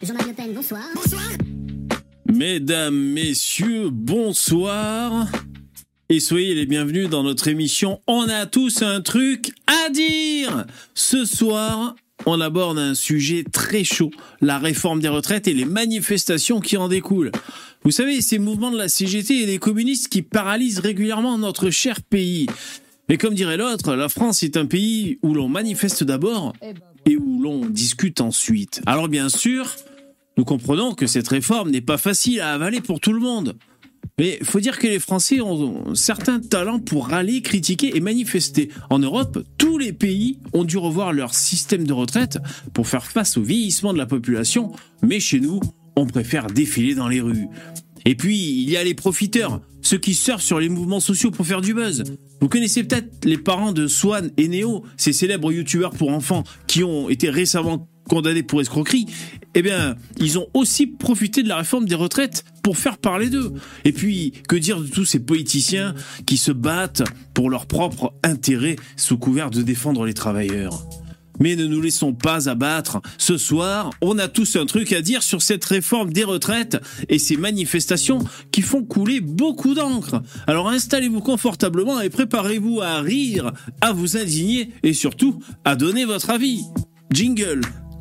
Jean-Marie Le Pen, bonsoir. Mesdames, messieurs, bonsoir. Et soyez les bienvenus dans notre émission On a tous un truc à dire. Ce soir, on aborde un sujet très chaud, la réforme des retraites et les manifestations qui en découlent. Vous savez, ces mouvements de la CGT et des communistes qui paralysent régulièrement notre cher pays. Mais comme dirait l'autre, la France est un pays où l'on manifeste d'abord et où l'on discute ensuite. Alors bien sûr, nous comprenons que cette réforme n'est pas facile à avaler pour tout le monde. Mais il faut dire que les Français ont certains talents pour râler, critiquer et manifester. En Europe, tous les pays ont dû revoir leur système de retraite pour faire face au vieillissement de la population. Mais chez nous, on préfère défiler dans les rues. Et puis, il y a les profiteurs, ceux qui surfent sur les mouvements sociaux pour faire du buzz. Vous connaissez peut-être les parents de Swan et Neo, ces célèbres youtubeurs pour enfants qui ont été récemment condamnés pour escroquerie. Eh bien, ils ont aussi profité de la réforme des retraites pour faire parler d'eux. Et puis, que dire de tous ces politiciens qui se battent pour leur propre intérêt sous couvert de défendre les travailleurs ? Mais ne nous laissons pas abattre. Ce soir, on a tous un truc à dire sur cette réforme des retraites et ces manifestations qui font couler beaucoup d'encre. Alors installez-vous confortablement et préparez-vous à rire, à vous indigner et surtout à donner votre avis. Jingle.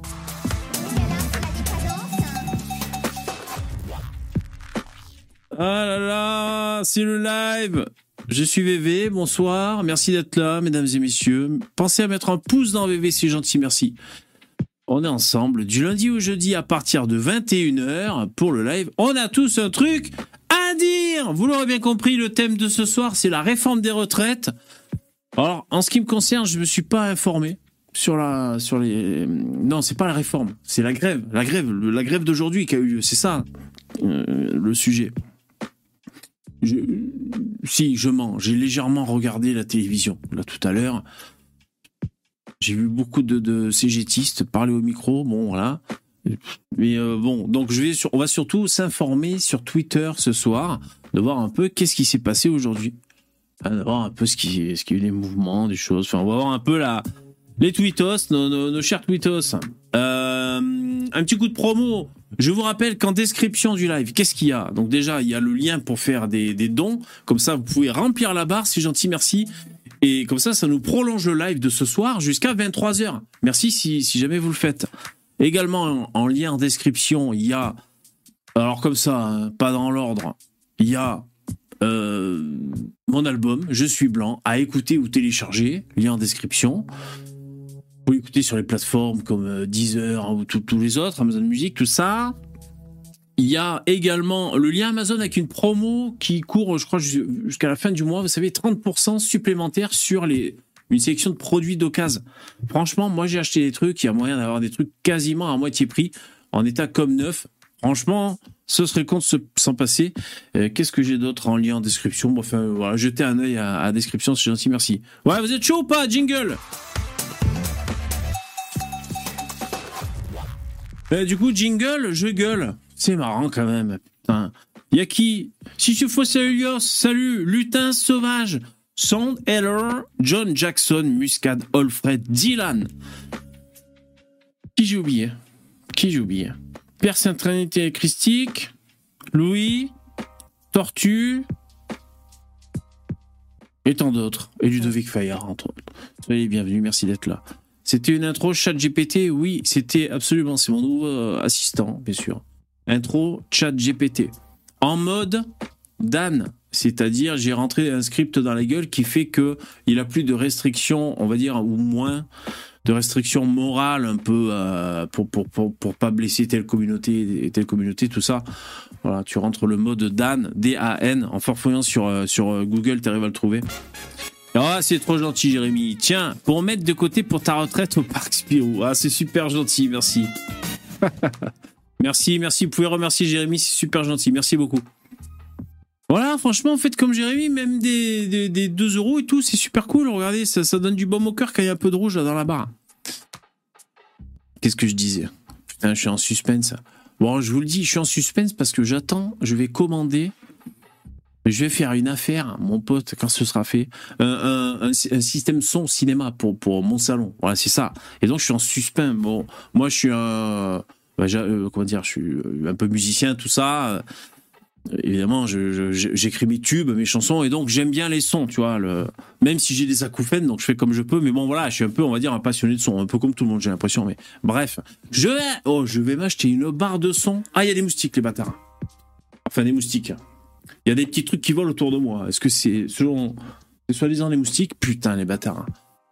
Ah là là, c'est le live. Je suis VV, bonsoir, merci d'être là, mesdames et messieurs. Pensez à mettre un pouce dans VV, c'est gentil, merci. On est ensemble du lundi au jeudi à partir de 21h pour le live. On a tous un truc à dire. Vous l'aurez bien compris, le thème de ce soir, c'est la réforme des retraites. Alors, en ce qui me concerne, je me suis pas informé sur les... Non, c'est pas la réforme, c'est la grève. La grève d'aujourd'hui qui a eu lieu, c'est ça le sujet. Je mens. J'ai légèrement regardé la télévision, là, tout à l'heure. J'ai vu beaucoup de CGTistes parler au micro, bon, voilà. Mais bon, donc on va surtout s'informer sur Twitter ce soir, de voir un peu qu'est-ce qui s'est passé aujourd'hui. De voir un peu ce qu'il y a eu des mouvements, des choses. Enfin, on va voir un peu les tweetos, nos chers tweetos. Un petit coup de promo. Je vous rappelle qu'en description du live, qu'est-ce qu'il y a ? Donc déjà, il y a le lien pour faire des dons. Comme ça, vous pouvez remplir la barre, c'est gentil, merci. Et comme ça nous prolonge le live de ce soir jusqu'à 23h. Merci si jamais vous le faites. Également, en lien en description, il y a... Alors comme ça, hein, pas dans l'ordre. Il y a mon album, Je suis blanc, à écouter ou télécharger. Lien en description. Vous pouvez écouter sur les plateformes comme Deezer ou tous les autres, Amazon Music, tout ça. Il y a également le lien Amazon avec une promo qui court, je crois, jusqu'à la fin du mois. Vous savez, 30% supplémentaires sur une sélection de produits d'occasion. Franchement, moi, j'ai acheté des trucs. Il y a moyen d'avoir des trucs quasiment à moitié prix, en état comme neuf. Franchement, ce serait con de s'en passer. Qu'est-ce que j'ai d'autre en lien en description ? Bon, enfin, voilà, jetez un œil à la description, c'est gentil, merci. Ouais, vous êtes chaud ou pas ? Jingle ! Du coup, jingle, je gueule. C'est marrant quand même. Putain. Y a qui ? Si tu fais Helios, salut, lutin sauvage, Sound Heller, John Jackson, Muscade, Alfred, Dylan. Qui j'ai oublié ? Père Saint-Trinité Christique, Louis, Tortue, et tant d'autres. Et Ludovic Fayard, entre autres. Soyez les bienvenus, merci d'être là. C'était une intro ChatGPT, oui, c'était absolument, c'est mon nouveau assistant, bien sûr. Intro ChatGPT. En mode Dan, c'est-à-dire j'ai rentré un script dans la gueule qui fait que il a plus de restrictions, on va dire, ou moins de restrictions morales un peu pour pas blesser telle communauté, tout ça. Voilà, tu rentres le mode Dan, D-A-N, en farfouillant sur Google, tu arrives à le trouver. Ah, c'est trop gentil, Jérémy. Tiens, pour mettre de côté pour ta retraite au Parc Spirou. Ah, c'est super gentil, merci. merci. Vous pouvez remercier Jérémy, c'est super gentil. Merci beaucoup. Voilà, franchement, faites comme Jérémy, même des 2 € et tout, c'est super cool. Regardez, ça donne du baume au cœur quand il y a un peu de rouge là, dans la barre. Qu'est-ce que je disais ? Putain, je suis en suspense. Bon, je vous le dis, je suis en suspense parce que je vais commander. Je vais faire une affaire, mon pote, quand ce sera fait, un système son cinéma pour mon salon. Voilà, c'est ça. Et donc, je suis en suspens. Bon, moi, je suis un comment dire, je suis un peu musicien, tout ça. Évidemment, j'écris mes tubes, mes chansons, et donc j'aime bien les sons, tu vois. Même si j'ai des acouphènes, donc je fais comme je peux. Mais bon, voilà, je suis un peu, on va dire, un passionné de son, un peu comme tout le monde, j'ai l'impression. Mais bref, je vais m'acheter une barre de son. Ah, il y a des moustiques, les bâtards. Enfin, des moustiques. Il y a des petits trucs qui volent autour de moi. Est-ce que c'est soi-disant les moustiques? Putain, les bâtards.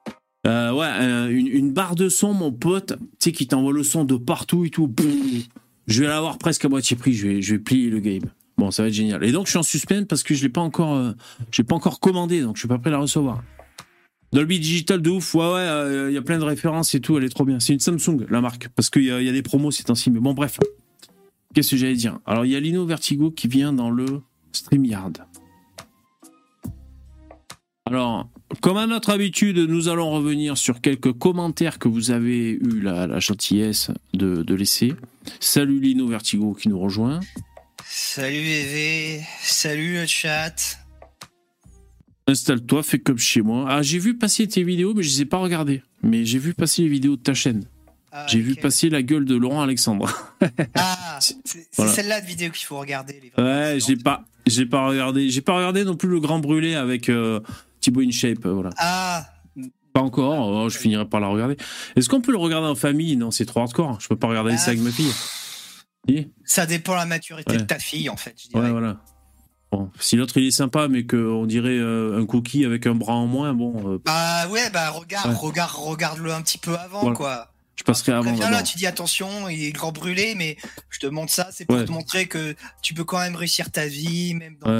Une barre de son, mon pote, tu sais, qui t'envoie le son de partout et tout. Je vais l'avoir presque à moitié prix. Je vais plier le game. Bon, ça va être génial. Et donc, je suis en suspense parce que je l'ai pas encore commandé, donc je suis pas prêt à la recevoir. Dolby Digital de ouf, il y a plein de références et tout, elle est trop bien. C'est une Samsung, la marque, parce qu'il y a des promos ces temps-ci. Mais bon, bref. Qu'est-ce que j'allais dire? Alors, il y a Lino Vertigo qui vient dans le StreamYard. Alors, comme à notre habitude, nous allons revenir sur quelques commentaires que vous avez eu la gentillesse de laisser. Salut Lino Vertigo qui nous rejoint. Salut VV, salut le chat. Installe-toi, fais comme chez moi. Ah, j'ai vu passer tes vidéos, mais je les ai pas regardées. Mais j'ai vu passer les vidéos de ta chaîne. J'ai vu passer la gueule de Laurent Alexandre. C'est voilà. Celle-là de vidéo qu'il faut regarder. Ouais, j'ai pas regardé. J'ai pas regardé non plus le Grand Brûlé avec Thibaut InShape, voilà. Ah. Pas encore. Je finirai par la regarder. Est-ce qu'on peut le regarder en famille? Non, c'est trop hardcore. Je peux pas regarder ça avec ma fille. Ça dépend de la maturité de ta fille, en fait. Je dirais. Ouais, voilà. Bon, si l'autre il est sympa, mais qu'on dirait un cookie avec un bras en moins, bon. Regarde-le un petit peu avant, voilà. Quoi. Je passerai avant. Là, tu dis attention, il est grand brûlé, mais je te montre ça, c'est pour te montrer que tu peux quand même réussir ta vie, même dans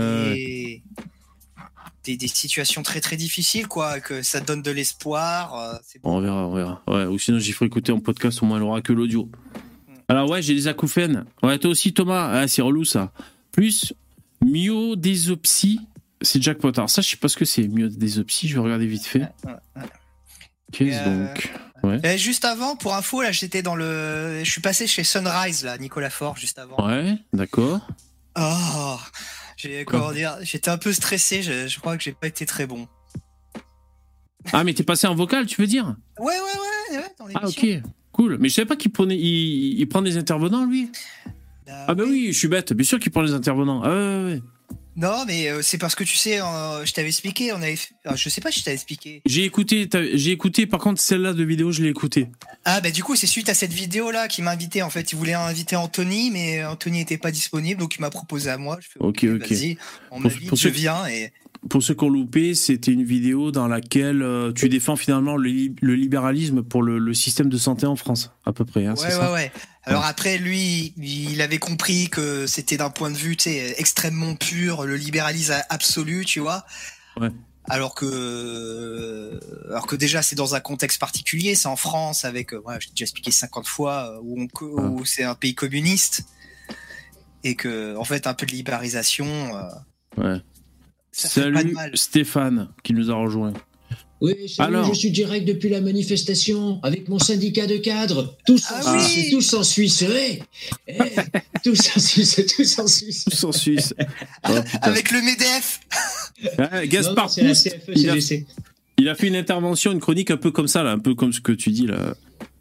des situations très très difficiles, quoi, que ça te donne de l'espoir. C'est bon. On verra. Ouais, ou sinon j'y ferai écouter en podcast, au moins elle aura que l'audio. Alors j'ai des acouphènes. Ouais, toi aussi Thomas, c'est relou ça. Plus myodésopsie, c'est jackpot. Alors ça, je sais pas ce que c'est, myodésopsie, je vais regarder vite fait. Qu'est-ce donc? Ouais. Juste avant, pour info, là, je suis passé chez Sunrise, là, Nicolas Faure, juste avant. Ouais, d'accord. Oh, j'étais un peu stressé, je crois que j'ai pas été très bon. Ah, mais t'es passé en vocal, tu veux dire? Ouais, dans l'émission. Ah, ok, cool. Mais je savais pas qu'il prenait, il prend des intervenants, lui. Ah bah oui, je suis bête, bien sûr qu'il prend les intervenants. Ah ouais. Non, mais c'est parce que tu sais, je t'avais expliqué, je sais pas si je t'avais expliqué. J'ai écouté, par contre celle-là de vidéo, je l'ai écoutée. Ah bah du coup, c'est suite à cette vidéo-là qu'il m'a invité, en fait. Il voulait inviter Anthony, mais Anthony était pas disponible, donc il m'a proposé à moi. Je fais, ok. Vas-y, on m'invite, je viens et... Pour ceux qui ont loupé, c'était une vidéo dans laquelle tu défends finalement le libéralisme pour le système de santé en France, à peu près. Hein, ouais. Alors après, lui, il avait compris que c'était d'un point de vue, tu sais, extrêmement pur, le libéralisme absolu, tu vois. Ouais. Alors que déjà, c'est dans un contexte particulier, c'est en France, avec, j'ai déjà expliqué 50 fois, où c'est un pays communiste, et que, en fait, un peu de libéralisation... ouais. Salut Stéphane qui nous a rejoint. Oui, salut, je suis direct depuis la manifestation avec mon syndicat de cadres. Tous en Suisse, oui. Tous en Suisse. Oh, avec le MEDEF. Gaspard Proust, il a fait une intervention, une chronique un peu comme ça, là, un peu comme ce que tu dis là.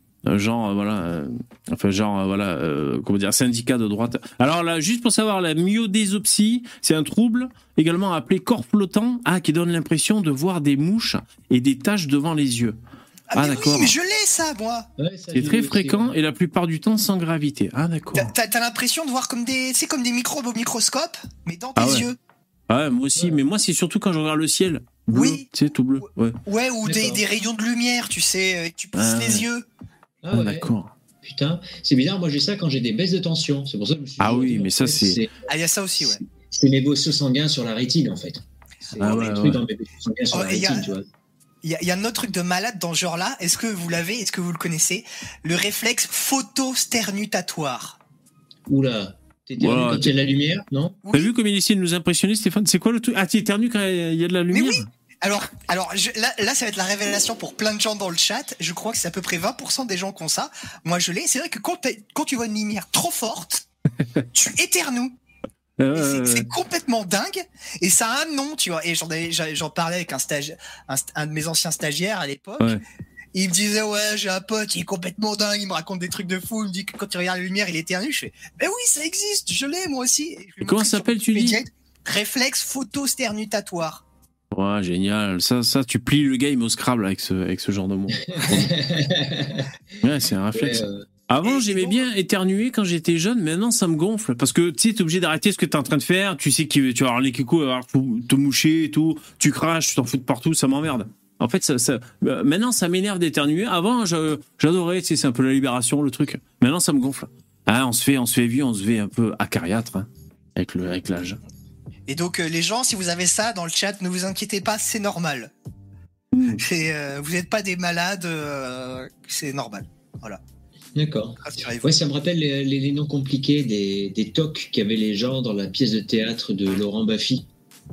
Comment dire, syndicat de droite. Alors là, juste pour savoir, la myodésopsie, c'est un trouble également appelé corps flottant, qui donne l'impression de voir des mouches et des taches devant les yeux. D'accord. Oui, mais je l'ai ça, moi. Ouais, c'est très fréquent et la plupart du temps sans gravité. Ah d'accord. T'as l'impression de voir comme des microbes au microscope, mais dans tes yeux. Ouais, moi aussi, mais moi c'est surtout quand je regarde le ciel. Bleu, tu sais, tout bleu. Ouais, ou des rayons de lumière, tu sais, et tu pousses les yeux. Ah ouais. D'accord. Putain, c'est bizarre, moi j'ai ça quand j'ai des baisses de tension. C'est pour ça que je me suis dit, oui, mais ça c'est... Ah, il y a ça aussi, ouais. C'est mes vaisseaux sanguins sur la rétine, en fait. C'est des trucs dans mes vaisseaux sanguins sur la rétine, tu vois. Il y a un autre truc de malade dans ce genre-là. Est-ce que vous l'avez? Est-ce que vous le connaissez? Le réflexe photosternutatoire. Oula. T'éternues quand il y a de la lumière, non? T'as vu comme il essaie de nous impressionner, Stéphane? C'est quoi le truc? Ah, t'éternues quand il y a de la lumière? Mais oui. Alors là, ça va être la révélation pour plein de gens dans le chat. Je crois que c'est à peu près 20% des gens qui ont ça. Moi, je l'ai. C'est vrai que quand tu vois une lumière trop forte, tu éternues. C'est complètement dingue. Et ça a un nom, tu vois. Et j'en parlais avec un de mes anciens stagiaires à l'époque. Ouais. Il me disait, ouais, j'ai un pote, il est complètement dingue, il me raconte des trucs de fou, il me dit que quand il regarde la lumière, il éternue. Je fais, mais oui, ça existe, je l'ai moi aussi. Et comment ça s'appelle, tu dis? Réflexe photosternutatoire. Ouais, génial. Ça, tu plies le game au Scrabble avec ce genre de mots. Ouais, c'est un réflexe. Avant, j'aimais bien éternuer quand j'étais jeune, maintenant ça me gonfle. Parce que tu sais, t'es obligé d'arrêter ce que t'es en train de faire, tu sais que tu vas avoir les kikos, te moucher et tout, tu craches, tu t'en fous de partout, ça m'emmerde. En fait, maintenant ça m'énerve d'éternuer. Avant, j'adorais, tu sais, c'est un peu la libération, le truc. Maintenant, ça me gonfle. Ah, on se fait vieux, on se fait un peu acariâtre, hein, avec l'âge. Et donc, les gens, si vous avez ça dans le chat, ne vous inquiétez pas, c'est normal. Vous n'êtes pas des malades, c'est normal. Voilà. D'accord. Ouais, ça me rappelle les noms compliqués des tocs qu'avaient les gens dans la pièce de théâtre de Laurent Baffy.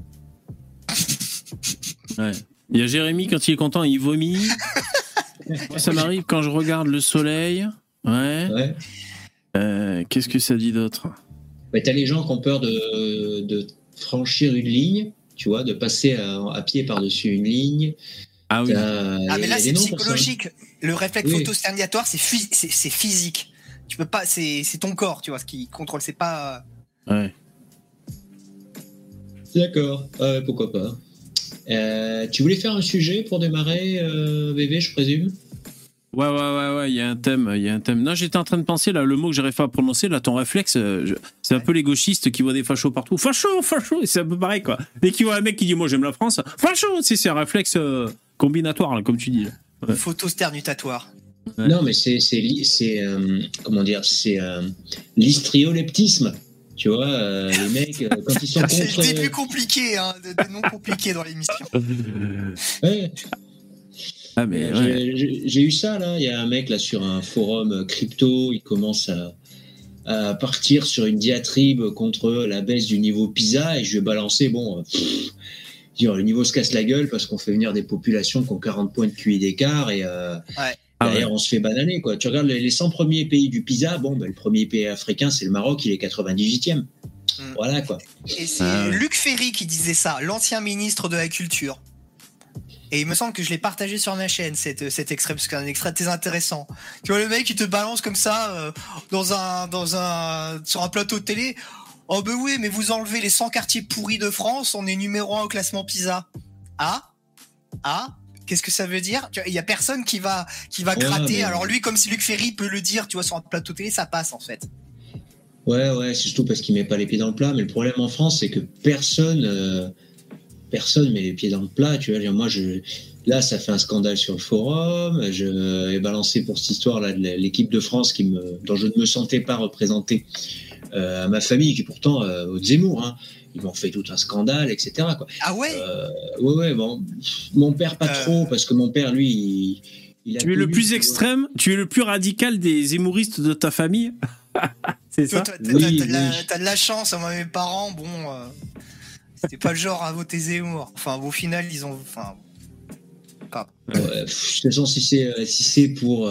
Ouais. Il y a Jérémy, quand il est content, il vomit. Moi, ça m'arrive quand je regarde le soleil. Ouais. Qu'est-ce que ça dit d'autre? Ouais, t'as les gens qui ont peur de franchir une ligne, tu vois, de passer à pied par-dessus une ligne. Ah oui. Mais là, c'est psychologique. Le réflexe photosternutatoire, c'est physique. Tu peux pas, c'est ton corps, tu vois, ce qui contrôle. C'est pas. Ouais. D'accord. Pourquoi pas. Tu voulais faire un sujet pour démarrer, bébé, je présume? Ouais, il y a un thème. Non, j'étais en train de penser, là, le mot que j'arrive pas à prononcer, là, ton réflexe, c'est un peu les gauchistes qui voient des fachos partout. Facho, et c'est un peu pareil, quoi. Dès qu'ils voient un mec qui dit, moi, j'aime la France, facho, c'est un réflexe combinatoire, là, comme tu dis. Ouais. Photosternutatoire. Ouais. Non, mais c'est comment dire, c'est l'histrioleptisme. Tu vois, les mecs, quand ils sont contre... C'est le début compliqué, hein, de noms compliqués dans l'émission. Ouais. Ah, mais ouais. J'ai eu ça, là. Il y a un mec, là, sur un forum crypto, il commence à partir sur une diatribe contre la baisse du niveau PISA, et je vais balancer, le niveau se casse la gueule parce qu'on fait venir des populations qui ont 40 points de QI d'écart, et derrière, on se fait bananer, quoi. Tu regardes les 100 premiers pays du PISA, le premier pays africain, c'est le Maroc, il est 98e. Voilà, quoi. Et c'est Luc Ferry qui disait ça, l'ancien ministre de la Culture. Et il me semble que je l'ai partagé sur ma chaîne, cet extrait, parce que c'est un extrait très intéressant. Tu vois, le mec, il te balance comme ça, sur un plateau de télé. Oh, ben oui, mais vous enlevez les 100 quartiers pourris de France, on est numéro 1 au classement PISA. Ah, qu'est-ce que ça veut dire? Il y a personne qui va gratter. Alors lui, comme si Luc Ferry peut le dire, tu vois, sur un plateau de télé, ça passe, en fait. Ouais, c'est surtout parce qu'il met pas les pieds dans le plat. Mais le problème en France, c'est que personne met les pieds dans le plat, tu vois. Moi, là, ça fait un scandale sur le forum. Je ai balancé pour cette histoire-là de l'équipe de France dont je ne me sentais pas représenté à ma famille, qui pourtant, au Zemmour, hein, ils m'ont fait tout un scandale, etc., quoi. Ah ouais? Ouais, bon. Mon père, pas trop, parce que mon père, lui, il a... Tu es le plus extrême, tu es le plus radical des zémouristes de ta famille. C'est ça? T'as de la chance, moi, mes parents, c'était pas le genre à voter Zemmour. Enfin, au final, ils ont... pas. Ouais, de toute façon, si c'est pour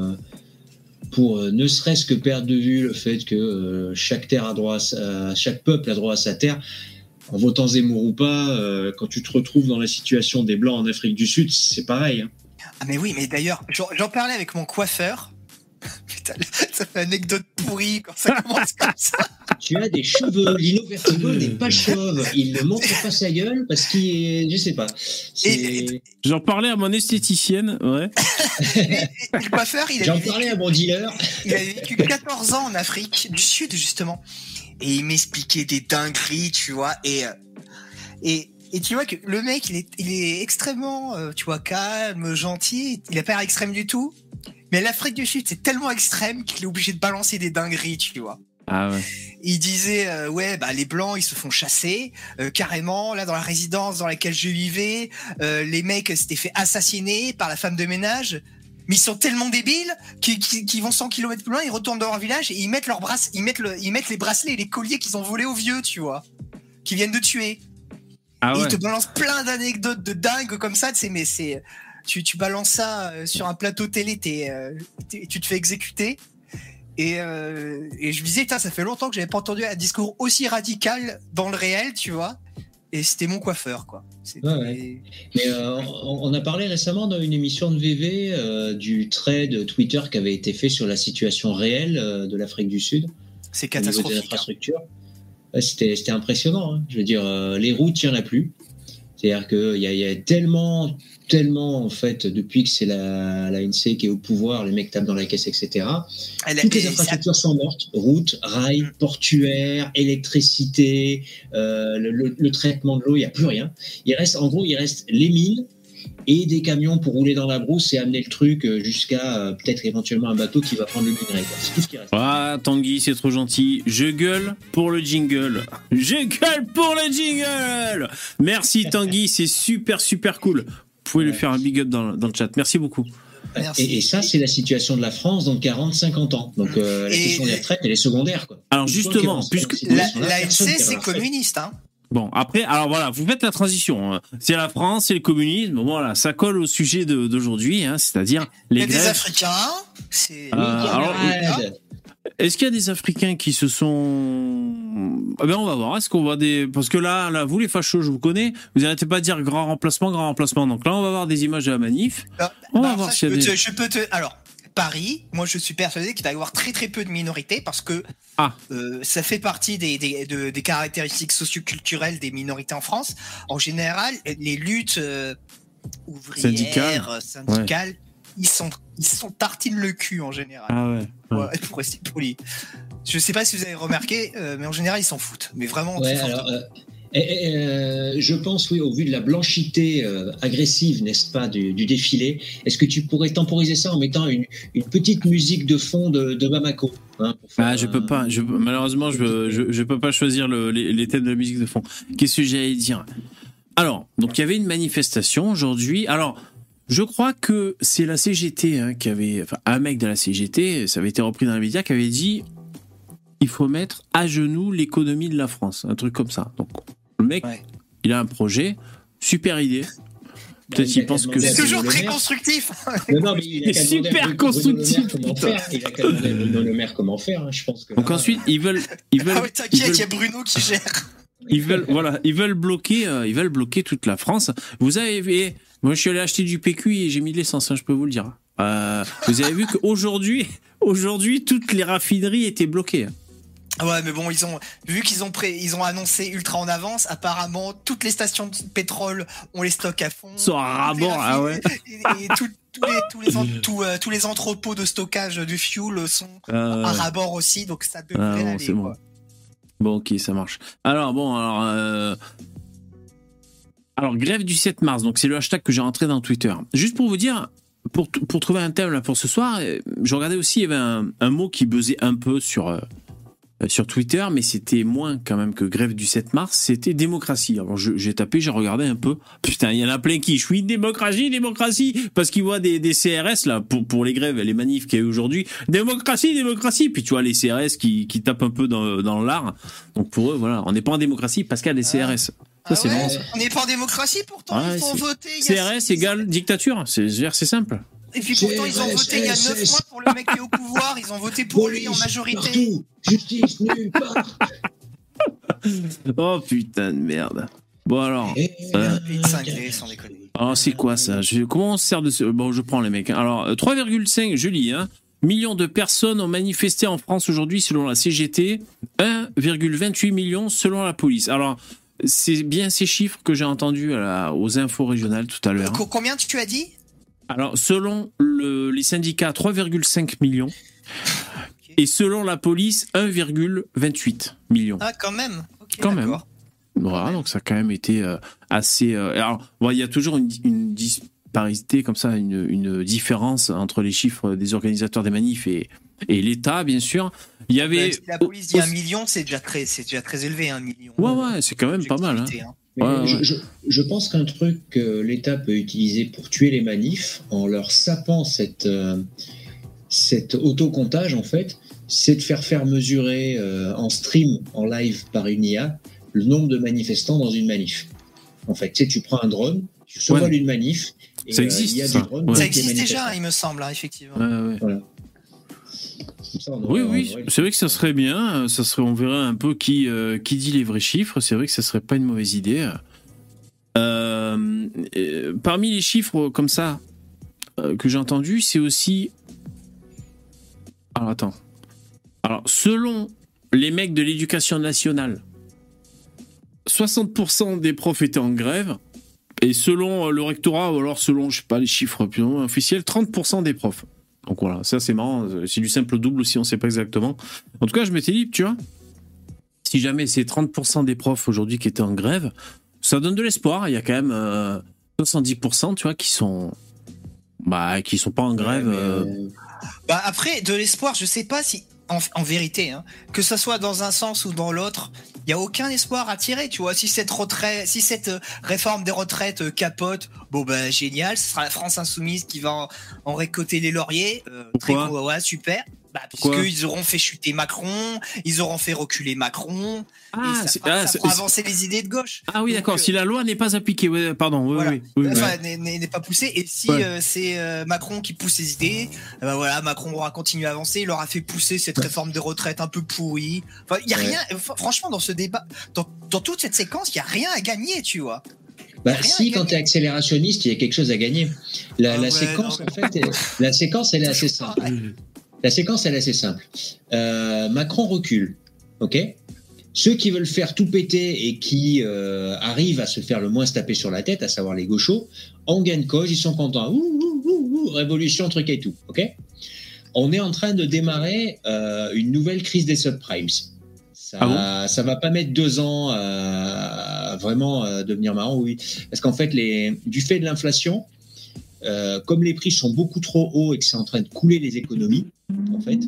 ne serait-ce que perdre de vue le fait que chaque peuple a droit à sa terre, en votant Zemmour ou pas, quand tu te retrouves dans la situation des Blancs en Afrique du Sud, c'est pareil. Hein. Ah mais oui, mais d'ailleurs, j'en parlais avec mon coiffeur. Putain, ça fait anecdote pourrie quand ça commence comme ça. Tu as des cheveux, Lino Vertigo n'est pas chauve, il ne montre pas sa gueule parce qu'il est, je sais pas. J'en parlais à mon esthéticienne, ouais. Et le coiffeur, j'en parlais à mon dealer. Il avait vécu 14 ans en Afrique du Sud, justement. Et il m'expliquait des dingueries, tu vois, et tu vois que le mec, il est extrêmement, tu vois, calme, gentil, il a pas l'air extrême du tout. Mais l'Afrique du Sud, c'est tellement extrême qu'il est obligé de balancer des dingueries, tu vois. Ah ouais. Il disait, les Blancs, ils se font chasser, carrément. Là, dans la résidence dans laquelle je vivais, les mecs s'étaient fait assassiner par la femme de ménage. Mais ils sont tellement débiles qu'ils vont 100 km plus loin, ils retournent dans leur village et ils mettent ils mettent les bracelets et les colliers qu'ils ont volés aux vieux, tu vois, qui viennent de tuer. Ah ouais. Et ils te balancent plein d'anecdotes de dingue comme ça, tu sais, tu balances ça sur un plateau télé, tu te fais exécuter. Et je me disais, ça fait longtemps que j'avais pas entendu un discours aussi radical dans le réel, tu vois. et c'était mon coiffeur, quoi. Ouais. Mais on a parlé récemment dans une émission de VV du thread Twitter qui avait été fait sur la situation réelle de l'Afrique du Sud. C'est Au niveau catastrophique. des infrastructures. Ouais, c'était impressionnant. Hein. Je veux dire, les routes, il n'y en a plus. C'est-à-dire qu'il y a tellement, en fait, depuis que c'est la NC qui est au pouvoir, les mecs tapent dans la caisse, etc. Toutes les infrastructures sont mortes. Routes, rails, portuaires, électricité, le traitement de l'eau, il n'y a plus rien. Il reste les mines et des camions pour rouler dans la brousse et amener le truc jusqu'à peut-être éventuellement un bateau qui va prendre le minerai. C'est tout ce qui reste. Ah, Tanguy, c'est trop gentil. Je gueule pour le jingle. Je gueule pour le jingle. Merci Tanguy, c'est super cool. Vous pouvez lui faire un big up dans le chat. Merci beaucoup. Et ça, c'est la situation de la France dans 40-50 ans. Donc la question des retraites, elle est secondaire, quoi. Alors justement, puisque l'ANC, c'est communiste, hein. Bon, après, alors voilà, vous faites la transition. Hein. C'est la France, c'est le communisme. Bon, voilà, ça colle au sujet d'aujourd'hui, hein, c'est-à-dire les grèves. Il y a des Africains. Est-ce qu'il y a des Africains qui se sont... Eh ben, on va voir. Est-ce qu'on voit des... Parce que là, vous, les fachos, je vous connais. Vous n'arrêtez pas de dire grand remplacement. Donc là, on va voir des images de la manif. On va voir s'il y a des... Alors, Paris, moi, je suis persuadé qu'il va y avoir très peu de minorités parce que ça fait partie des caractéristiques socioculturelles des minorités en France. En général, les luttes ouvrières, syndicales, ils sont tartines le cul en général. Ah ouais. Ouais, pour rester poli. Je sais pas si vous avez remarqué, mais en général, ils s'en foutent. Mais vraiment. Ouais, alors, je pense, oui, au vu de la blanchité agressive, n'est-ce pas, du défilé, est-ce que tu pourrais temporiser ça en mettant une petite musique de fond de Bamako, hein, pour faire, je peux pas. Malheureusement, je peux pas choisir les thèmes de la musique de fond. Qu'est-ce que j'allais dire ? Alors, donc il y avait une manifestation aujourd'hui. Alors, je crois que c'est la CGT qui avait, enfin un mec de la CGT, ça avait été repris dans les médias, qui avait dit il faut mettre à genoux l'économie de la France, un truc comme ça. Donc le mec, il a un projet, super idée. Peut-être qu'il pense que c'est toujours très constructif. Non, mais il a super constructif. Il a qu'à demander à Bruno Le Maire comment faire. Hein. Je pense que. Donc ensuite, ils veulent. Ah oui, t'inquiète, il y a Bruno qui gère. Ils veulent bloquer toute la France. Vous avez, moi je suis allé acheter du PQ et j'ai mis de l'essence, je peux vous le dire. Vous avez vu qu'aujourd'hui, toutes les raffineries étaient bloquées. Ouais, mais bon, ils ont annoncé ultra en avance. Apparemment, toutes les stations de pétrole ont les stocks à fond. Sont à rabord, ah ouais. Et tous les entrepôts de stockage du fuel sont à rabord aussi, donc ça devrait aller. Bon. Bon, ok, ça marche. Alors grève du 7 mars, donc c'est le hashtag que j'ai rentré dans Twitter. Juste pour vous dire, pour trouver un thème là pour ce soir, je regardais aussi, il y avait un mot qui buzzait un peu sur Twitter, mais c'était moins quand même que grève du 7 mars, c'était démocratie. Alors j'ai tapé, j'ai regardé un peu. Putain, il y en a plein qui chouinent démocratie, parce qu'ils voient des CRS là pour les grèves et les manifs qu'il y a eu aujourd'hui. Démocratie. Puis tu vois les CRS qui tapent un peu dans l'art. Donc pour eux, voilà, on n'est pas en démocratie parce qu'il y a des CRS. Ça, c'est vraiment ça. On n'est pas en démocratie, pourtant ils font voter. CRS égale dictature, c'est simple. Et puis pourtant, ils ont voté il y a 9 mois pour le mec qui est au pouvoir. Ils ont voté pour lui en majorité. Partout. Justice nulle part. Oh putain de merde. Bon alors. Sans déconner. Alors c'est quoi ça ? Comment on se sert de ce... Bon, je prends les mecs. Alors 3,5, je lis, millions de personnes ont manifesté en France aujourd'hui selon la CGT. 1,28 millions selon la police. Alors c'est bien ces chiffres que j'ai entendus aux infos régionales tout à l'heure. Combien tu as dit ? Alors, selon les syndicats, 3,5 millions. Okay. Et selon la police, 1,28 millions. Ah, quand même. Okay, quand même. Voilà, donc ça a quand même été assez... Alors, il y a toujours une disparité comme ça, une différence entre les chiffres des organisateurs des manifs et l'État, bien sûr. Il y avait... Si la police dit 1 million, c'est déjà très élevé, 1 million. Ouais, c'est quand même pas mal. Je pense qu'un truc que l'État peut utiliser pour tuer les manifs, en leur sapant cet autocomptage, en fait, c'est de faire mesurer en stream, en live par une IA, le nombre de manifestants dans une manif. En fait, tu prends un drone, tu survoles une manif, et ça existe, il y a du drone. Ça existe déjà, il me semble, effectivement. Ouais. Voilà. Oui, c'est vrai que ça serait bien. On verrait un peu qui dit les vrais chiffres. C'est vrai que ça serait pas une mauvaise idée. Parmi les chiffres comme ça que j'ai entendus, c'est aussi. Alors attends. Alors selon les mecs de l'éducation nationale, 60% des profs étaient en grève. Et selon le rectorat, ou alors selon, je sais pas, les chiffres plus ou moins officiels, 30% des profs. Donc voilà, ça c'est marrant, c'est du simple double aussi, on sait pas exactement. En tout cas, je m'étais dit, tu vois, si jamais c'est 30% des profs aujourd'hui qui étaient en grève, ça donne de l'espoir. Il y a quand même 70%, tu vois, qui sont pas en grève. Bah après, de l'espoir, je sais pas si, en vérité, hein, que ça soit dans un sens ou dans l'autre, il y a aucun espoir à tirer, tu vois. Si cette réforme des retraites capote, bon ben génial, ce sera la France insoumise qui va en récolter les lauriers. Ouais, super. Bah, puisqu'ils auront fait chuter Macron, ils auront fait reculer Macron, et ça fera avancer les idées de gauche. Ah oui, donc, d'accord, si la loi n'est pas appliquée, pardon, voilà. oui. Enfin, n'est pas poussée, et si c'est Macron qui pousse ses idées, ben voilà, Macron aura continué à avancer, il aura fait pousser cette réforme des retraites un peu pourrie. Enfin, il y a rien, franchement, dans ce débat, dans toute cette séquence, il y a rien à gagner, tu vois. Bah, si, quand tu es accélérationniste, il y a quelque chose à gagner. La séquence, en fait, la séquence, elle est assez simple. La séquence, elle est assez simple. Macron recule, ok ? Ceux qui veulent faire tout péter et qui arrivent à se faire le moins se taper sur la tête, à savoir les gauchos, en gain de cause, ils sont contents. Révolution, truc et tout, ok ? On est en train de démarrer une nouvelle crise des subprimes. Ça va pas mettre 2 ans à vraiment devenir marrant, oui. Parce qu'en fait, du fait de l'inflation, comme les prix sont beaucoup trop hauts et que c'est en train de couler les économies, en fait,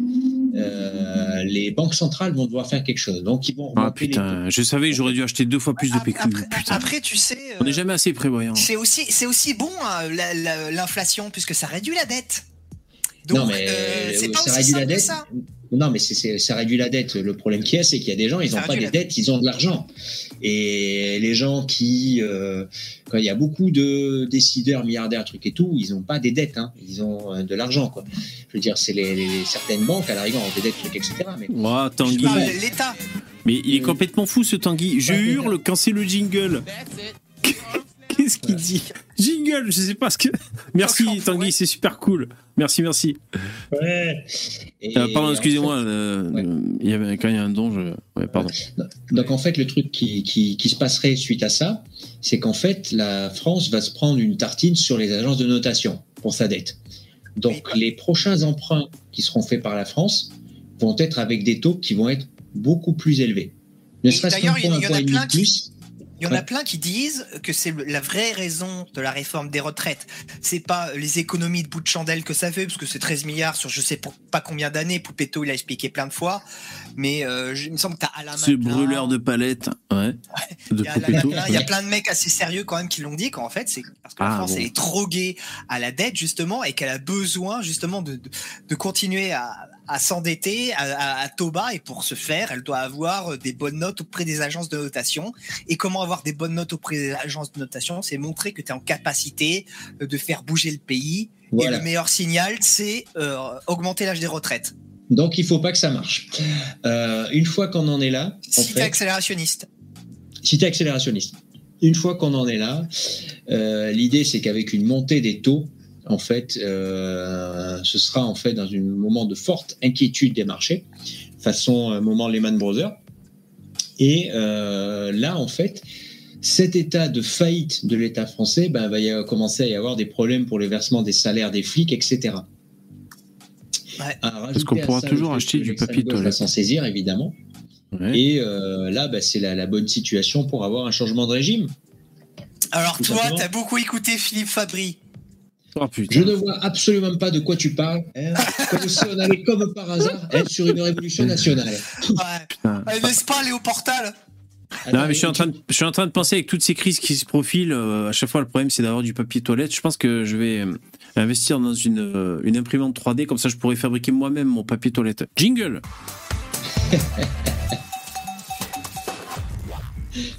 les banques centrales vont devoir faire quelque chose. Donc, ils vont remonter je savais que j'aurais dû acheter 2 fois plus de PQ. Après, tu sais... on n'est jamais assez prévoyant. C'est aussi bon, hein, l'inflation, puisque ça réduit la dette. Donc, non, mais c'est pas ça aussi réduit simple la dette. que ça. Non, mais ça réduit la dette. Le problème qu'il y a, c'est qu'il y a des gens, ils n'ont pas des dettes, ils ont de l'argent. Et les gens quand il y a beaucoup de décideurs, milliardaires, trucs et tout, ils n'ont pas des dettes, hein. Ils ont de l'argent, quoi. Je veux dire, c'est certaines banques, à la rigueur, ont des dettes, trucs, etc. Mais Tanguy. L'État. Mais il est complètement fou, ce Tanguy. Je hurle quand c'est le jingle. Qu'est-ce qu'il dit ? Jingle, je sais pas ce que. Merci Tanguy, c'est super cool. Merci. Ouais. Pardon, excusez-moi. Quand il y a un don, pardon. Donc en fait, le truc qui se passerait suite à ça, c'est qu'en fait, la France va se prendre une tartine sur les agences de notation pour sa dette. Donc les prochains emprunts qui seront faits par la France vont être avec des taux qui vont être beaucoup plus élevés. Ne serait-ce qu'un point et demi de plus. Il y en a plein qui disent que c'est la vraie raison de la réforme des retraites. C'est pas les économies de bout de chandelle que ça fait, parce que c'est 13 milliards sur je sais pas combien d'années. Poupetto, il a expliqué plein de fois. Mais il me semble que t'as Alain Matin. C'est brûleur de palettes, ouais. Il y a plein de mecs assez sérieux quand même qui l'ont dit, qu'en fait, c'est parce que la France, elle est droguée à la dette, justement, et qu'elle a besoin, justement, de continuer à s'endetter à taux bas, et pour ce faire, elle doit avoir des bonnes notes auprès des agences de notation. Et comment avoir des bonnes notes auprès des agences de notation ? C'est montrer que tu es en capacité de faire bouger le pays. Voilà. Et le meilleur signal, c'est augmenter l'âge des retraites. Donc, il ne faut pas que ça marche. Une fois qu'on en est là... Si tu es accélérationniste. Une fois qu'on en est là, l'idée, c'est qu'avec une montée des taux, en fait, ce sera en fait dans un moment de forte inquiétude des marchés, façon moment Lehman Brothers. Et là, en fait, cet état de faillite de l'État français, va commencer à y avoir des problèmes pour le versement des salaires des flics, etc. Ouais. Parce qu'on pourra toujours acheter du papier de toilette. S'en saisir, évidemment. Ouais. Et là, c'est la bonne situation pour avoir un changement de régime. Alors tout toi, t'as beaucoup écouté Philippe Fabry. Oh, putain. Je ne vois absolument pas de quoi tu parles. Comme si on allait comme par hasard être sur une révolution nationale. Ouais. N'est-ce pas, Léo Portal ? Non, mais je suis en train de penser avec toutes ces crises qui se profilent. À chaque fois, le problème, c'est d'avoir du papier toilette. Je pense que je vais investir dans une imprimante 3D. Comme ça, je pourrais fabriquer moi-même mon papier toilette. Jingle.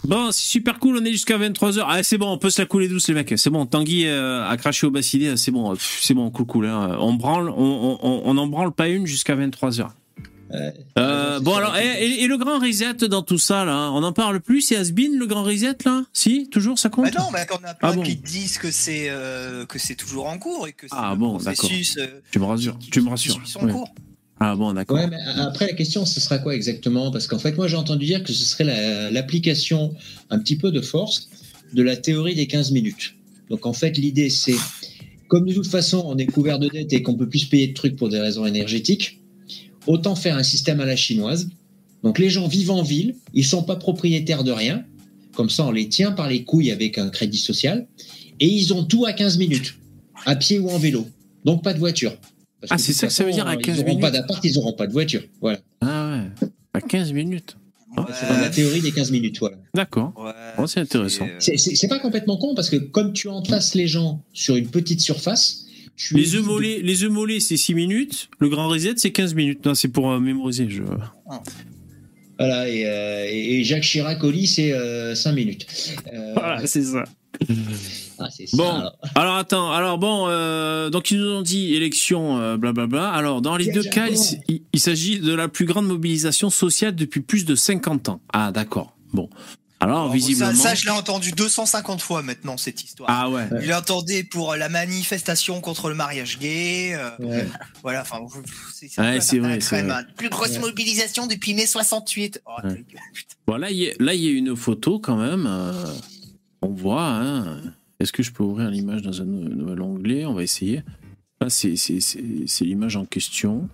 Bon, c'est super cool, on est jusqu'à 23h. Ah, c'est bon, on peut se la couler douce, les mecs. C'est bon, Tanguy a craché au bacidé, c'est bon, cool. Hein. On n'en branle pas une jusqu'à 23h. Bon, alors, et le grand reset dans tout ça, là, on en parle plus, c'est has-been, le grand reset, là? Si, toujours, ça compte? Bah non, mais on a plein qui disent que c'est toujours en cours et que c'est le processus. Tu me rassures. Son cours. Ah bon, d'accord. Ouais, mais après, la question, ce sera quoi exactement? Parce qu'en fait, moi, j'ai entendu dire que ce serait l'application un petit peu de force de la théorie des 15 minutes. Donc, en fait, l'idée, c'est, comme de toute façon, on est couvert de dettes et qu'on peut plus se payer de trucs pour des raisons énergétiques, autant faire un système à la chinoise. Donc, les gens vivent en ville, ils sont pas propriétaires de rien. Comme ça, on les tient par les couilles avec un crédit social. Et ils ont tout à 15 minutes, à pied ou en vélo. Donc, pas de voiture. C'est ça que ça veut dire à 15 minutes. Ils n'auront pas d'appart, ils n'auront pas de voiture. Voilà. Ah ouais, à 15 minutes. C'est dans la théorie des 15 minutes. Voilà. D'accord. Ouais, c'est intéressant. C'est pas complètement con parce que comme tu entasses les gens sur une petite surface, les œufs mollets, c'est 6 minutes. Le grand reset, c'est 15 minutes. Non, c'est pour mémoriser. Voilà, et Jacques Chirac au lit, c'est 5 minutes. Voilà, c'est ça. C'est ça. Bon, alors attends, donc ils nous ont dit élection, blablabla. Alors, dans les deux cas, il s'agit de la plus grande mobilisation sociale depuis plus de 50 ans. Ah, d'accord. Bon. Alors, visiblement... Ça, je l'ai entendu 250 fois maintenant, cette histoire. Ah ouais. Il l'entendait pour la manifestation contre le mariage gay. Voilà, enfin... C'est vrai. C'est la plus grosse mobilisation depuis mai 68. Oh, ouais. Bon, là, il y a une photo quand même. On voit, hein. Est-ce que je peux ouvrir l'image dans un nouvel onglet? On va essayer. Là, c'est l'image en question.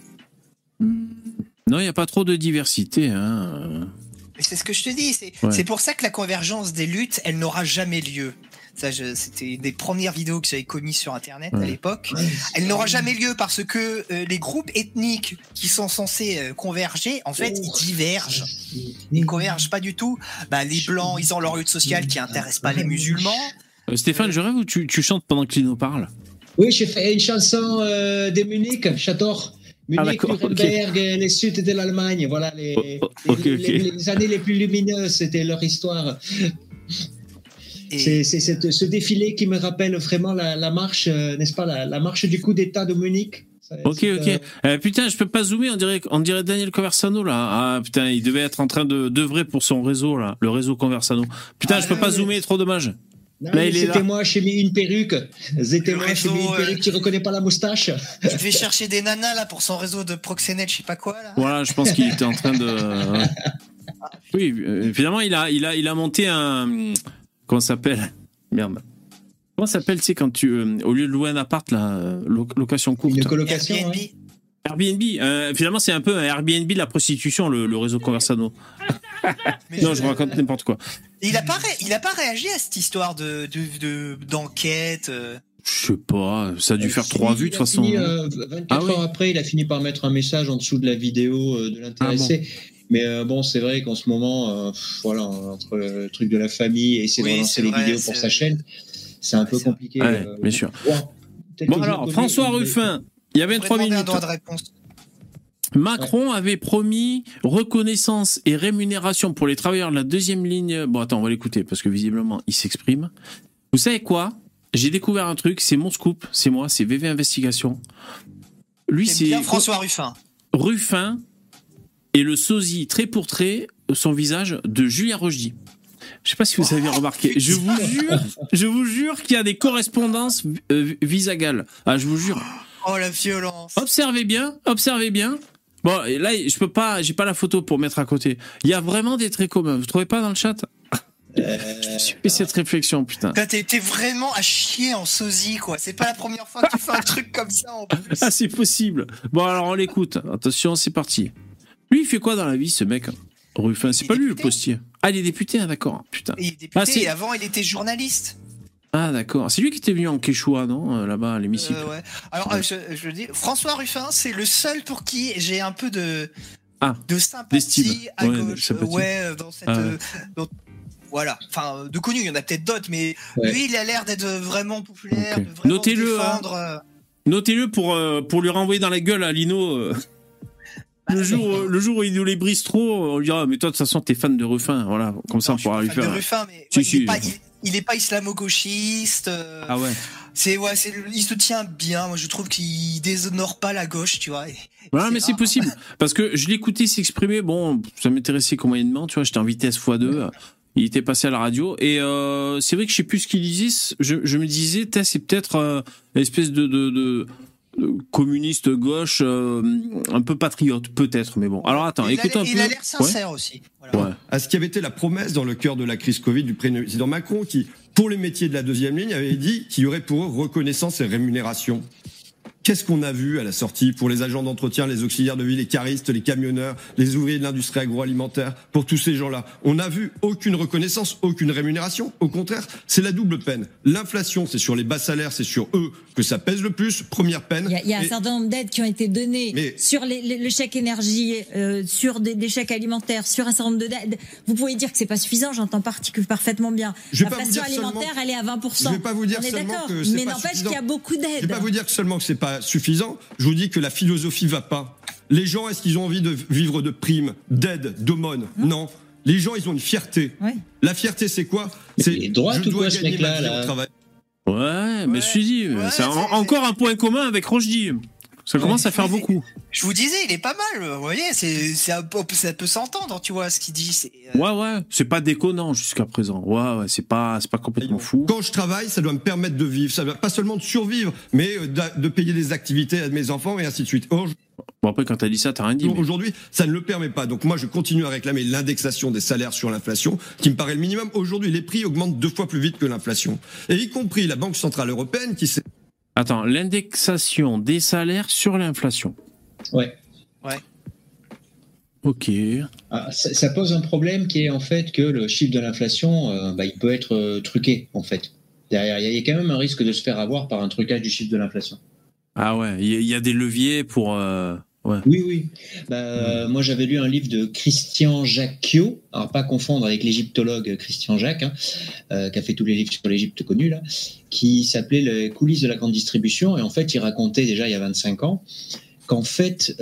Non, il n'y a pas trop de diversité, hein. C'est ce que je te dis, c'est pour ça que la convergence des luttes, elle n'aura jamais lieu. C'était une des premières vidéos que j'avais commises sur Internet à l'époque. Elle n'aura jamais lieu parce que les groupes ethniques qui sont censés converger, en fait, ils divergent. Ils ne convergent pas du tout. Les Blancs, ils ont leur lutte sociale qui n'intéresse pas les musulmans. Stéphane, je rêve où tu chantes pendant que Lino parle. Oui, j'ai fait une chanson de Munich, j'adore. Munich, Nuremberg, les Suds de l'Allemagne, voilà les années les plus lumineuses, c'était leur histoire. C'est ce défilé qui me rappelle vraiment la marche, n'est-ce pas, la marche du coup d'État de Munich. Ok. Putain, je peux pas zoomer, on dirait Daniel Conversano là. Ah putain, il devait être en train d'œuvrer pour son réseau là, le réseau Conversano. Putain, je peux pas zoomer, trop dommage. Non, c'était moi, j'ai mis une perruque. Tu reconnais pas la moustache? Il devait chercher des nanas là pour son réseau de proxénètes, je sais pas quoi là. Voilà, je pense qu'il était en train de. Oui, finalement, il a monté un. Comment ça s'appelle? Merde. Comment ça s'appelle, tu sais, quand tu au lieu de louer un appart là, location courte. Une colocation. Airbnb. Finalement, c'est un peu un Airbnb de la prostitution, le réseau Conversano. Non, je raconte n'importe quoi. Il a pas réagi à cette histoire d'enquête. Je sais pas, ça a dû faire 3 vues de toute façon. 24 heures après, il a fini par mettre un message en dessous de la vidéo de l'intéressé. Mais c'est vrai qu'en ce moment, voilà, entre le truc de la famille et essayer de relancer les vidéos pour sa chaîne, c'est un peu compliqué. Ouais, bien sûr. Bon, alors, François Ruffin, il y a 23 minutes. Macron avait promis reconnaissance et rémunération pour les travailleurs de la deuxième ligne. Bon, attends, on va l'écouter parce que visiblement, il s'exprime. Vous savez quoi? J'ai découvert un truc, c'est mon scoop, c'est moi, c'est VV Investigation. Lui, c'est bien François Ruffin. Ruffin et le sosie trait pour trait son visage de Julien Rochdy. Je sais pas si vous avez remarqué. Je vous jure qu'il y a des correspondances visagales. Ah, je vous jure. Oh, la violence. Observez bien. Bon, et là, je peux pas, j'ai pas la photo pour mettre à côté. Il y a vraiment des traits communs. Vous trouvez pas dans le chat? Je me suis fait cette réflexion, putain. T'es vraiment à chier en sosie, quoi. C'est pas la première fois que tu fais un truc comme ça, en plus. Ah, c'est possible. Bon, alors, on l'écoute. Attention, c'est parti. Lui, il fait quoi dans la vie, ce mec? Ruffin, c'est pas lui, le postier. Ah, il est député, putain. Il est député, et avant, il était journaliste. Ah, d'accord. C'est lui qui était venu en Quechua, non? Là-bas, à l'hémicycle. Ouais. Alors, je dis, François Ruffin, c'est le seul pour qui j'ai un peu de sympathie à gauche. Dans cette... voilà. Enfin, de connu, il y en a peut-être d'autres, mais lui, il a l'air d'être vraiment populaire, de vraiment Notez-le, défendre... Notez-le pour lui renvoyer dans la gueule à Lino. Le jour où il nous les brise trop, on lui dira mais toi de toute façon t'es fan de Ruffin, voilà, comme ça on pourra lui faire. De Ruffin, mais il est pas islamo-gauchiste. Ah ouais. Il se tient bien. Moi je trouve qu'il déshonore pas la gauche, tu vois. Ouais, mais c'est possible parce que je l'écoutais s'exprimer. Bon, ça m'intéressait moyennement, tu vois. J'étais en vitesse x2. Il était passé à la radio et c'est vrai que je sais plus ce qu'il disait. Je me disais, c'est peut-être une espèce de communiste gauche, un peu patriote, peut-être, mais bon. Alors attends, écoute un peu. Il a l'air sincère aussi. Voilà. Ouais. À ce qui avait été la promesse dans le cœur de la crise Covid du président Macron, qui, pour les métiers de la deuxième ligne, avait dit qu'il y aurait pour eux reconnaissance et rémunération. Qu'est-ce qu'on a vu à la sortie pour les agents d'entretien, les auxiliaires de vie, les caristes, les camionneurs, les ouvriers de l'industrie agroalimentaire, pour tous ces gens-là? On n'a vu aucune reconnaissance, aucune rémunération. Au contraire, c'est la double peine. L'inflation, c'est sur les bas salaires, c'est sur eux que ça pèse le plus. Première peine. Il y a un certain nombre d'aides qui ont été données sur le chèque énergie, sur des chèques alimentaires, sur un certain nombre d'aides. Vous pouvez dire que c'est pas suffisant, j'entends parfaitement bien. L'inflation alimentaire, elle est à 20%. Je vais pas vous dire seulement que c'est mais pas n'empêche suffisant. qu'il y a beaucoup d'aides. Je vais pas vous dire seulement que c'est pas suffisant. Je vous dis que la philosophie va pas. Les gens, est-ce qu'ils ont envie de vivre de primes, d'aides, d'aumônes? Non. Les gens, ils ont une fierté. Ouais. La fierté, c'est quoi? C'est il est droit je tout dois quoi, ce gagner ma mec-là, vie là. au travail. Ouais, mais je suis dit, c'est encore un point commun avec Rochdy. Ça commence à faire beaucoup. Je vous disais, il est pas mal. Vous voyez, ça peut s'entendre, tu vois, ce qu'il dit. Ouais, c'est pas déconnant jusqu'à présent. Ouais, c'est pas complètement fou. Quand je travaille, ça doit me permettre de vivre. Ça doit pas seulement de survivre, mais de payer des activités à mes enfants et ainsi de suite. Or, Bon, après, quand t'as dit ça, t'as rien dit. Mais... Aujourd'hui, ça ne le permet pas. Donc moi, je continue à réclamer l'indexation des salaires sur l'inflation, qui me paraît le minimum. Aujourd'hui, les prix augmentent 2 fois plus vite que l'inflation. Et y compris la Banque Centrale Européenne qui s'est... Attends, l'indexation des salaires sur l'inflation. Ouais. Ok. Ça pose un problème qui est en fait que le chiffre de l'inflation, il peut être truqué, en fait. Derrière, il y a quand même un risque de se faire avoir par un trucage du chiffre de l'inflation. Ah ouais, il y a des leviers pour... Ouais. Oui. Moi, j'avais lu un livre de Christian Jacquiot, alors pas confondre avec l'égyptologue Christian Jacques, qui a fait tous les livres sur l'Égypte connus, là, qui s'appelait Les coulisses de la grande distribution. Et en fait, il racontait déjà il y a 25 ans qu'en fait,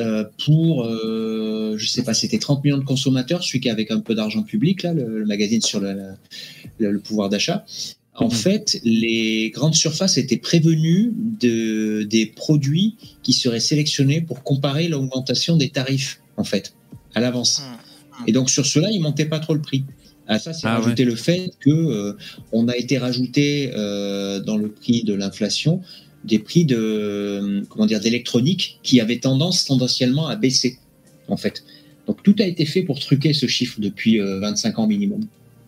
je sais pas, c'était 30 millions de consommateurs, celui qui avec un peu d'argent public, là, le magazine sur le pouvoir d'achat. En fait, les grandes surfaces étaient prévenues des produits qui seraient sélectionnés pour comparer l'augmentation des tarifs, en fait, à l'avance. Et donc, sur cela, ils montaient pas trop le prix. À ça, c'est rajouter le fait que on a été rajouté dans le prix de l'inflation des prix d'électronique qui avaient tendanciellement à baisser, en fait. Donc, tout a été fait pour truquer ce chiffre depuis 25 ans minimum.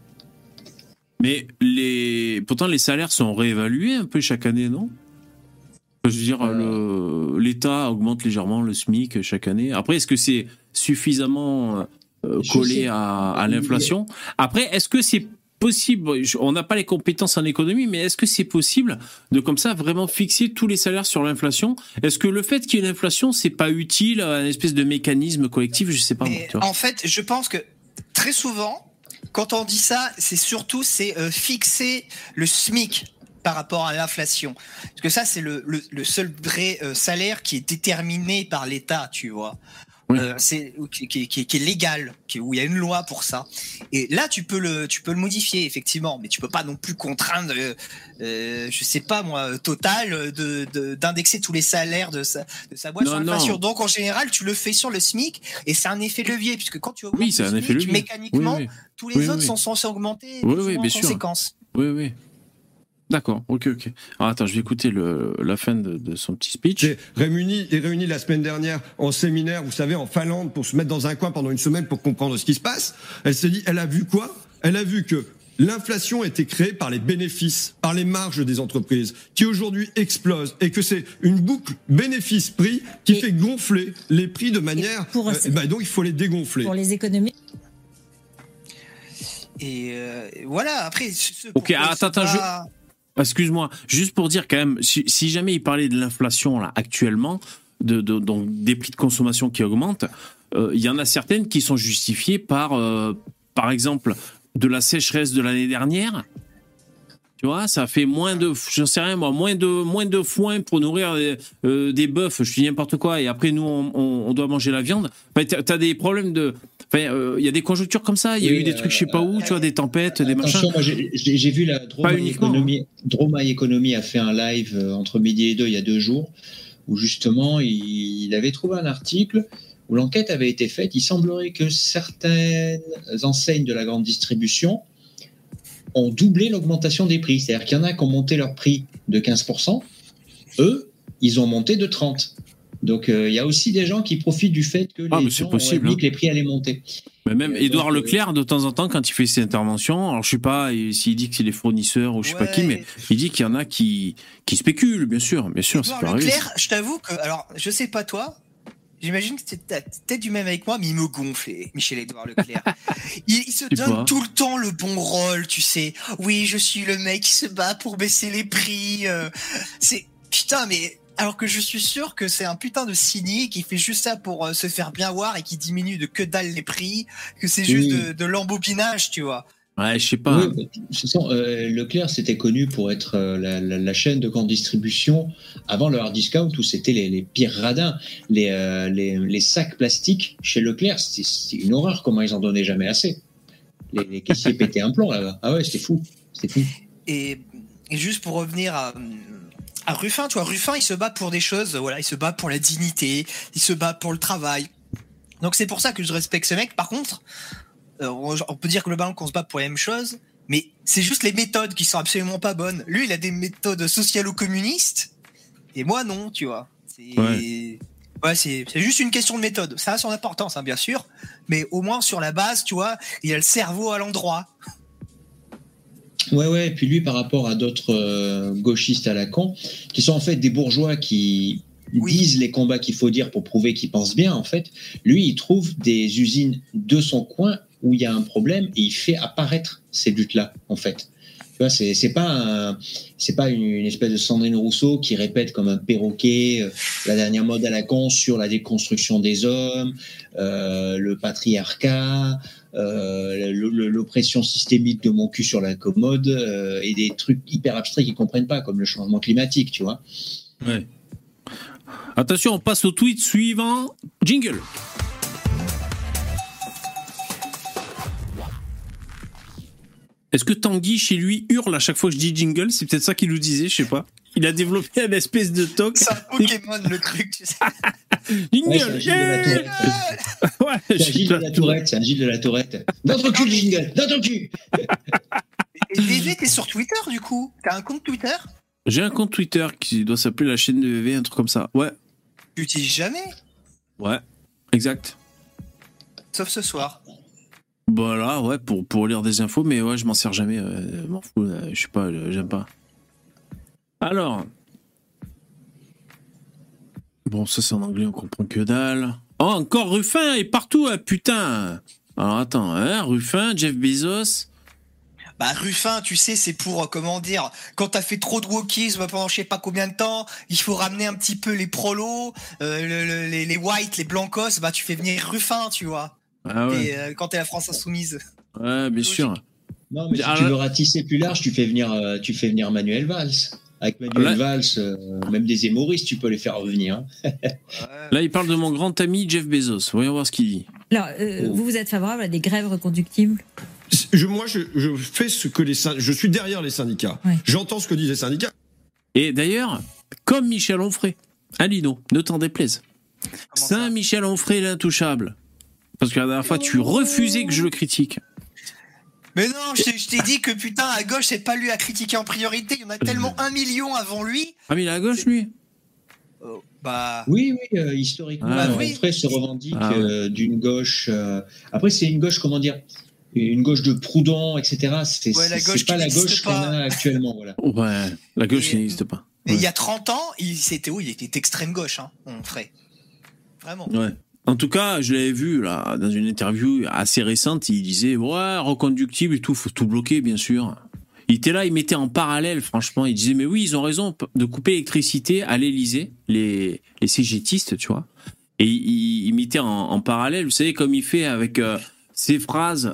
Mais pourtant, les salaires sont réévalués un peu chaque année, non? Je veux dire, l'État augmente légèrement le SMIC chaque année. Après, est-ce que c'est suffisamment collé à l'inflation? Après, est-ce que c'est possible, on n'a pas les compétences en économie, mais est-ce que c'est possible de comme ça vraiment fixer tous les salaires sur l'inflation? Est-ce que le fait qu'il y ait une inflation, c'est pas utile à une espèce de mécanisme collectif? Je sais pas. Mais en fait, je pense que très souvent, quand on dit ça, c'est fixer le SMIC par rapport à l'inflation. Parce que ça, c'est le seul vrai salaire qui est déterminé par l'État, tu vois. Oui. Qui est légal, où il y a une loi pour ça. Et là, tu peux le modifier, effectivement, mais tu peux pas non plus contraindre, je sais pas moi, Total d'indexer tous les salaires de sa boîte sur l'inflation. Donc, en général, tu le fais sur le SMIC et c'est un effet levier, puisque quand tu augmentes le SMIC, mécaniquement, tous les autres sont censés augmenter en conséquence. Oui. D'accord, ok. Alors attends, je vais écouter la fin de son petit speech. Réunis la semaine dernière en séminaire, vous savez, en Finlande, pour se mettre dans un coin pendant une semaine pour comprendre ce qui se passe. Elle s'est dit, elle a vu quoi? Elle a vu que l'inflation a été créée par les bénéfices, par les marges des entreprises, qui aujourd'hui explosent, et que c'est une boucle bénéfice-prix qui fait gonfler les prix de manière... donc il faut les dégonfler. Pour les économies. Et voilà, après... Ok, attends, excuse-moi, juste pour dire quand même, si jamais il parlait de l'inflation là actuellement, donc des prix de consommation qui augmentent, il y en a certaines qui sont justifiées par exemple, de la sécheresse de l'année dernière, Tu vois, ça fait moins de, j'en sais rien moi, moins de foin pour nourrir des bœufs, je dis n'importe quoi, et après nous on doit manger la viande. Enfin, t'as des problèmes de, enfin, il y a des conjonctures comme ça, il y a eu des trucs je sais pas où, tu vois, des tempêtes, des machins. Moi j'ai vu la Droma Economy a fait un live entre midi et 2 il y a 2 jours, où justement il avait trouvé un article où l'enquête avait été faite. Il semblerait que certaines enseignes de la grande distribution ont doublé l'augmentation des prix. C'est-à-dire qu'il y en a qui ont monté leur prix de 15%. Eux, ils ont monté de 30%. Donc, il y a aussi des gens qui profitent du fait que les gens ont dit que les prix allaient monter. Mais même Édouard Leclerc, de temps en temps, quand il fait ses interventions, alors je sais pas s'il dit que c'est les fournisseurs ou je sais pas qui, mais il dit qu'il y en a qui spéculent, bien sûr, Édouard Leclerc, je t'avoue que, alors, je sais pas toi, j'imagine que t'es peut-être du même avec moi, mais il me gonfle, Michel-Édouard Leclerc. il se donne tout le temps le bon rôle, tu sais. Oui, je suis le mec qui se bat pour baisser les prix. C'est putain, mais alors que je suis sûr que c'est un putain de cynique qui fait juste ça pour se faire bien voir et qui diminue de que dalle les prix, que c'est juste de l'embobinage, tu vois. Ouais, je sais pas. Oui, Leclerc, c'était connu pour être la chaîne de grande distribution avant le hard discount où c'était les pires radins. Les sacs plastiques chez Leclerc, c'est une horreur comment ils en donnaient jamais assez. Les caissiers pétaient un plomb là-bas. Ah ouais, c'était fou. Et juste pour revenir à Ruffin, tu vois, Ruffin, il se bat pour des choses, voilà, il se bat pour la dignité, il se bat pour le travail. Donc c'est pour ça que je respecte ce mec. Par contre, on peut dire globalement qu'on se bat pour la même chose, mais c'est juste les méthodes qui sont absolument pas bonnes. Lui, il a des méthodes socialo-communistes, et moi non, tu vois. C'est juste une question de méthode. Ça a son importance, hein, bien sûr, mais au moins sur la base, tu vois, il a le cerveau à l'endroit. Ouais, et puis lui, par rapport à d'autres gauchistes à la con, qui sont en fait des bourgeois qui disent les combats qu'il faut dire pour prouver qu'ils pensent bien, en fait, lui, il trouve des usines de son coin où il y a un problème et il fait apparaître ces luttes-là, en fait. Tu vois, c'est pas une espèce de Sandrine Rousseau qui répète comme un perroquet la dernière mode à la con sur la déconstruction des hommes, le patriarcat, l'oppression systémique de mon cul sur la commode et des trucs hyper abstraits qu'ils comprennent pas, comme le changement climatique, tu vois. Ouais. Attention, on passe au tweet suivant. Jingle. Est-ce que Tanguy, chez lui, hurle à chaque fois que je dis jingle? C'est peut-être ça qu'il nous disait, je sais pas. Il a développé une espèce de toc. C'est un Pokémon, le truc, tu sais. Jingle. C'est un Gilles de la Tourette. C'est un Gilles de la Tourette. Dans ton cul, le jingle. Dans ton cul. Et VV, t'es sur Twitter, du coup? T'as un compte Twitter? J'ai un compte Twitter qui doit s'appeler la chaîne de VV, un truc comme ça. Ouais. Tu l'utilises jamais? Ouais, exact. Sauf ce soir. Voilà, ouais, pour lire des infos, mais ouais, je m'en sers jamais. M'en fous, je sais pas, j'aime pas. Alors. Bon, ça c'est en anglais, on comprend que dalle. Oh, encore Ruffin est partout, putain. Alors attends, hein, Ruffin, Jeff Bezos. Bah Ruffin, tu sais, c'est pour, comment dire, quand t'as fait trop de wokisme pendant je sais pas combien de temps, il faut ramener un petit peu les prolos, les whites, les blancos, bah tu fais venir Ruffin, tu vois. Ah ouais. Et quand t'es la France insoumise. Ouais, bien sûr. Non, mais si tu veux ratisser plus large, tu fais venir Manuel Valls. Avec Manuel Valls, même des hémoristes, tu peux les faire revenir. Hein. Là, il parle de mon grand ami Jeff Bezos. Voyons voir ce qu'il dit. Alors, vous êtes favorable à des grèves reconductibles? Moi, je fais ce que je suis derrière les syndicats. Ouais. J'entends ce que disent les syndicats. Et d'ailleurs, comme Michel Onfray, à Lino, ne t'en déplaise. Saint-Michel Onfray, l'intouchable. Parce que la dernière fois, tu refusais que je le critique. Mais non, je t'ai dit que putain, à gauche, c'est pas lui à critiquer en priorité. Il y en a tellement 1 million avant lui. Ah, mais il est à gauche, lui? Oui, historiquement, Onfray se revendique d'une gauche. Après, c'est une gauche, comment dire, une gauche de Proudhon, etc. C'est pas la gauche qu'on a actuellement. Voilà. Ouais, la gauche qui n'existe pas. Et il y a 30 ans, il était extrême gauche, hein, Onfray. Vraiment. Ouais. En tout cas, je l'avais vu là dans une interview assez récente, il disait ouais, reconductible et tout, faut tout bloquer bien sûr. Il était là, il mettait en parallèle, franchement, il disait mais oui, ils ont raison de couper l'électricité à l'Élysée, les CGTistes, tu vois. Et il mettait en parallèle, vous savez comme il fait avec ces phrases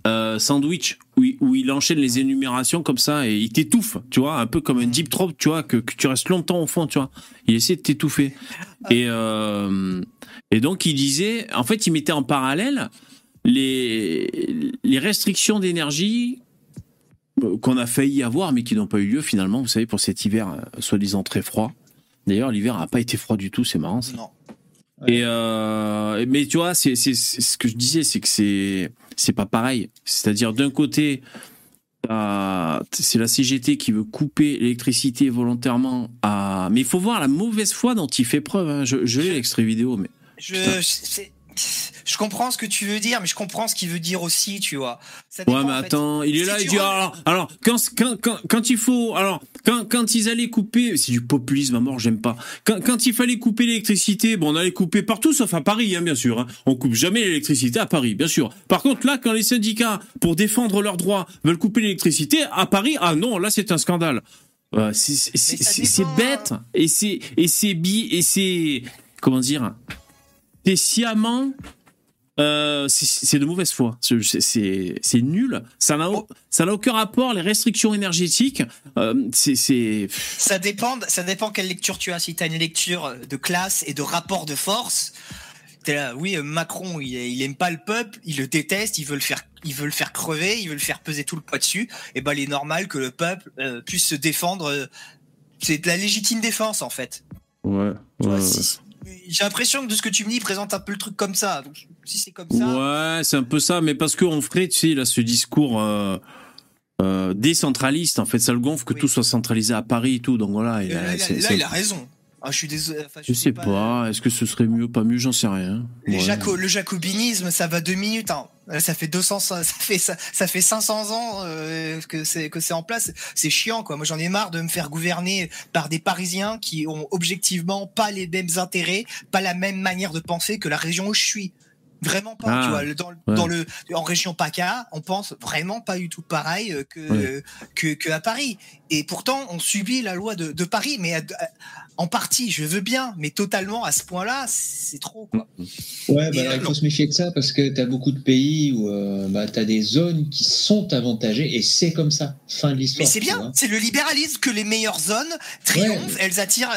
sandwich où il enchaîne les énumérations comme ça et il t'étouffe, tu vois, un peu comme un deep throat, tu vois, que tu restes longtemps au fond, tu vois. Il essaie de t'étouffer. Et donc il disait, en fait, il mettait en parallèle les restrictions d'énergie qu'on a failli avoir mais qui n'ont pas eu lieu finalement, vous savez, pour cet hiver soi-disant très froid. D'ailleurs, l'hiver n'a pas été froid du tout, c'est marrant ça. Non. Et mais tu vois, c'est ce que je disais, c'est que c'est pas pareil. C'est-à-dire d'un côté, c'est la CGT qui veut couper l'électricité volontairement mais il faut voir la mauvaise foi dont il fait preuve. Hein. Je l'ai l'extrait vidéo, mais je comprends ce que tu veux dire, mais je comprends ce qu'il veut dire aussi, tu vois. Ouais, mais attends, il est là, il dit alors quand il faut, quand ils allaient couper, c'est du populisme à mort, j'aime pas. Quand il fallait couper l'électricité, bon, on allait couper partout sauf à Paris, hein, bien sûr. Hein. On coupe jamais l'électricité à Paris, bien sûr. Par contre, là, quand les syndicats, pour défendre leurs droits, veulent couper l'électricité à Paris, ah non, là, c'est un scandale. C'est bête et c'est comment dire. C'est sciemment, c'est de mauvaise foi. C'est nul. Ça n'a aucun rapport. Les restrictions énergétiques, Ça dépend quelle lecture tu as. Si tu as une lecture de classe et de rapport de force, t'es là, oui, Macron, il aime pas le peuple, il le déteste, il veut le faire crever, il veut le faire peser tout le poids dessus. Et ben, il est normal que le peuple puisse se défendre. C'est de la légitime défense, en fait. Ouais. J'ai l'impression que de ce que tu me dis, il présente un peu le truc comme ça. Donc, si c'est comme ça. Ouais, c'est un peu ça, mais parce qu'on ferait, tu sais, là, ce discours décentraliste, en fait, ça le gonfle que tout soit centralisé à Paris et tout. Donc voilà. Il a raison. Ah, je suis désolé. Enfin, je sais pas. Est-ce que ce serait mieux, pas mieux, j'en sais rien. Le jacobinisme, ça va 2 minutes. Hein. Ça fait 500 ans que c'est en place. C'est chiant, quoi. Moi, j'en ai marre de me faire gouverner par des Parisiens qui ont objectivement pas les mêmes intérêts, pas la même manière de penser que la région où je suis. Vraiment pas. Tu vois, en région PACA, on pense vraiment pas du tout pareil que à Paris. Et pourtant, on subit la loi de Paris, mais en partie, je veux bien, mais totalement à ce point-là, c'est trop, quoi. Ouais, alors il faut se méfier de ça parce que tu as beaucoup de pays où tu as des zones qui sont avantagées et c'est comme ça. Fin de l'histoire. Mais c'est bien, c'est le libéralisme que les meilleures zones triomphent, elles attirent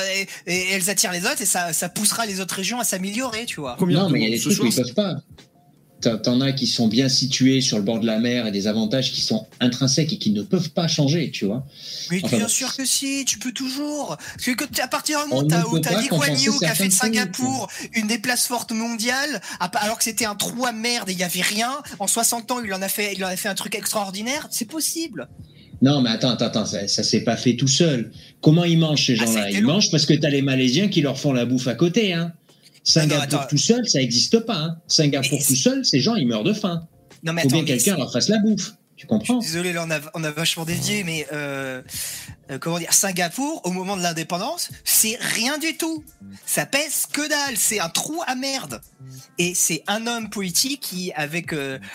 les autres et ça poussera les autres régions à s'améliorer, tu vois. Non, mais il y a des trucs où ils peuvent pas. T'en as qui sont bien situés sur le bord de la mer et des avantages qui sont intrinsèques et qui ne peuvent pas changer, tu vois. Mais bien sûr que si, tu peux toujours. Parce que à partir du moment où t'as Lee Kuan Yew qui a fait de Singapour une des places fortes mondiales, alors que c'était un trou à merde et il y avait rien, en 60 ans il en a fait un truc extraordinaire, c'est possible. Non, mais attends, ça s'est pas fait tout seul. Comment ils mangent ces gens-là ? Ils mangent parce que t'as les Malaisiens qui leur font la bouffe à côté, hein. Singapour tout seul, ça n'existe pas. Hein. Singapour tout seul, ces gens, ils meurent de faim. Faut bien quelqu'un leur fasse la bouffe. Tu comprends ? Je suis désolé, là, on a vachement dévié, mais comment dire, Singapour, au moment de l'indépendance, c'est rien du tout. Ça pèse que dalle. C'est un trou à merde. Et c'est un homme politique qui, avec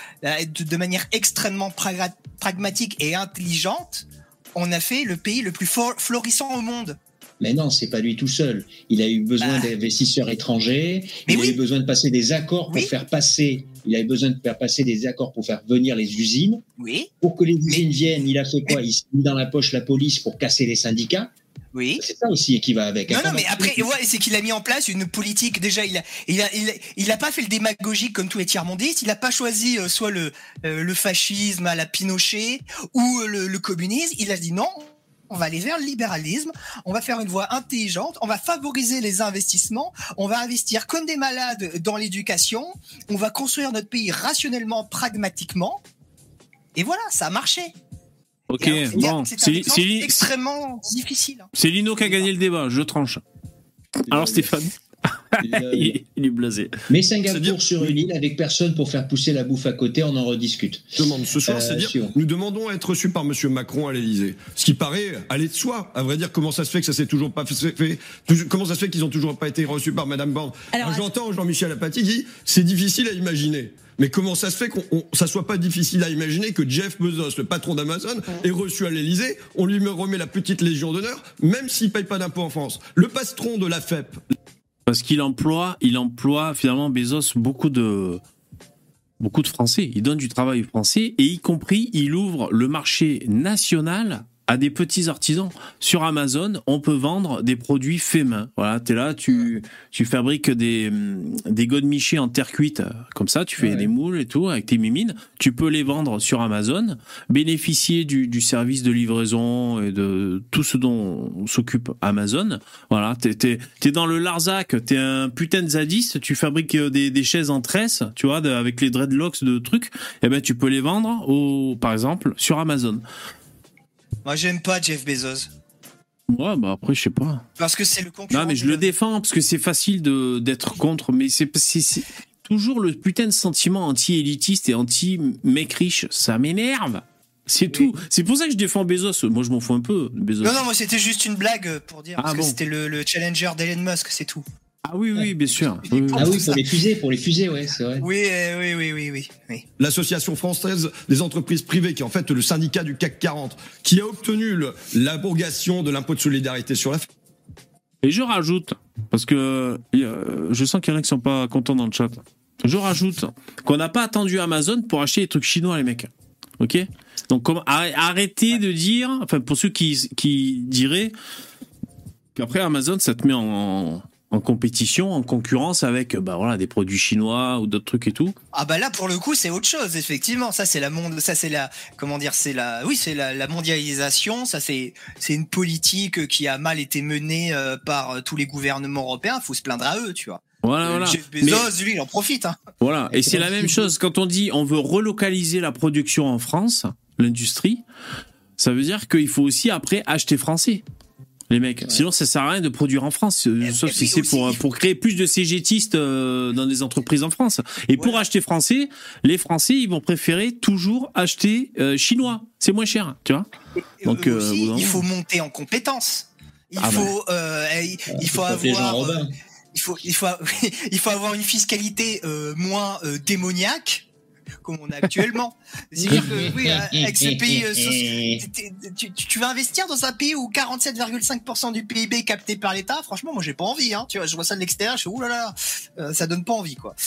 de manière extrêmement pragmatique et intelligente, on a fait le pays le plus florissant au monde. Mais non, c'est pas lui tout seul. Il a eu besoin d'investisseurs étrangers. Il a eu besoin de passer des accords pour faire passer. Il a eu besoin de faire passer des accords pour faire venir les usines. Oui. Pour que les usines viennent, il a fait quoi ? Il s'est mis dans la poche la police pour casser les syndicats. Oui. C'est ça aussi qui va avec. Non, mais après, c'est qu'il a mis en place une politique. Déjà, il a pas fait le démagogique comme tous les tiers-mondistes. Il a pas choisi soit le fascisme à la Pinochet ou le communisme. Il a dit non. On va aller vers le libéralisme, on va faire une voie intelligente, on va favoriser les investissements, on va investir comme des malades dans l'éducation, on va construire notre pays rationnellement, pragmatiquement, et voilà, ça a marché. Ok, bon, c'est extrêmement difficile. C'est Lino qui a gagné le débat, je tranche. Alors Stéphane il est blasé. Mais Singapour sur une île avec personne pour faire pousser la bouffe à côté, on en redisque. Ce soir, c'est-à-dire, nous demandons à être reçus par M. Macron à l'Élysée. Ce qui paraît aller de soi. À vrai dire, comment ça se fait que ça s'est toujours pas fait ? Comment ça se fait qu'ils ont toujours pas été reçus par Madame Borne ? Alors, j'entends Jean-Michel Apathy dit c'est difficile à imaginer. Mais comment ça se fait que ça soit pas difficile à imaginer que Jeff Bezos, le patron d'Amazon, est reçu à l'Élysée, on lui remet la petite Légion d'honneur, même s'il paye pas d'impôts en France. Le patron de la FEP. Parce qu'il emploie finalement Bezos beaucoup de beaucoup de Français. Il donne du travail aux Français et y compris, il ouvre le marché national à des petits artisans. Sur Amazon, on peut vendre des produits faits main. Voilà, t'es là, tu fabriques des godemichés en terre cuite, comme ça, tu fais des moules et tout, avec tes mimines. Tu peux les vendre sur Amazon, bénéficier du service de livraison et de tout ce dont s'occupe Amazon. Voilà, t'es dans le Larzac, t'es un putain de zadiste, tu fabriques des chaises en tresse, tu vois, avec les dreadlocks de trucs, et ben tu peux les vendre, par exemple, sur Amazon. Moi, j'aime pas Jeff Bezos. Ouais, bah après, je sais pas. Parce que c'est le concurrent. Non, mais je le défends parce que c'est facile d'être contre, mais c'est toujours le putain de sentiment anti-élitiste et anti-mec riche. Ça m'énerve. C'est tout. C'est pour ça que je défends Bezos. Moi, je m'en fous un peu, Bezos. Non, moi, c'était juste une blague pour dire. Parce que c'était le challenger d'Elon Musk, c'est tout. Ah oui, bien sûr. Ah oui, pour les fusées, ouais, c'est vrai. Oui. L'Association française des entreprises privées, qui est en fait le syndicat du CAC 40, qui a obtenu l'abrogation de l'impôt de solidarité sur la fortune. Et je rajoute, parce que je sens qu'il y en a qui sont pas contents dans le chat, je rajoute qu'on n'a pas attendu Amazon pour acheter des trucs chinois, les mecs. Ok ? Donc arrêtez de dire, enfin pour ceux qui diraient qu'après Amazon, ça te met en compétition, en concurrence avec des produits chinois ou d'autres trucs et tout. Ah bah là pour le coup c'est autre chose effectivement, c'est la mondialisation, ça c'est une politique qui a mal été menée par tous les gouvernements européens, faut se plaindre à eux, tu vois. Voilà. Jeff Bezos, lui, il en profite. Hein. Voilà, et c'est la même chose quand on dit on veut relocaliser la production en France, l'industrie, ça veut dire qu'il faut aussi après acheter français. Les mecs, sinon ça sert à rien de produire en France, sauf si c'est pour créer plus de cégétistes dans des entreprises en France. Et pour acheter français, les Français ils vont préférer toujours acheter chinois, c'est moins cher, tu vois. Donc aussi, il faut monter en compétences. Il faut avoir une fiscalité moins démoniaque. Comme on a actuellement. C'est-à-dire que avec ce pays, tu vas investir dans un pays où 47,5% du PIB est capté par l'État. Franchement, moi, j'ai pas envie. Hein. Tu vois, je vois ça de l'extérieur, je fais oulala, ça donne pas envie, quoi.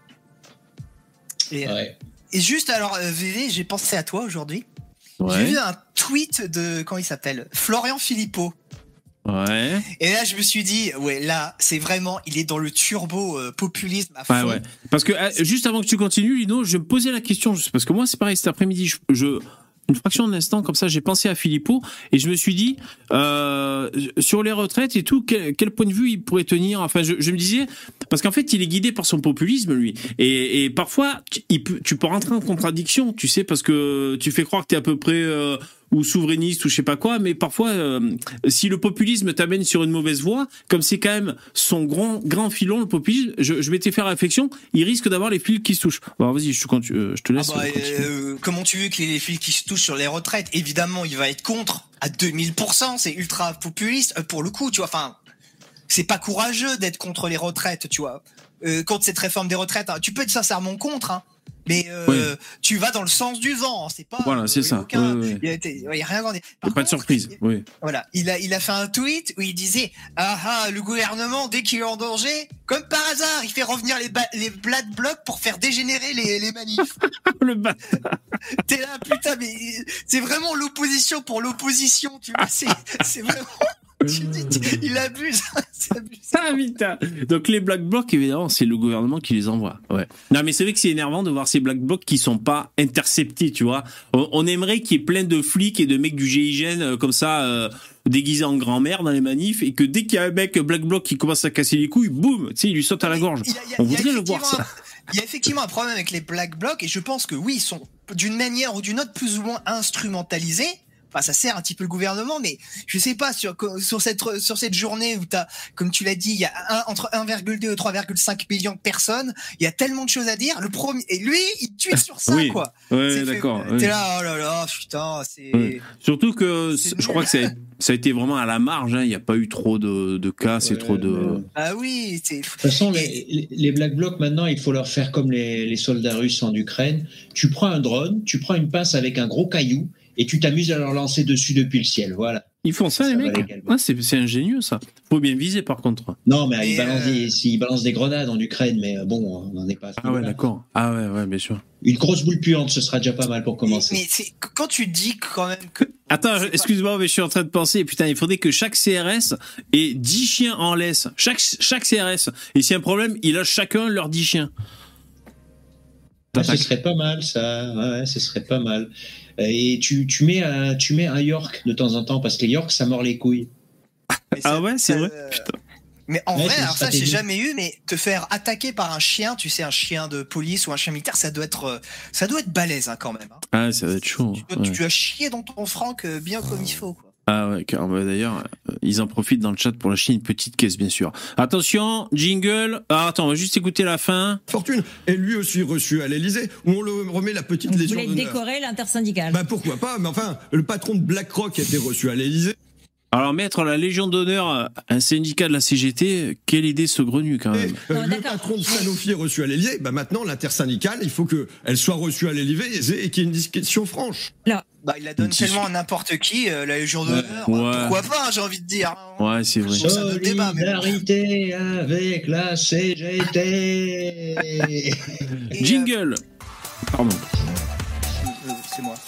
Et juste, alors, VV, j'ai pensé à toi aujourd'hui. J'ai vu un tweet de comment il s'appelle, Florian Philippot. Ouais. Et là, je me suis dit, là, c'est vraiment, il est dans le turbo populisme à fond. Ouais. Parce que juste avant que tu continues, Lino, je me posais la question, parce que moi, c'est pareil, cet après-midi, une fraction d'instant comme ça, j'ai pensé à Philippot et je me suis dit sur les retraites et tout, quel point de vue il pourrait tenir. Enfin, je me disais parce qu'en fait, il est guidé par son populisme, lui, et parfois tu peux rentrer en contradiction, tu sais, parce que tu fais croire que t'es à peu près ou souverainiste ou je sais pas quoi, mais parfois si le populisme t'amène sur une mauvaise voie, comme c'est quand même son grand filon, le populisme, je m'étais fait la réflexion, il risque d'avoir les fils qui se touchent. Alors vas-y, je te laisse. Comment tu veux que les fils qui se touchent sur les retraites? Évidemment, il va être contre à 2000%, c'est ultra populiste pour le coup, tu vois. Enfin, c'est pas courageux d'être contre les retraites, tu vois. Contre cette réforme des retraites, hein. Tu peux être sincèrement contre, hein. Mais tu vas dans le sens du vent, c'est pas. Voilà, c'est ça. Il y a rien à dire. Il n'y a pas de surprise. Oui. Voilà, il a fait un tweet où il disait le gouvernement dès qu'il est en danger, comme par hasard, il fait revenir les Black Blocs pour faire dégénérer les manifs. Le bâtard. T'es là, putain, mais c'est vraiment l'opposition pour l'opposition, tu vois. C'est vraiment. Il abuse. Ah, putain. Donc les Black Blocs, évidemment, c'est le gouvernement qui les envoie. Ouais. Non, mais c'est vrai que c'est énervant de voir ces Black Blocs qui sont pas interceptés, tu vois. On aimerait qu'il y ait plein de flics et de mecs du GIGN comme ça, déguisés en grand-mère dans les manifs, et que dès qu'il y a un mec Black Bloc qui commence à casser les couilles, boum, tu sais, il lui saute à la gorge. On voudrait le voir, ça. Il y a effectivement un problème avec les Black Blocs, et je pense que oui, ils sont d'une manière ou d'une autre plus ou moins instrumentalisés. Enfin, ça sert un petit peu le gouvernement, mais je sais pas, sur cette journée où t'as, comme tu l'as dit, il y a entre 1,2 et 3,5 millions de personnes, il y a tellement de choses à dire. Le premier, et lui, il tue sur ça, oui. quoi. Ouais, d'accord. T'es là, oh là là, putain, c'est. Oui. Surtout que je crois que ça a été vraiment à la marge, hein. Il n'y a pas eu trop de cas, c'est trop de. Ah oui, c'est. De toute façon, les Black Blocs, maintenant, il faut leur faire comme les soldats russes en Ukraine. Tu prends un drone, tu prends une pince avec un gros caillou, et tu t'amuses à leur lancer dessus depuis le ciel, voilà. Ils font ça les mecs. C'est ingénieux ça. Faut bien viser par contre. Non, mais ils balancent des grenades en Ukraine, mais bon, on n'en est pas. Ah ouais, d'accord. Ah ouais, bien sûr. Une grosse boule puante, ce sera déjà pas mal pour commencer. Mais quand tu dis quand même que. Attends, excuse-moi, mais je suis en train de penser. Putain, il faudrait que chaque CRS ait 10 chiens en laisse. Chaque CRS. Et s'il y a un problème, ils lâchent chacun leurs 10 chiens. Ce serait pas mal, ça. Ouais, ce serait pas mal. Et tu mets un York de temps en temps, parce que les York, ça mord les couilles. Ah ouais, c'est vrai. Putain. Mais en vrai, alors ça, j'ai jamais eu, mais te faire attaquer par un chien, tu sais, un chien de police ou un chien militaire, ça doit être balèze, hein, quand même. Hein. Ah, ça doit être chaud. Tu dois chier dans ton franc bien comme il faut, quoi. Ah ouais, carrément. D'ailleurs, ils en profitent dans le chat pour lâcher une petite caisse, bien sûr. Attention, jingle. Ah, attends, on va juste écouter la fin. Fortune est lui aussi reçu à l'Elysée, où on le remet la petite légion d'honneur. Vous voulez décorer l'intersyndicale. Bah pourquoi pas, mais enfin, le patron de BlackRock a été reçu à l'Elysée. Alors, mettre la Légion d'honneur à un syndicat de la CGT, quelle idée saugrenue, quand même. Le patron de Sanofi est reçu à l'Elysée. Bah maintenant, l'intersyndicale, il faut qu'elle soit reçue à l'Elysée et qu'il y ait une discussion franche. Alors, il la donne tellement à n'importe qui, la Légion d'honneur. Ouais. Pourquoi pas, j'ai envie de dire. Ouais, c'est vrai. Solidarité avec la CGT. Jingle. Pardon. C'est moi.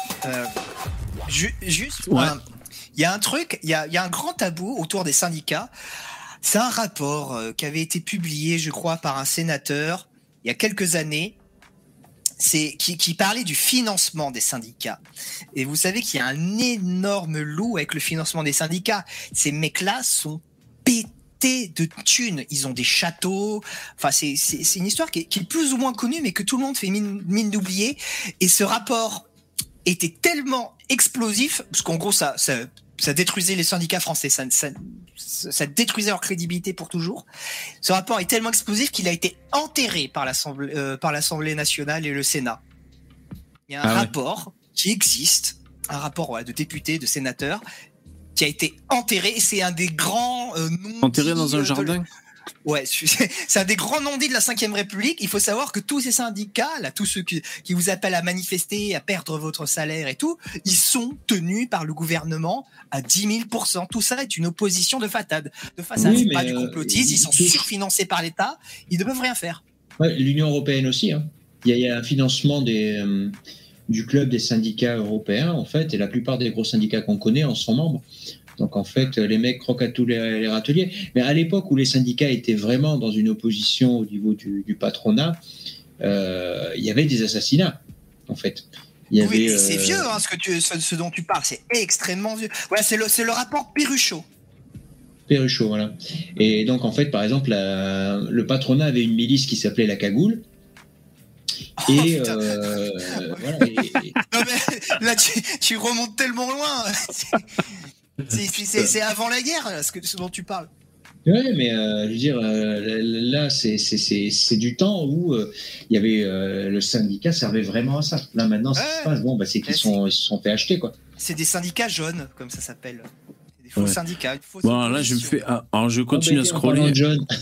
Juste. Ouais. Il y a un truc, il y a un grand tabou autour des syndicats. C'est un rapport qui avait été publié, je crois, par un sénateur il y a quelques années. Qui parlait du financement des syndicats. Et vous savez qu'il y a un énorme loup avec le financement des syndicats. Ces mecs-là sont pétés de thunes. Ils ont des châteaux. Enfin, c'est une histoire qui est plus ou moins connue, mais que tout le monde fait mine d'oublier. Et ce rapport était tellement explosif, parce qu'en gros, ça détruisait les syndicats français, ça détruisait leur crédibilité pour toujours. Ce rapport est tellement explosif qu'il a été enterré par l'Assemblée nationale et le Sénat. Il y a un rapport qui existe, un rapport de députés, de sénateurs, qui a été enterré, et c'est un des grands noms... Enterré dans un jardin ? Ouais, c'est un des grands non-dits de la Ve République. Il faut savoir que tous ces syndicats, là, tous ceux qui vous appellent à manifester, à perdre votre salaire et tout, ils sont tenus par le gouvernement à 10 000%. Tout ça est une opposition de façade. C'est pas du complotisme, ils sont surfinancés par l'État, ils ne peuvent rien faire. Ouais, l'Union européenne aussi. Hein. Il y a un financement du club des syndicats européens, en fait, et la plupart des gros syndicats qu'on connaît en sont membres. Donc, en fait, les mecs croquent à tous les râteliers. Mais à l'époque où les syndicats étaient vraiment dans une opposition au niveau du patronat, il y avait des assassinats, en fait. C'est vieux, hein, ce dont tu parles. C'est extrêmement vieux. Ouais, c'est le rapport Perruchot. Perruchot, voilà. Et donc, en fait, par exemple, le patronat avait une milice qui s'appelait la Cagoule. Et voilà. Non, mais là, tu remontes tellement loin. C'est avant la guerre, ce dont tu parles. Ouais, mais je veux dire, là, c'est du temps où il y avait le syndicat servait vraiment à ça. Là, maintenant, ce qui se passe, c'est qu'ils se sont fait acheter, quoi. C'est des syndicats jaunes, comme ça s'appelle. Des faux syndicats. Bon, là, je me fais. Alors, je continue à scroller.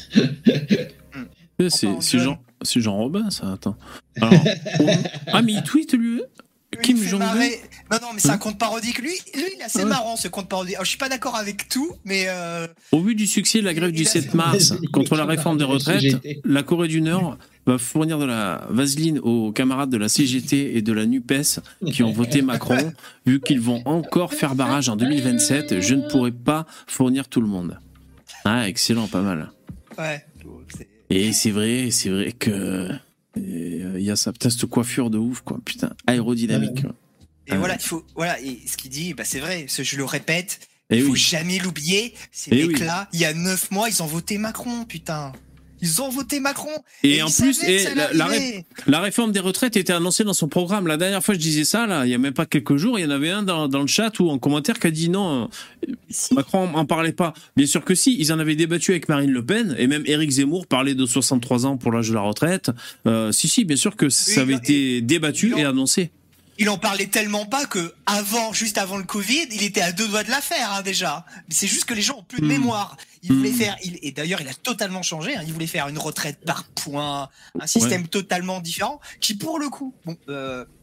C'est Jean Robin, ça. Attends. Alors, mais il tweet, lui. Kim Jong-un. Non, mais c'est un compte parodique. Lui, il est assez marrant, ce compte parodique. Alors, je suis pas d'accord avec tout, mais... Au vu du succès de la grève du 7 mars contre la réforme des retraites, la Corée du Nord va fournir de la vaseline aux camarades de la CGT et de la NUPES qui ont voté Macron. Vu qu'ils vont encore faire barrage en 2027, je ne pourrai pas fournir tout le monde. Ah, excellent, pas mal. Ouais. Et c'est vrai que... Il y a ça, putain, cette coiffure de ouf, quoi, putain, aérodynamique. Et et ce qu'il dit, c'est vrai, je le répète, il faut jamais l'oublier, ces mecs-là, il y a 9 mois, ils ont voté Macron, putain. Ils ont voté Macron. Et en plus, la réforme des retraites était annoncée dans son programme. La dernière fois, je disais ça, là, il y a même pas quelques jours, il y en avait un dans le chat ou en commentaire qui a dit non, Macron en parlait pas. Bien sûr que si, ils en avaient débattu avec Marine Le Pen et même Éric Zemmour parlait de 63 ans pour l'âge de la retraite. Si, bien sûr que ça avait été débattu et annoncé. Il en parlait tellement pas que juste avant le Covid, il était à 2 doigts de la faire, déjà. C'est juste que les gens ont plus de mémoire. Il voulait faire, et d'ailleurs il a totalement changé, il voulait faire une retraite par points, un système totalement différent, qui pour le coup,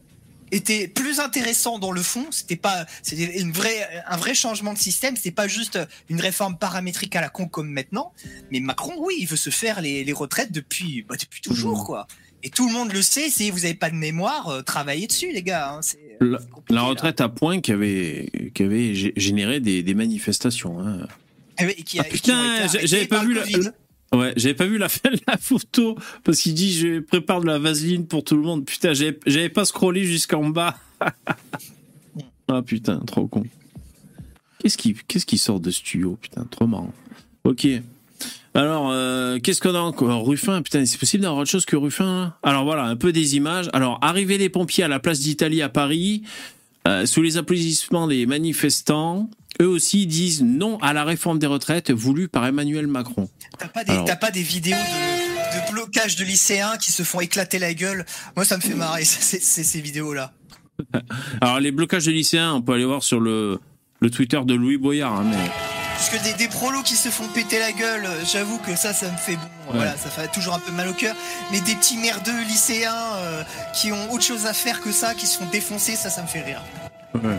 était plus intéressant dans le fond. C'était un vrai changement de système. C'est pas juste une réforme paramétrique à la con comme maintenant. Mais Macron, oui, il veut se faire les retraites depuis toujours, quoi. Et tout le monde le sait. Si vous avez pas de mémoire, travaillez dessus, les gars. Hein. La retraite à points qui avait généré des manifestations. Hein. Putain, j'avais pas vu j'avais pas vu la photo parce qu'il dit je prépare de la vaseline pour tout le monde. Putain, j'avais pas scrollé jusqu'en bas. Ah putain, trop con. Qu'est-ce qui sort de ce tuyau, putain, trop marrant. Ok. Alors, qu'est-ce qu'on a encore ? Ruffin, putain, c'est possible d'avoir autre chose que Ruffin là ? Alors voilà, un peu des images. Alors, arrivée des pompiers à la place d'Italie à Paris, sous les applaudissements des manifestants. Eux aussi disent non à la réforme des retraites voulue par Emmanuel Macron. T'as pas des vidéos de blocage de lycéens qui se font éclater la gueule ? Moi, ça me fait marrer, ces vidéos-là. Alors, les blocages de lycéens, on peut aller voir sur le Twitter de Louis Boyard. Hein, mais... Parce que des prolos qui se font péter la gueule, j'avoue que ça me fait bon. Ouais. Voilà, ça fait toujours un peu mal au cœur. Mais des petits merdeux lycéens qui ont autre chose à faire que ça, qui se font défoncer, ça me fait rire. Ouais.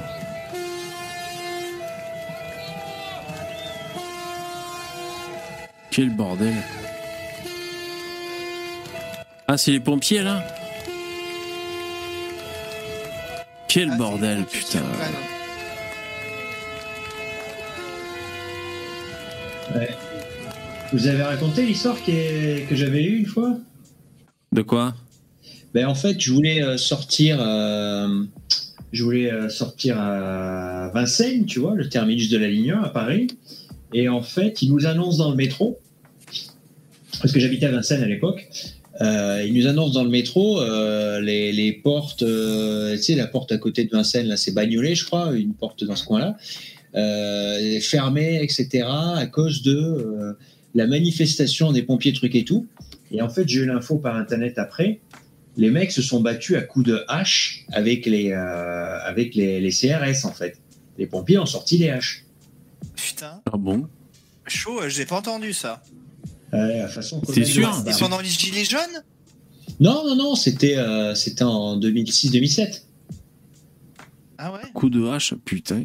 Quel bordel. Ah, c'est les pompiers, là ? Quel bordel, putain. Ouais. Vous avez raconté l'histoire que j'avais eue une fois ? De quoi ? En fait, je voulais sortir à Vincennes, tu vois, le terminus de la ligne 1 à Paris. Et en fait, ils nous annoncent dans le métro, parce que j'habitais à Vincennes à l'époque, ils nous annoncent dans le métro les portes, tu sais, la porte à côté de Vincennes, là, c'est Bagnolet, je crois, une porte dans ce coin-là, fermée, etc., à cause de la manifestation des pompiers, trucs et tout. Et en fait, j'ai eu l'info par Internet après. Les mecs se sont battus à coups de hache avec les CRS, en fait. Les pompiers ont sorti les haches. Putain. Ah bon ? Chaud, j'ai pas entendu ça. La façon c'est sûr. Et pendant les gilets jaunes ? Non, c'était en 2006-2007. Ah ouais ? Coup de hache, putain.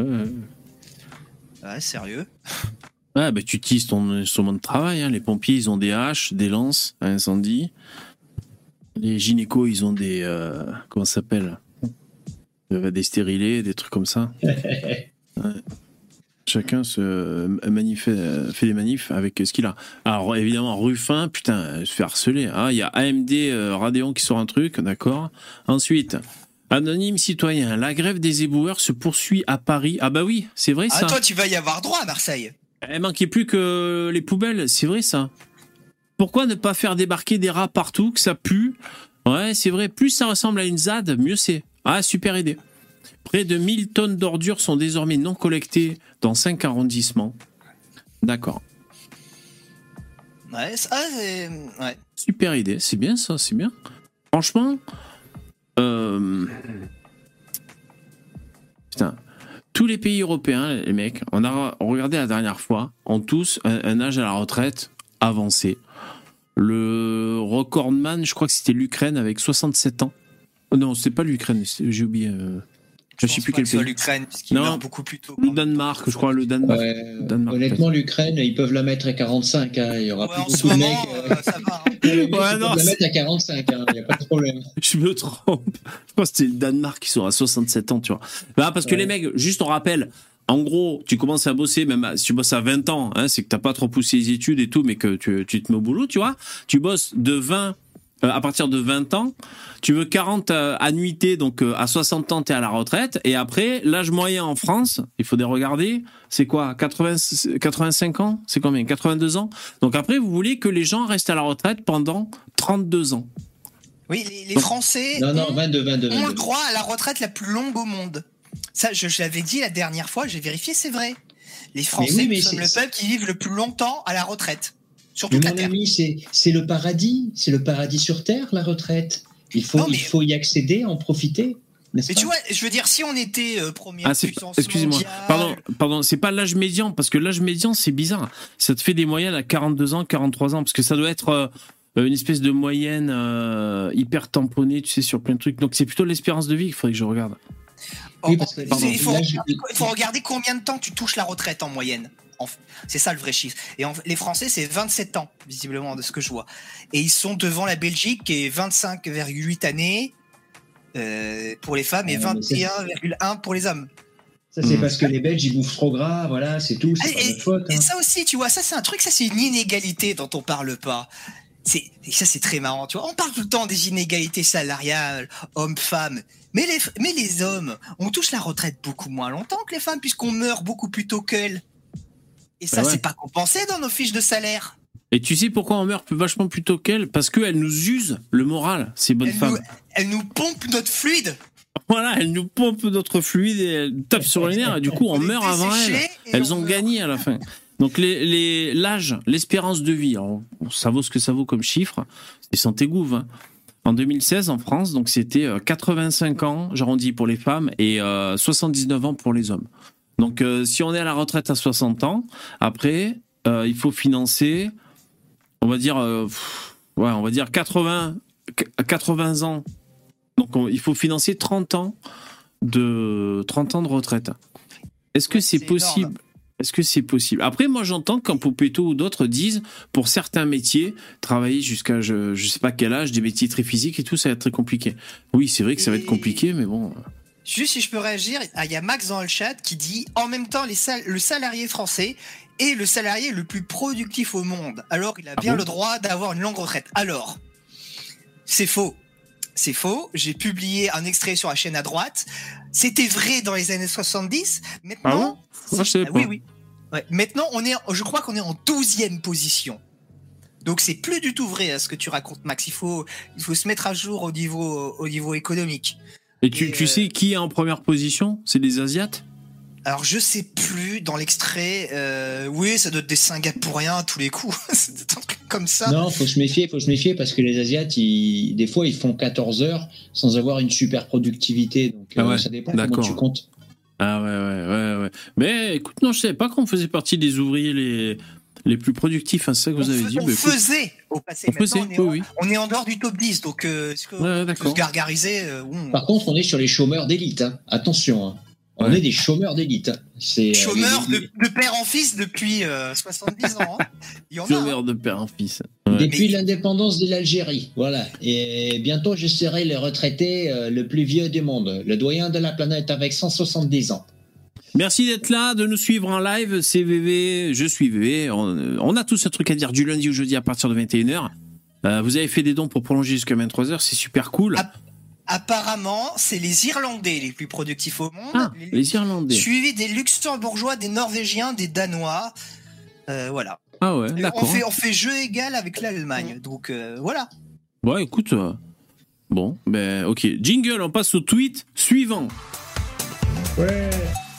Ouais, sérieux ? Ouais, bah tu utilises ton instrument de travail. Hein. Les pompiers, ils ont des haches, des lances à incendie. Les gynécos, ils ont des... comment ça s'appelle ? Des stérilés, des trucs comme ça. Ouais. Chacun fait des manifs avec ce qu'il a. Alors évidemment, Ruffin, putain, se fait harceler. Ah, il y a AMD Radeon qui sort un truc, d'accord. Ensuite, anonyme citoyen, la grève des éboueurs se poursuit à Paris. Ah bah oui, c'est vrai ça. Ah, toi, tu vas y avoir droit à Marseille. Il manquait plus que les poubelles, c'est vrai ça. Pourquoi ne pas faire débarquer des rats partout, que ça pue ? Ouais, c'est vrai, plus ça ressemble à une ZAD, mieux c'est. Ah, super idée. Près de 1000 tonnes d'ordures sont désormais non collectées dans 5 arrondissements. D'accord. Ouais, ouais. Super idée, c'est bien ça, c'est bien. Franchement, putain, tous les pays européens, les mecs, on a regardé la dernière fois, ont tous un âge à la retraite avancé. Le recordman, je crois que c'était l'Ukraine avec 67 ans. Oh non, c'est pas l'Ukraine, j'ai oublié. Je ne sais plus quel pays. L'Ukraine, puisqu'il meurt beaucoup plus tôt. Le Danemark, je crois, le Danemark. Danemark honnêtement, l'Ukraine, ils peuvent la mettre à 45. Hein. Il y aura plus beaucoup de mecs. Ça va. Hein. Ils peuvent la mettre à 45. Hein. Il n'y a pas de problème. Je me trompe. Je crois que c'était le Danemark qui sont à 67 ans, tu vois. Bah, parce que les mecs, juste on rappelle, en gros, tu commences à bosser, même si tu bosses à 20 ans, hein, c'est que tu n'as pas trop poussé les études et tout, mais que tu te mets au boulot, tu vois. Tu bosses à partir de 20 ans, tu veux 40 annuités, donc à 60 ans, tu es à la retraite. Et après, l'âge moyen en France, il faut regarder, c'est quoi ? 85 ans ? C'est combien ? 82 ans ? Donc après, vous voulez que les gens restent à la retraite pendant 32 ans. Oui, les Français ont le droit à la retraite la plus longue au monde. Ça, je l'avais dit la dernière fois, j'ai vérifié, c'est vrai. Les Français sont le peuple qui vivent le plus longtemps à la retraite. Mais mon ami, c'est le paradis. C'est le paradis sur Terre, la retraite. Il faut y accéder, en profiter. Mais tu vois, je veux dire, si on était première puissance excusez-moi, pardon, c'est pas l'âge médian, parce que l'âge médian, c'est bizarre. Ça te fait des moyennes à 42 ans, 43 ans, parce que ça doit être une espèce de moyenne hyper tamponnée, tu sais, sur plein de trucs. Donc c'est plutôt l'espérance de vie qu'il faudrait que je regarde. Oui, parce que il faut regarder combien de temps tu touches la retraite en moyenne. C'est ça le vrai chiffre. Et les Français, c'est 27 ans, visiblement, de ce que je vois. Et ils sont devant la Belgique, qui est 25,8 années pour les femmes et 21,1 pour les hommes. Ça, c'est parce que les Belges, ils bouffent trop gras, voilà, c'est tout, c'est pas notre faute. Et ça aussi, tu vois, ça, c'est un truc, ça, c'est une inégalité dont on parle pas. Ça, c'est très marrant, tu vois. On parle tout le temps des inégalités salariales, hommes-femmes. Mais les hommes, on touche la retraite beaucoup moins longtemps que les femmes, puisqu'on meurt beaucoup plus tôt qu'elles. Et ça, c'est pas compensé dans nos fiches de salaire. Et tu sais pourquoi on meurt vachement plus tôt qu'elles ? Parce qu'elles nous usent le moral, ces bonnes femmes. Elles nous pompent notre fluide. Voilà, elles nous pompent notre fluide et elles tapent sur les nerfs. Et du coup, on meurt avant elles. Elles ont gagné à la fin. Donc l'âge, l'espérance de vie, alors, ça vaut ce que ça vaut comme chiffre, c'est santé gouve. Hein. En 2016, en France, donc c'était 85 ans, j'arrondis pour les femmes, et 79 ans pour les hommes. Donc si on est à la retraite à 60 ans, après, il faut financer, on va dire 80 ans. Donc il faut financer 30 ans de retraite. Est-ce que c'est possible ? Énorme. Est-ce que c'est possible ? Après, moi, j'entends quand Poupetto ou d'autres disent, pour certains métiers, travailler jusqu'à je sais pas quel âge, des métiers très physiques et tout, ça va être très compliqué. Oui, c'est vrai que ça va être compliqué, mais bon. Juste si je peux réagir, il y a Max dans le chat qui dit, en même temps, le salarié français est le salarié le plus productif au monde. Alors, il a bien le droit d'avoir une longue retraite. Alors, c'est faux. C'est faux. J'ai publié un extrait sur la chaîne à droite. C'était vrai dans les années 70. Maintenant, je sais pas. Oui. Ouais. Maintenant, je crois qu'on est en 12e position. Donc, c'est plus du tout vrai ce que tu racontes, Max. Il faut se mettre à jour au niveau économique. Et tu sais qui est en première position ? C'est des Asiates ? Alors, je sais plus, dans l'extrait, oui, ça doit être des Singapouriens à tous les coups. C'est des trucs comme ça. Non, faut se méfier parce que les Asiates, des fois, ils font 14 heures sans avoir une super productivité. Donc, ça dépend comment tu comptes. Ah ouais. Mais écoute, non, je savais pas qu'on faisait partie des ouvriers les plus productifs, hein, c'est ça que vous avez dit. On faisait au passé. On est en dehors du top 10, donc se gargariser. Par contre, on est sur les chômeurs d'élite. Hein. Attention, hein. On est des chômeurs d'élite. Chômeurs de père en fils depuis 70 ans. Hein. Il y en a. Chômeurs de père en fils. Ouais. Depuis l'indépendance de l'Algérie. Voilà. Et bientôt, je serai le retraité le plus vieux du monde, le doyen de la planète avec 170 ans. Merci d'être là, de nous suivre en live. C'est VV, je suis VV. On a tous un truc à dire du lundi au jeudi à partir de 21h. Vous avez fait des dons pour prolonger jusqu'à 23h, c'est super cool. Apparemment, c'est les Irlandais les plus productifs au monde. Ah, les Irlandais. Suivis des Luxembourgeois, des Norvégiens, des Danois. Voilà. Ah ouais, d'accord. On fait jeu égal avec l'Allemagne. Donc voilà. Ouais, écoute. Bon, ok. Jingle, on passe au tweet suivant. Ouais.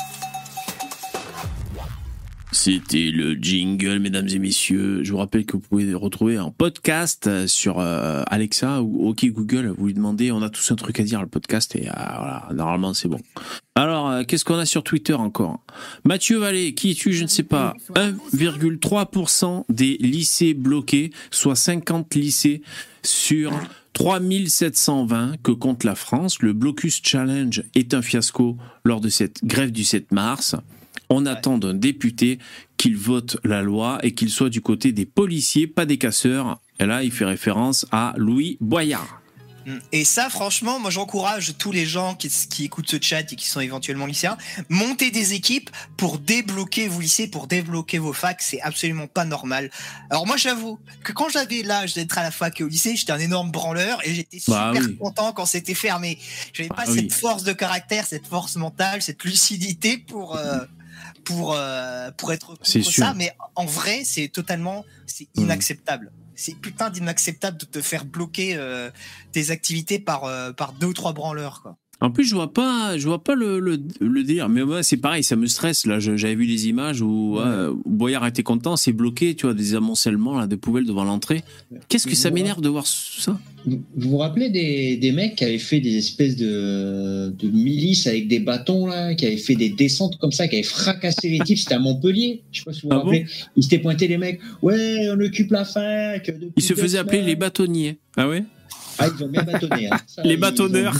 C'était le jingle, mesdames et messieurs. Je vous rappelle que vous pouvez retrouver un podcast sur Alexa ou OK Google. Vous lui demandez, on a tous un truc à dire, le podcast, et voilà, normalement c'est bon. Alors, qu'est-ce qu'on a sur Twitter encore ? Mathieu Vallée, qui es-tu ? Je ne sais pas. 1,3% des lycées bloqués, soit 50 lycées sur 3720 que compte la France. Le Blocus Challenge est un fiasco lors de cette grève du 7 mars. On attend d'un député qu'il vote la loi et qu'il soit du côté des policiers, pas des casseurs. Et là, il fait référence à Louis Boyard. Et ça, franchement, moi j'encourage tous les gens qui écoutent ce chat et qui sont éventuellement lycéens, montez des équipes pour débloquer vos lycées, pour débloquer vos facs, c'est absolument pas normal. Alors moi j'avoue que quand j'avais l'âge d'être à la fac et au lycée, j'étais un énorme branleur et j'étais super content quand c'était fermé. J'avais pas cette force de caractère, cette force mentale, cette lucidité pour être contre ça, mais en vrai c'est inacceptable. C'est putain d'inacceptable de te faire bloquer tes activités par 2 ou 3 branleurs, quoi. En plus, je vois pas le délire. Mais moi, c'est pareil, ça me stresse. Là, j'avais vu les images où Boyard était content, c'est bloqué, tu vois, des amoncellements là, de poubelles devant l'entrée. Qu'est-ce que ça m'énerve de voir ça? Vous vous rappelez des mecs qui avaient fait des espèces de milices avec des bâtons, là, qui avaient fait des descentes comme ça, qui avaient fracassé les types? C'était à Montpellier. Je sais pas si vous vous rappelez. Bon, ils s'étaient pointés les mecs. Ouais, on occupe la fac. Ils se faisaient appeler les bâtonniers. Ah ouais? Ah, ils ont bien bâtonné. Hein. Ça, les bâtonneurs.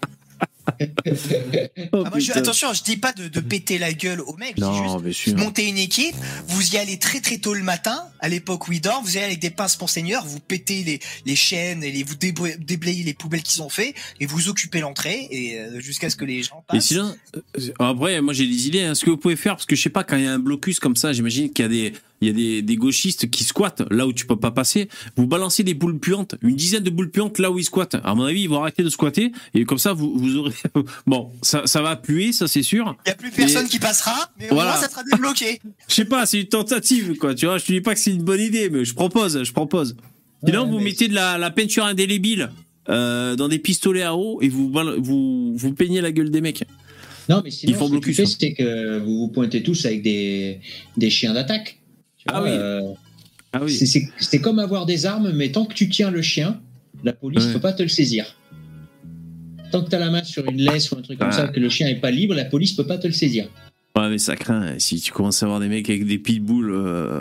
Attention, je dis pas de péter la gueule aux mecs, non, je dis juste monter une équipe, vous y allez très très tôt le matin, à l'époque où ils dorment, vous y allez avec des pinces Monseigneur, vous pétez les chaînes et vous déblayez les poubelles qu'ils ont fait et vous occupez l'entrée et jusqu'à ce que les gens passent. Et sinon, après, moi j'ai des idées, hein, ce que vous pouvez faire, parce que je sais pas, quand il y a un blocus comme ça, j'imagine qu'il y a des gauchistes qui squattent là où tu peux pas passer. Vous balancez des boules puantes, une dizaine de boules puantes là où ils squattent. À mon avis, ils vont arrêter de squatter et comme ça, vous aurez. Bon, ça va puer, ça c'est sûr. Il y a plus personne qui passera, mais au moins ça sera débloqué. Je sais pas, c'est une tentative, quoi. Tu vois, je te dis pas que c'est une bonne idée, mais je propose. Sinon, vous mettez de la peinture indélébile dans des pistolets à eau et vous peignez la gueule des mecs. Non, mais sinon, ce que tu fais, c'est que vous vous pointez tous avec des chiens d'attaque. Oui. C'est comme avoir des armes, mais tant que tu tiens le chien, la police ne peut pas te le saisir. Tant que tu as la main sur une laisse ou un truc comme ça, que le chien n'est pas libre, la police ne peut pas te le saisir. Ouais, mais ça craint. Si tu commences à avoir des mecs avec des pitbulls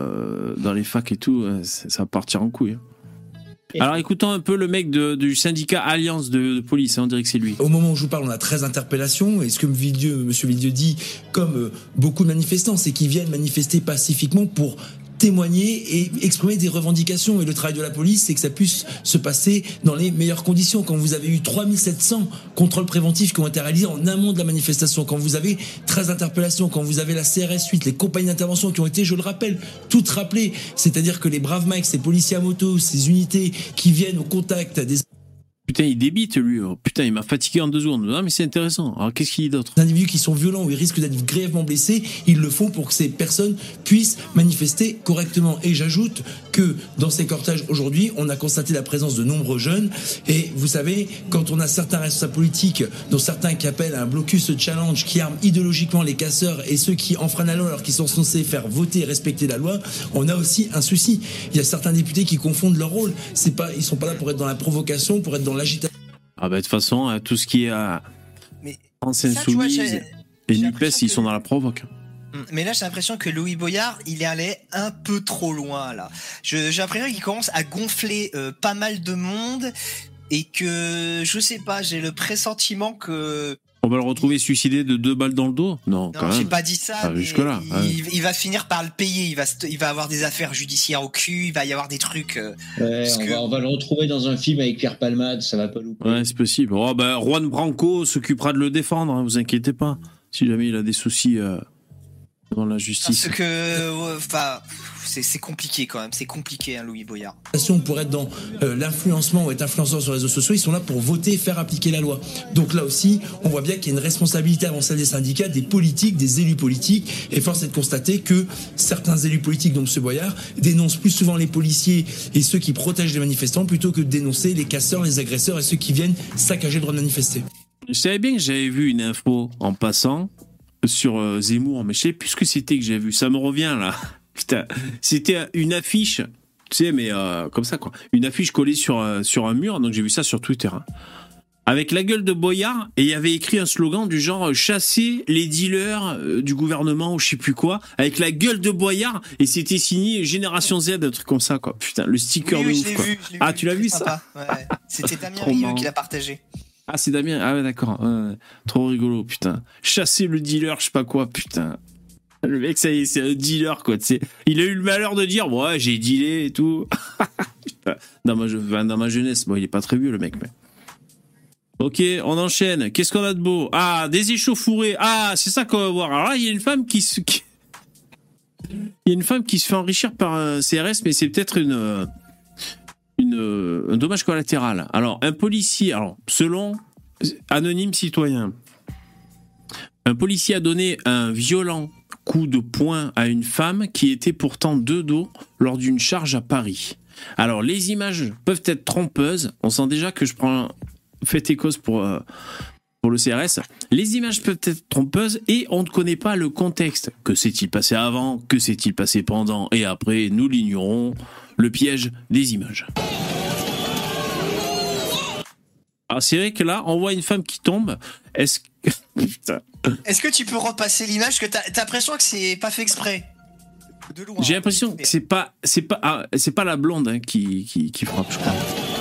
dans les facs et tout, ça va partir en couille. Alors écoutons un peu le mec du syndicat Alliance de police, on dirait que c'est lui. Au moment où je vous parle, on a 13 interpellations, et ce que M. Villedieu dit, comme beaucoup de manifestants, c'est qu'ils viennent manifester pacifiquement pour témoigner et exprimer des revendications. Et le travail de la police, c'est que ça puisse se passer dans les meilleures conditions. Quand vous avez eu 3700 contrôles préventifs qui ont été réalisés en amont de la manifestation, quand vous avez 13 interpellations, quand vous avez la CRS 8, les compagnies d'intervention qui ont été, je le rappelle, toutes rappelées, c'est-à-dire que les braves mecs, ces policiers à moto, ces unités qui viennent au contact des... Putain, il débite, lui. Oh, putain, il m'a fatigué en 2 secondes. Non, mais c'est intéressant. Alors, qu'est-ce qu'il dit d'autre? Les individus qui sont violents ou ils risquent d'être grièvement blessés, ils le font pour que ces personnes puissent manifester correctement. Et j'ajoute que dans ces cortèges aujourd'hui, on a constaté la présence de nombreux jeunes. Et vous savez, quand on a certains responsables politiques, dont certains qui appellent à un blocus challenge, qui arment idéologiquement les casseurs et ceux qui enfreignent la loi alors qu'ils sont censés faire voter et respecter la loi, on a aussi un souci. Il y a certains députés qui confondent leur rôle. Ils sont pas là pour être dans la provocation, pour être dans l'agitation. Ah bah de toute façon, tout ce qui est ancienne soumise et NUPES, ils sont dans la provoque. Mais là, j'ai l'impression que Louis Boyard, il est allé un peu trop loin, là. J'ai l'impression qu'il commence à gonfler pas mal de monde et que, je sais pas, j'ai le pressentiment que... On va le retrouver suicidé de 2 balles dans le dos? Non, quand même. J'ai pas dit ça. Jusque-là. Il va finir par le payer. Il va avoir des affaires judiciaires au cul. Il va y avoir des trucs. On va le retrouver dans un film avec Pierre Palmade. Ça va pas louper. Ouais, c'est possible. Oh, bah, Juan Branco s'occupera de le défendre. Hein, vous inquiétez pas. Si jamais il a des soucis dans la justice. Parce que, c'est compliqué quand même. C'est compliqué, hein, Louis Boyard. Pour être dans l'influencement ou être influenceur sur les réseaux sociaux, ils sont là pour voter et faire appliquer la loi. Donc là aussi, on voit bien qu'il y a une responsabilité avant celle des syndicats, des politiques, des élus politiques. Et force est de constater que certains élus politiques, dont M. Boyard, dénoncent plus souvent les policiers et ceux qui protègent les manifestants plutôt que de dénoncer les casseurs, les agresseurs et ceux qui viennent saccager le droit de manifester. Je savais bien que j'avais vu une info en passant sur Zemmour, mais je sais plus ce que c'était que j'ai vu. Ça me revient là. Putain, c'était une affiche, tu sais, mais comme ça quoi. Une affiche collée sur un mur, donc j'ai vu ça sur Twitter. Hein, avec la gueule de Boyard, et il y avait écrit un slogan du genre « Chasser les dealers du gouvernement » ou je sais plus quoi, avec la gueule de Boyard, et c'était signé Génération Z, un truc comme ça quoi. Putain, le sticker de ouf quoi. Ah, tu l'as vu ça? Ouais. C'était Damien Rieu qui l'a partagé. Ah, c'est Damien. Ah ouais, d'accord. Trop rigolo, putain. Chasser le dealer, je sais pas quoi, putain. Le mec, ça y est, c'est un dealer, quoi. T'sais. Il a eu le malheur de dire, ouais, j'ai dealé et tout. dans ma jeunesse, bon, il est pas très vieux, le mec, mais. Ok, on enchaîne. Qu'est-ce qu'on a de beau? Ah, des échauffourées. Ah, c'est ça qu'on va voir. Alors là, il y a une femme qui se fait enrichir par un CRS, mais c'est peut-être un dommage collatéral. Alors, un policier, selon Anonyme Citoyen, un policier a donné un violent coup de poing à une femme qui était pourtant de dos lors d'une charge à Paris. Alors, les images peuvent être trompeuses. On sent déjà que je prends fait et cause pour pour le CRS, les images peuvent être trompeuses et on ne connaît pas le contexte. Que s'est-il passé avant? Que s'est-il passé pendant et après? Nous l'ignorons. Le piège des images. Alors c'est vrai que là, on voit une femme qui tombe. Est-ce que tu peux repasser l'image? Que t'as l'impression que c'est pas fait exprès. De loin. J'ai l'impression que c'est pas la blonde hein, qui frappe, je crois.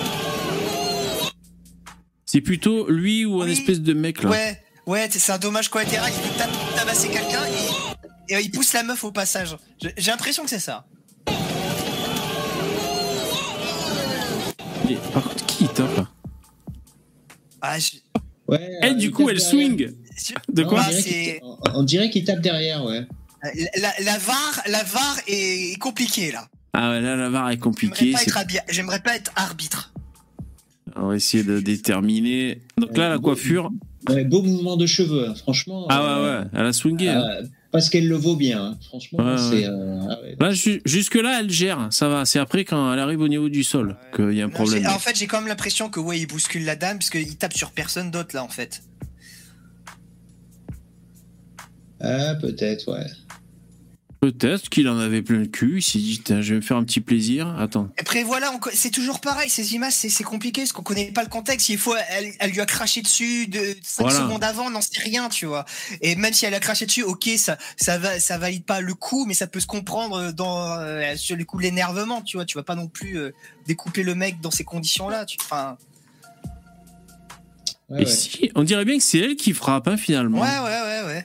C'est plutôt lui ou un espèce de mec là. Ouais, c'est un dommage collatéral. Il veut tabasser quelqu'un et il pousse la meuf au passage. J'ai l'impression que c'est ça. Par contre, qui il tape là? Elle, du coup, elle swing. De quoi? On dirait qu'il tape derrière, ouais. La VAR est compliquée là. Ah ouais, là, la VAR est compliquée. J'aimerais pas être arbitre. On va essayer de déterminer. Donc là, la coiffure. Ouais, beau mouvement de cheveux, hein. Franchement. Ah ouais, elle a swingé. Parce qu'elle le vaut bien, hein. Franchement. Là, jusque-là, elle gère, ça va. C'est après quand elle arrive au niveau du sol qu'il y a un problème. En fait, j'ai quand même l'impression que il bouscule la dame parce qu'il tape sur personne d'autre là en fait. Ah, peut-être, ouais. Peut-être qu'il en avait plein le cul, il s'est dit, je vais me faire un petit plaisir, attends. Après voilà, c'est toujours pareil, ces images, c'est compliqué, parce qu'on connaît pas le contexte, il faut, elle lui a craché dessus 5 secondes avant, on n'en sait rien, tu vois. Et même si elle a craché dessus, ok, ça valide pas le coup, mais ça peut se comprendre sur le coup de l'énervement, tu vois, tu vas pas non plus découper le mec dans ces conditions-là, Et si, on dirait bien que c'est elle qui frappe, hein, finalement. Ouais.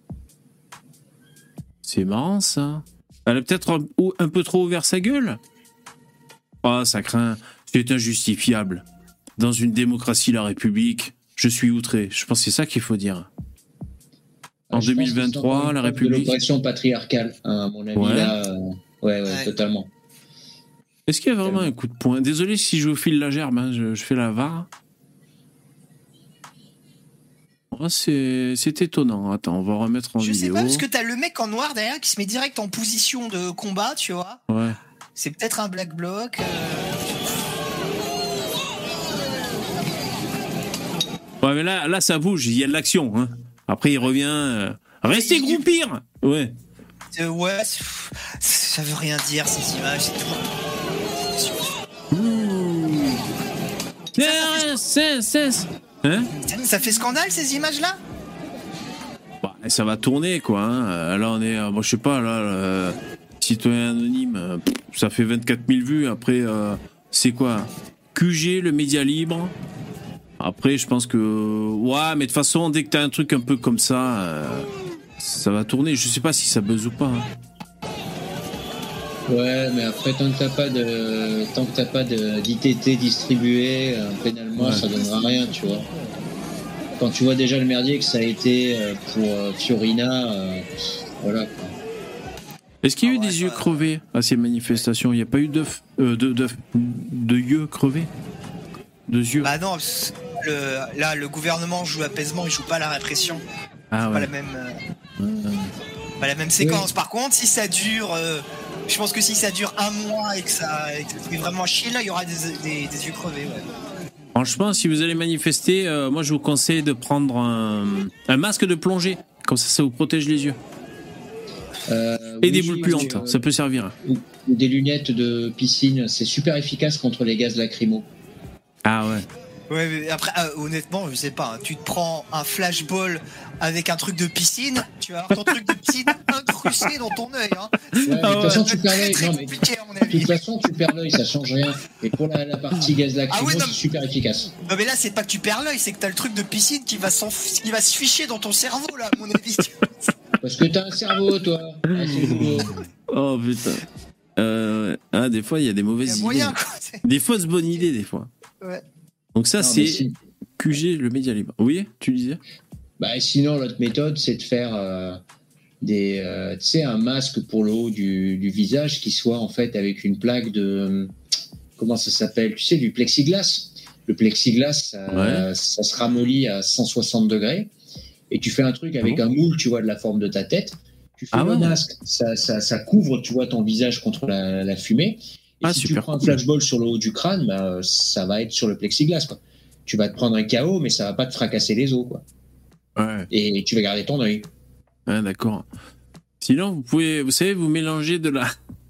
C'est marrant, ça. Elle a peut-être un peu trop ouvert sa gueule. Ah, ça craint. C'est injustifiable. Dans une démocratie, la République, je suis outré. Je pense que c'est ça qu'il faut dire. En 2023, la République... L'oppression patriarcale, hein, à mon avis, là... Ouais, totalement. Est-ce qu'il y a vraiment un coup de poing? Désolé si je vous file la gerbe, hein, je fais la VAR. C'est étonnant. Attends, on va remettre en vidéo. Je sais pas, parce que t'as le mec en noir derrière qui se met direct en position de combat, tu vois. Ouais. C'est peut-être un black bloc. Ouais, mais là, ça bouge, il y a de l'action. Hein. Après, il revient. Restez groupir. Ouais. Ça veut rien dire, ces images. C'est Hein? Ça fait scandale ces images-là? Ça va tourner quoi. Hein. Là on est, je sais pas, là, citoyen anonyme, ça fait 24 000 vues. Après, c'est quoi? QG, le média libre. Après, je pense que mais de toute façon, dès que t'as un truc un peu comme ça, ça va tourner. Je sais pas si ça buzz ou pas. Hein. Ouais, mais après, tant que t'as pas d'ITT distribué pénalement, ça donnera rien, tu vois. Quand tu vois déjà le merdier que ça a été pour Fiorina, voilà. Quoi. Est-ce qu'il y a eu des yeux crevés à ces manifestations? Il n'y a pas eu de yeux crevés? De yeux? Bah non, le gouvernement joue l'apaisement, il joue pas la répression. Ah ouais. Pas la même séquence. Oui. Par contre, si ça dure... je pense que si ça dure un mois et que ça fait vraiment chier, là, il y aura des yeux crevés. Ouais. Franchement, si vous allez manifester, moi je vous conseille de prendre un masque de plongée. Comme ça vous protège les yeux. Et des boules puantes, ça peut servir. Ou des lunettes de piscine, c'est super efficace contre les gaz lacrymaux. Ah ouais. Ouais, mais après, honnêtement, je sais pas, hein, tu te prends un flashball avec un truc de piscine, tu vas avoir ton truc de piscine incrusté dans ton œil. Hein. Ouais, de toute façon, tu perds l'œil. De toute façon, tu perds l'œil, ça change rien. Et pour la partie gaz lacrymo, c'est super efficace. Non, mais là, c'est pas que tu perds l'œil, c'est que t'as le truc de piscine qui va se ficher dans ton cerveau, là, à mon avis. Parce que t'as un cerveau, toi. Oh putain. Des fois, il y a des mauvaises idées. Moyen, quoi, des fausses bonnes idées, des fois. Ouais. Donc ça, c'est QG, le média libre. Oui, tu disais? Bah, sinon, l'autre méthode, c'est de faire un masque pour le haut du visage qui soit en fait avec une plaque de... comment ça s'appelle? Tu sais, du plexiglas. Le plexiglas, ça se ramollit à 160 degrés. Et tu fais un truc avec un moule, tu vois, de la forme de ta tête. Tu fais le masque, ça couvre, tu vois, ton visage contre la fumée. Et si tu prends un flashball sur le haut du crâne, ça va être sur le plexiglas, quoi. tu vas te prendre un KO, mais ça va pas te fracasser les os, quoi. Ouais. Et tu vas garder ton œil. Ah, d'accord. Sinon, vous mélangez de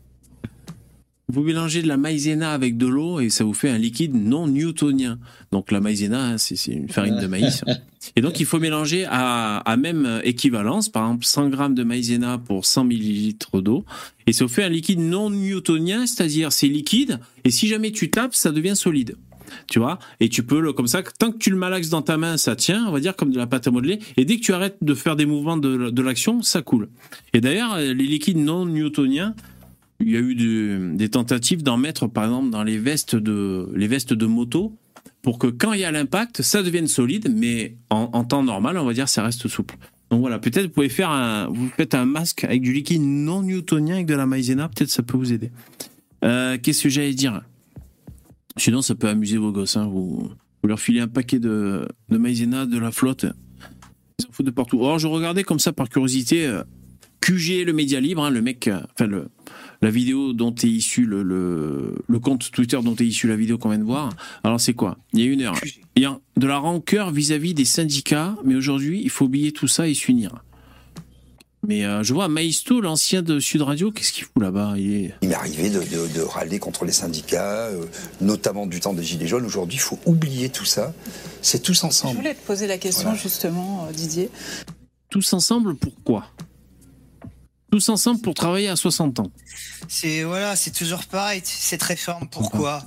la maïzena avec de l'eau et ça vous fait un liquide non newtonien. Donc la maïzena, c'est une farine de maïs. Et donc il faut mélanger à même équivalence, par exemple 100 grammes de maïzena pour 100 millilitres d'eau. Et ça vous fait un liquide non newtonien, c'est-à-dire c'est liquide et si jamais tu tapes, ça devient solide. Tu vois, et tu peux comme ça, tant que tu le malaxes dans ta main, ça tient, on va dire comme de la pâte à modeler, et dès que tu arrêtes de faire des mouvements de l'action, ça coule. Et d'ailleurs, les liquides non newtoniens, il y a eu des tentatives d'en mettre par exemple dans les vestes de moto, pour que quand il y a l'impact, ça devienne solide, mais en temps normal, on va dire, ça reste souple. Donc voilà, peut-être vous pouvez vous faites un masque avec du liquide non newtonien avec de la maïzena, peut-être ça peut vous aider. Qu'est-ce que j'allais dire ? Sinon, ça peut amuser vos gosses. Hein. Vous leur filez un paquet de maïzena, de la flotte. Ils en foutent de partout. Alors, je regardais comme ça par curiosité QG, le média libre, hein, le mec, la vidéo dont est issu le compte Twitter dont est issue la vidéo qu'on vient de voir. Alors, c'est quoi ? Il y a une heure. Il y a de la rancœur vis-à-vis des syndicats, mais aujourd'hui, il faut oublier tout ça et s'unir. Mais je vois Maïsto, l'ancien de Sud Radio, qu'est-ce qu'il fout là-bas ? Il m'est arrivé de râler contre les syndicats, notamment du temps des Gilets jaunes. Aujourd'hui, il faut oublier tout ça. C'est tous ensemble. Je voulais te poser la question, justement, Didier. Tous ensemble, pourquoi ? Tous ensemble pour travailler à 60 ans. C'est toujours pareil, cette réforme. Pourquoi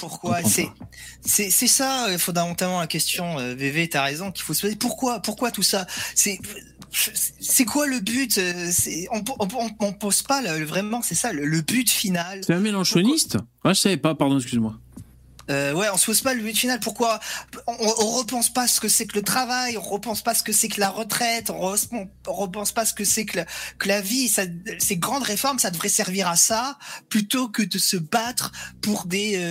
c'est ça fondamentalement la question. VV, t'as raison qu'il faut se poser. Pourquoi tout ça ? C'est quoi le but ? On pose pas vraiment, c'est ça le but final. C'est un mélanchoniste ? Ah, je savais pas, pardon, excuse-moi. On se pose pas le but final. Pourquoi on repense pas ce que c'est que le travail, on repense pas ce que c'est que la retraite, on repense pas ce que c'est que la vie. Ces grandes réformes, ça devrait servir à ça plutôt que de se battre pour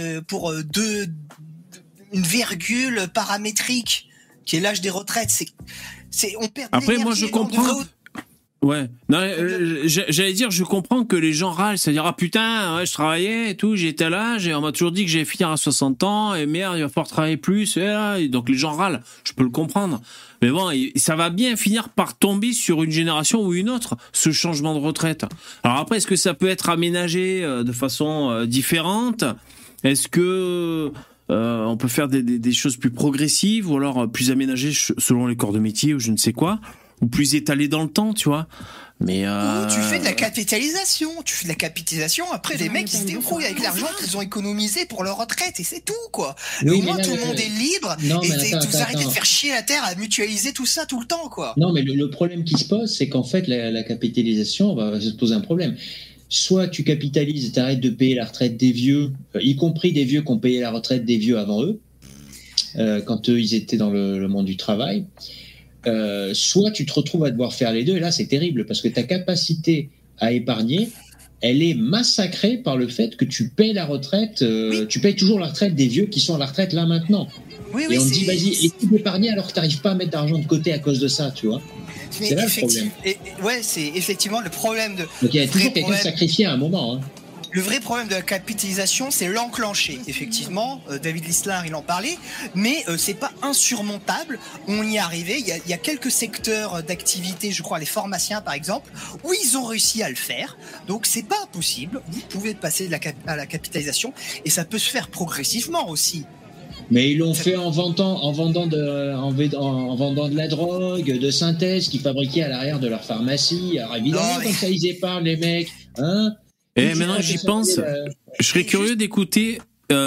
une virgule paramétrique qui est l'âge des retraites. On perd de l'énergie. Après, moi, je comprends. Ouais. Non, j'allais dire, je comprends que les gens râlent, c'est-à-dire, ah putain, je travaillais et tout, j'étais à l'âge et on m'a toujours dit que j'allais finir à 60 ans et merde, il va falloir travailler plus. Et donc les gens râlent, je peux le comprendre. Mais bon, ça va bien finir par tomber sur une génération ou une autre, ce changement de retraite. Alors après, est-ce que ça peut être aménagé de façon différente ? Est-ce que on peut faire des choses plus progressives ou alors plus aménagées selon les corps de métier ou je ne sais quoi ? Ou plus étalé dans le temps, tu vois. Mais tu fais de la capitalisation. Après, les mecs, ils se débrouillent avec l'argent qu'ils ont économisé pour leur retraite et c'est tout, quoi. Oui, au moins, tout le monde est libre vous arrêtez de faire chier la terre à mutualiser tout ça tout le temps, quoi. Non, mais le problème qui se pose, c'est qu'en fait, la capitalisation va se poser un problème. Soit tu capitalises et t'arrêtes de payer la retraite des vieux, y compris des vieux qui ont payé la retraite des vieux avant eux, quand eux, ils étaient dans le monde du travail. Soit tu te retrouves à devoir faire les deux, et là c'est terrible parce que ta capacité à épargner, elle est massacrée par le fait que tu payes la retraite, tu payes toujours la retraite des vieux qui sont à la retraite là maintenant. Et on te dit vas-y, essaie d'épargner alors que tu n'arrives pas à mettre d'argent de côté à cause de ça, tu vois. C'est là le problème. C'est effectivement le problème de. Donc il y a toujours quelqu'un sacrifié à un moment. Hein. Le vrai problème de la capitalisation, c'est l'enclencher. Effectivement, David Lislar, il en parlait, mais c'est pas insurmontable. On y est arrivé. Il y a quelques secteurs d'activité, je crois, les pharmaciens par exemple, où ils ont réussi à le faire. Donc c'est pas impossible. Vous pouvez passer à la capitalisation, et ça peut se faire progressivement aussi. Mais ils l'ont fait en vendant de la drogue de synthèse qu'ils fabriquaient à l'arrière de leur pharmacie. Alors évidemment, comme ça, ils épargnent les mecs, hein. Et maintenant j'y pense, je serais curieux d'écouter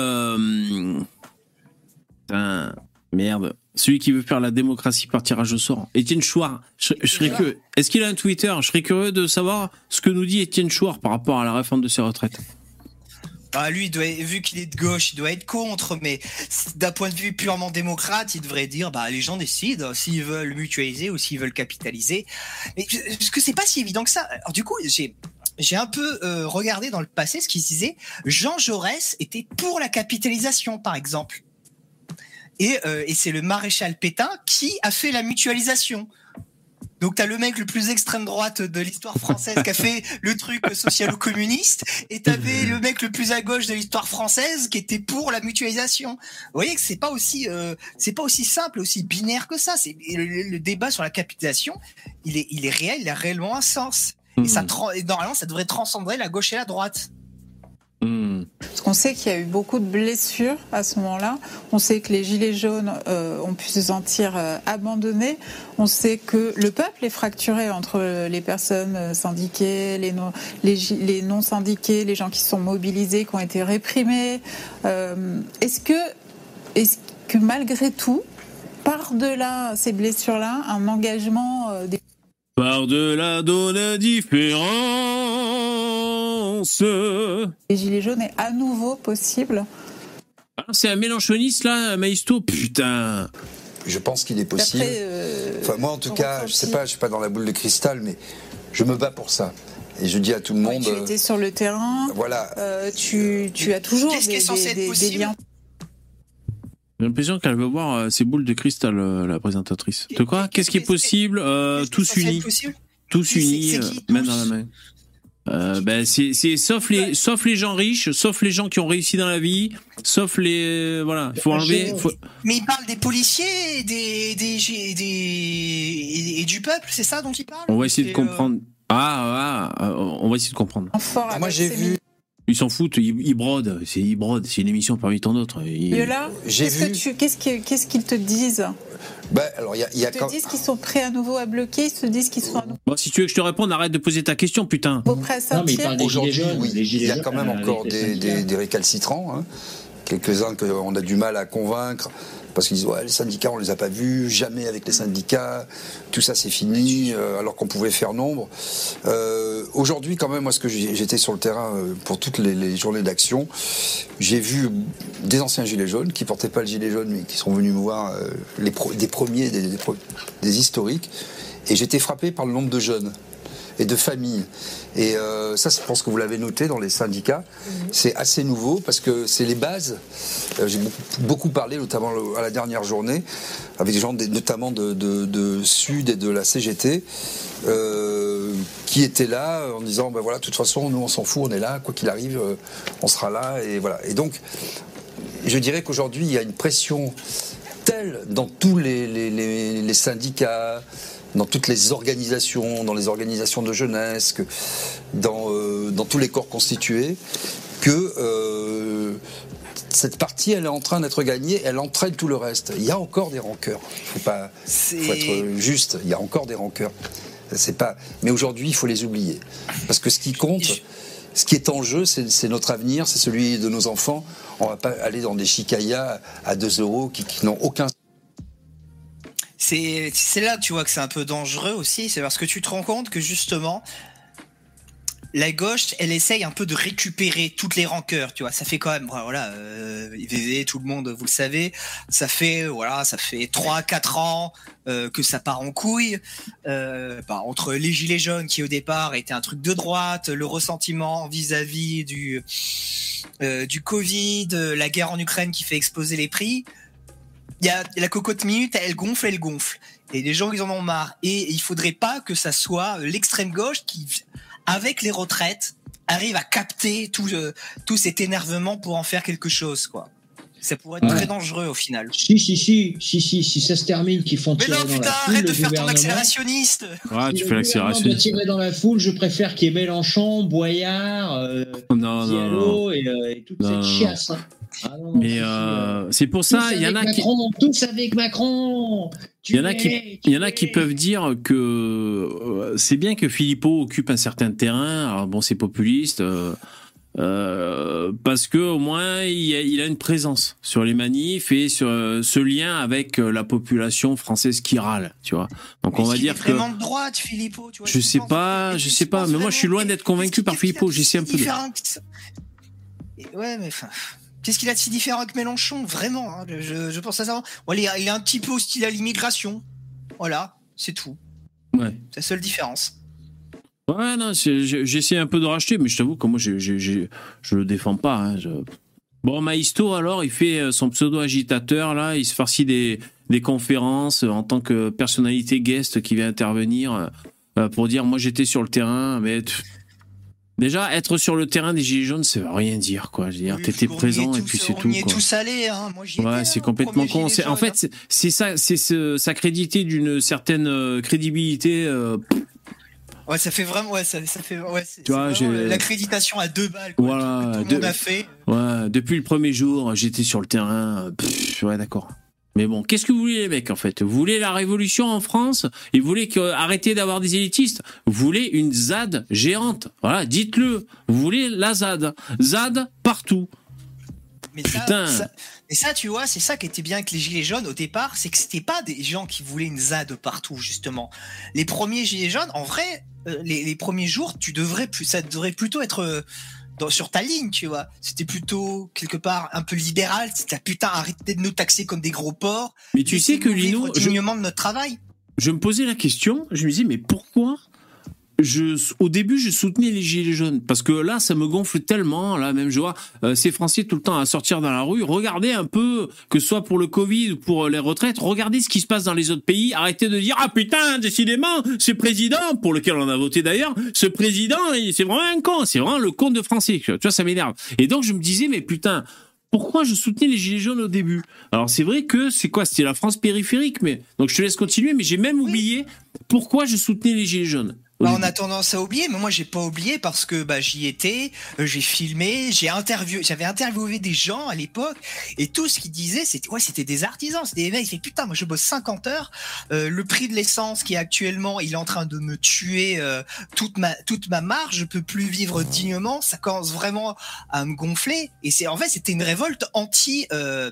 celui qui veut faire la démocratie par tirage au sort, Étienne Chouard. Je serais curieux. Est-ce qu'il a un Twitter ? Je serais curieux de savoir ce que nous dit Étienne Chouard par rapport à la réforme de ses retraites. Lui, vu qu'il est de gauche, il doit être contre, mais d'un point de vue purement démocrate, il devrait dire les gens décident s'ils veulent mutualiser ou s'ils veulent capitaliser. Mais parce que c'est pas si évident que ça. Alors du coup, j'ai un peu regardé dans le passé ce qu'il disait. Jean Jaurès était pour la capitalisation, par exemple. Et c'est le maréchal Pétain qui a fait la mutualisation. Donc t'as le mec le plus extrême droite de l'histoire française qui a fait le truc socialo-communiste, et t'avais le mec le plus à gauche de l'histoire française qui était pour la mutualisation. Vous voyez que c'est pas aussi simple, aussi binaire que ça. C'est le débat sur la capitalisation, il est réel, il a réellement un sens. Et normalement, ça devrait transcender la gauche et la droite. Parce qu'on sait qu'il y a eu beaucoup de blessures à ce moment-là. On sait que les gilets jaunes ont pu se sentir abandonnés. On sait que le peuple est fracturé entre les personnes syndiquées, les non syndiqués, les gens qui sont mobilisés, qui ont été réprimés. Est-ce que malgré tout, par-delà ces blessures-là, un engagement par-delà nos différences, les gilets jaunes est à nouveau possible? C'est un mélanchoniste là, Maïsto, putain. Je pense qu'il est possible. Enfin, moi en tout cas, je sais pas, je suis pas dans la boule de cristal, mais je me bats pour ça. Et je dis à tout le monde. Tu étais sur le terrain. Voilà. Tu as toujours des liens. J'ai l'impression qu'elle veut voir ses boules de cristal, la présentatrice. De quoi? Qu'est-ce qui est possible? Tous unis. Tous unis, main dans la main. C'est sauf les gens riches, sauf les gens qui ont réussi dans la vie, sauf les voilà, il faut enlever. Mais il parle des policiers et et du peuple, c'est ça dont il parle? On va essayer de comprendre. On va essayer de comprendre. Moi j'ai vu. Ils s'en foutent, ils brodent. C'est une émission parmi tant d'autres. Yola, qu'est-ce qu'ils te disent? Alors, ils te disent qu'ils sont prêts à nouveau à bloquer, ils te disent qu'ils sont à nouveau... Bon, si tu veux que je te réponde, arrête de poser ta question, putain. Aujourd'hui, oui, il y a quand même encore des récalcitrants, hein. Quelques-uns qu'on a du mal à convaincre, parce qu'ils disent les syndicats on les a pas vus, jamais avec les syndicats, tout ça c'est fini, alors qu'on pouvait faire nombre. Aujourd'hui quand même, moi j'étais sur le terrain pour toutes les journées d'action, j'ai vu des anciens gilets jaunes qui portaient pas le gilet jaune mais qui sont venus me voir, des premiers, des historiques, et j'étais frappé par le nombre de jeunes et de familles. Et ça, je pense que vous l'avez noté dans les syndicats, c'est assez nouveau parce que c'est les bases. J'ai beaucoup parlé, notamment à la dernière journée, avec des gens notamment de Sud et de la CGT, qui étaient là en disant voilà, de toute façon, nous on s'en fout, on est là, quoi qu'il arrive, on sera là, et voilà. Et donc, je dirais qu'aujourd'hui, il y a une pression telle dans tous les syndicats, dans toutes les organisations, dans les organisations de jeunesse, dans tous les corps constitués, que cette partie, elle est en train d'être gagnée, elle entraîne tout le reste. Il y a encore des rancœurs. Faut être juste, il y a encore des rancœurs. Mais aujourd'hui, il faut les oublier. Parce que ce qui compte, ce qui est en jeu, c'est notre avenir, c'est celui de nos enfants. On ne va pas aller dans des chicayas à 2 € qui n'ont aucun sens. C'est là, tu vois, que c'est un peu dangereux aussi. C'est parce que tu te rends compte que justement, la gauche, elle essaye un peu de récupérer toutes les rancœurs, tu vois. Ça fait quand même, voilà, IVV, tout le monde, vous le savez, ça fait 3-4 ans que ça part en couille. Entre les gilets jaunes qui au départ étaient un truc de droite, le ressentiment vis-à-vis du Covid, la guerre en Ukraine qui fait exploser les prix. Il y a la cocotte minute, elle gonfle. Et les gens, ils en ont marre. Et il faudrait pas que ça soit l'extrême gauche qui, avec les retraites, arrive à capter tout cet énervement pour en faire quelque chose, quoi. Ça pourrait être très dangereux au final. Si ça se termine, qu'ils font tirer dans la foule. Mais non, putain, arrête de faire ton accélérationniste. Ouais, tu fais l'accélérationniste. Tirer dans la foule, je préfère qu'il y ait Mélenchon, Boyard, Diallo et toute cette chiasse. Mais c'est pour ça, il y en a qui tous avec Macron. Il y en a qui peuvent dire que c'est bien que Philippot occupe un certain terrain. Alors bon, c'est populiste. Parce que au moins il a une présence sur les manifs et sur ce lien avec la population française qui râle, tu vois. Donc on va dire que vraiment de droite, Philippot, tu vois. Je sais pas, mais moi je suis loin d'être convaincu par Philippot. J'essaie un peu de... Ouais, mais enfin, qu'est-ce qu'il a de si différent que Mélenchon, vraiment, hein, je pense à ça. Bon, il est un petit peu hostile à l'immigration. Voilà, c'est tout. Ouais. C'est la seule différence. Ouais, non, j'essaie un peu de racheter, mais je t'avoue que moi, je le défends pas. Hein, Bon, Maïsto, alors, il fait son pseudo-agitateur, là, il se farcit des des conférences en tant que personnalité guest qui vient intervenir pour dire moi j'étais sur le terrain, mais déjà être sur le terrain des Gilets jaunes, ça veut rien dire quoi. Je veux dire, t'étais présent et puis c'est tout. On y est tous allés, hein. Moi j'y étais. Ouais, c'est complètement con. En fait, c'est ça, c'est s'accréditer d'une certaine crédibilité. Ouais, ça fait vraiment, ouais, ça fait, ouais, tu vois, l'accréditation à 2 balles, quoi. Voilà, tout le monde a fait. Ouais, depuis le premier jour, j'étais sur le terrain. Ouais, d'accord. Mais bon, qu'est-ce que vous voulez, les mecs, en fait? Vous voulez la révolution en France? Et vous voulez arrêter d'avoir des élitistes? Vous voulez une ZAD géante? Voilà, dites-le. Vous voulez la ZAD. ZAD partout. Mais ça, tu vois, c'est ça qui était bien avec les Gilets jaunes au départ, c'est que c'était pas des gens qui voulaient une ZAD partout, justement. Les premiers Gilets jaunes, en vrai, les premiers jours, ça devrait plutôt être sur ta ligne, tu vois. C'était plutôt quelque part un peu libéral. C'était putain, arrêtez de nous taxer comme des gros porcs. Mais tu sais que Lino, dignement de notre travail. Je me posais la question, je me disais mais pourquoi au début, je soutenais les Gilets jaunes parce que là, ça me gonfle tellement. Là, même je vois ces Français tout le temps à sortir dans la rue. Regardez un peu, que ce soit pour le Covid ou pour les retraites, regardez ce qui se passe dans les autres pays. Arrêtez de dire ah putain, décidément, ce président pour lequel on a voté d'ailleurs, ce président, c'est vraiment un con. C'est vraiment le con de Français. Tu vois, ça m'énerve. Et donc je me disais mais putain. Pourquoi je soutenais les Gilets jaunes au début? Alors c'est vrai que c'était la France périphérique, mais donc je te laisse continuer. Mais j'ai même oublié pourquoi je soutenais les Gilets jaunes. On a tendance à oublier, mais moi j'ai pas oublié parce que j'y étais, j'ai filmé, j'avais interviewé des gens à l'époque et tout ce qu'ils disaient c'était des artisans, c'était des mecs qui disaient putain moi je bosse 50 heures, le prix de l'essence qui est actuellement il est en train de me tuer toute ma marge, je peux plus vivre dignement, ça commence vraiment à me gonfler et c'était une révolte anti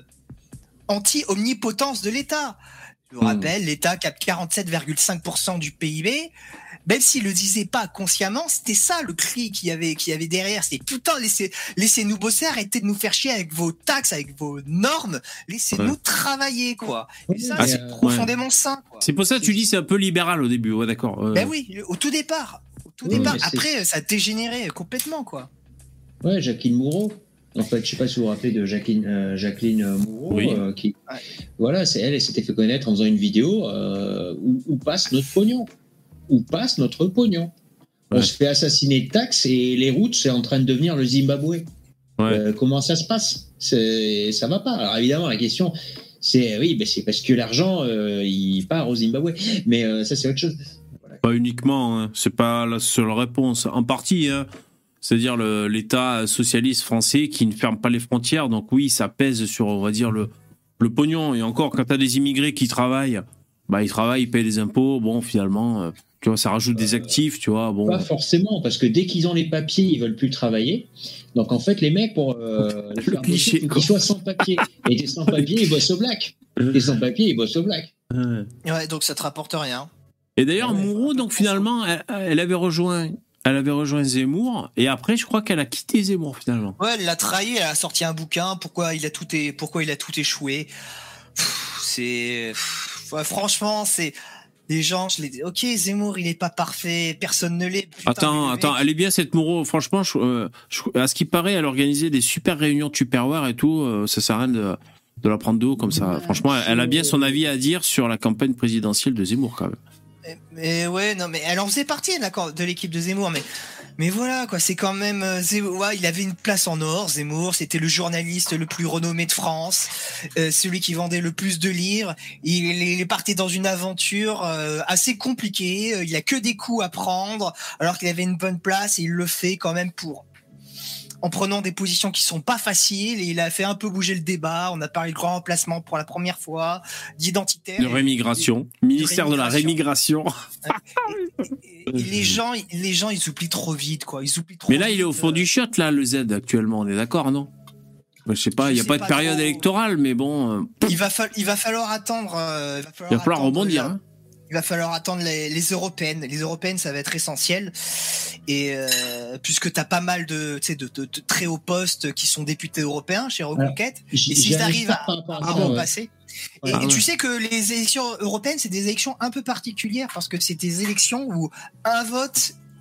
omnipotence de l'État. Je vous rappelle, l'État capte 47,5% du PIB. Même s'il le disait pas consciemment, c'était ça le cri qu'il y avait derrière. C'était putain, laissez-nous bosser, arrêtez de nous faire chier avec vos taxes, avec vos normes, laissez-nous travailler, quoi. Et ça, c'est profondément sain, quoi. C'est pour ça que tu dis c'est un peu libéral au début, ouais, d'accord. Ben oui, au tout départ. Après, ça a dégénéré complètement, quoi. Ouais, Jacqueline Moreau. En fait, je sais pas si vous vous rappelez de Jacqueline Moreau, oui. Voilà, elle s'était fait connaître en faisant une vidéo où passe notre pognon. Où passe notre pognon. On se fait assassiner de taxes et les routes, c'est en train de devenir le Zimbabwe. Ouais. Comment ça se passe? Ça va pas. Alors évidemment, la question, c'est c'est parce que l'argent, il part au Zimbabwe. Mais ça, c'est autre chose. Voilà. Pas uniquement, hein. C'est pas la seule réponse. En partie, hein. C'est-à-dire l'État socialiste français qui ne ferme pas les frontières. Donc oui, ça pèse sur, on va dire, le pognon. Et encore, quand tu as des immigrés qui travaillent, ils travaillent, ils payent des impôts. Bon, finalement, tu vois, ça rajoute des actifs, tu vois. Bon. Pas forcément, parce que dès qu'ils ont les papiers, ils veulent plus travailler. Donc en fait, les mecs, pour les faire bosser, ils soient sans papier. Et des sans papiers, ils bossent au black. Des sans papiers, ils bossent au black. Ouais, donc ça te rapporte rien. Et d'ailleurs, Moreau, donc finalement, elle avait rejoint Zemmour, et après, je crois qu'elle a quitté Zemmour, finalement. Ouais, elle l'a trahi, elle a sorti un bouquin, pourquoi il a tout échoué. Franchement, c'est... Les gens, ok, Zemmour, il est pas parfait, personne ne l'est. Attends, elle est bien cette Moreau. Franchement, à ce qui paraît, elle organisait des super réunions de Tupperware et tout. Ça sert à rien de la prendre de haut comme ça. Franchement, elle a bien son avis à dire sur la campagne présidentielle de Zemmour, quand même. Mais ouais, non, mais elle en faisait partie, d'accord, de l'équipe de Zemmour, mais voilà, quoi, c'est quand même Zemmour, il avait une place en or, Zemmour, c'était le journaliste le plus renommé de France, celui qui vendait le plus de livres, il est parti dans une aventure assez compliquée, il a que des coups à prendre, alors qu'il avait une bonne place, et il le fait quand même en prenant des positions qui sont pas faciles, et il a fait un peu bouger le débat. On a parlé de grand remplacement pour la première fois, d'identitaire. De rémigration. Ministère de la rémigration. Et les gens, ils oublient trop vite, quoi. Mais là, il est au fond du shot, là, le Z, actuellement. On est d'accord, non? Je sais pas, il n'y a pas de période électorale, mais bon. Il va falloir attendre. Il va falloir rebondir, hein. Il va falloir attendre les européennes. Les européennes, ça va être essentiel. Et puisque t'as pas mal de très hauts postes qui sont députés européens chez Reconquête, et s'ils arrivent à passer. Et tu sais que les élections européennes, c'est des élections un peu particulières parce que c'est des élections où un vote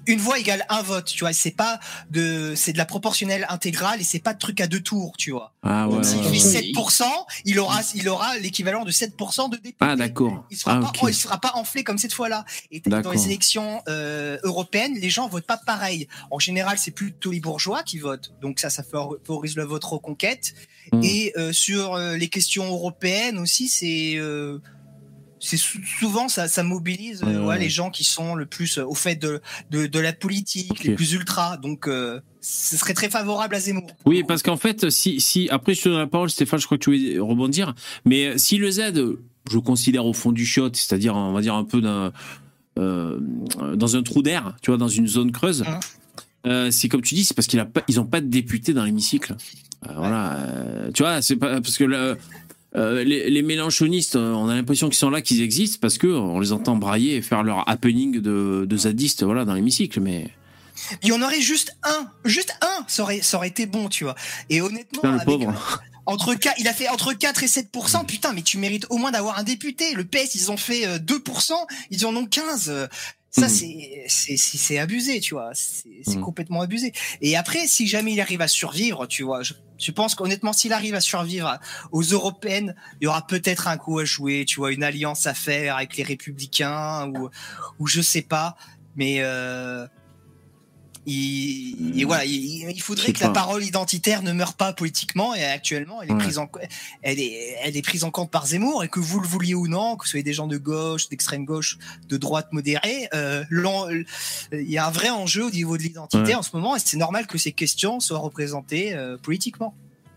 une voix égale un vote, tu vois. C'est de la proportionnelle intégrale et c'est pas de truc à 2 tours, tu vois. Ah ouais. Donc, s'il fait 7%, il aura l'équivalent de 7% de députés. Ah d'accord. Il sera pas enflé comme cette fois-là. Et dans les élections européennes, les gens votent pas pareil. En général, c'est plutôt les bourgeois qui votent. Donc ça favorise le vote reconquête. Et sur les questions européennes aussi, c'est souvent ça mobilise les gens qui sont le plus au fait de la politique, les plus ultras. Donc ce serait très favorable à Zemmour. Oui, parce qu'en fait, si après je te donne la parole, Stéphane, je crois que tu voulais rebondir, mais si le Z, je considère au fond du chiotte, c'est-à-dire on va dire un peu dans un trou d'air, tu vois, dans une zone creuse. C'est comme tu dis, c'est parce ils ont pas de députés dans l'hémicycle. Tu vois, c'est pas parce que les mélanchonistes, on a l'impression qu'ils sont là, qu'ils existent parce que on les entend brailler et faire leur happening de zadistes, voilà, dans l'hémicycle, mais. Il y en aurait juste un, ça aurait été bon, tu vois. Et honnêtement, putain, le pauvre. Il a fait entre 4 et 7%, putain, mais tu mérites au moins d'avoir un député. Le PS, ils ont fait 2%, ils en ont 15. Ça, c'est abusé, tu vois. C'est complètement abusé. Et après, si jamais il arrive à survivre, tu vois, je pense qu'honnêtement, s'il arrive à survivre aux européennes, il y aura peut-être un coup à jouer, tu vois, une alliance à faire avec les républicains ou je sais pas. Mais il faudrait que la parole identitaire ne meure pas politiquement, et actuellement elle est prise en compte par Zemmour, et que vous le vouliez ou non, que ce soit des gens de gauche, d'extrême gauche, de droite modérée, il y a un vrai enjeu au niveau de l'identité en ce moment, et c'est normal que ces questions soient représentées politiquement.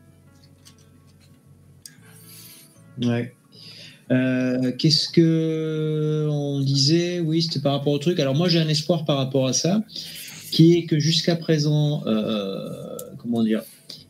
Ouais. Qu'est-ce que on disait? Oui, c'était par rapport au truc. Alors moi j'ai un espoir par rapport à ça, qui est que jusqu'à présent, comment dire,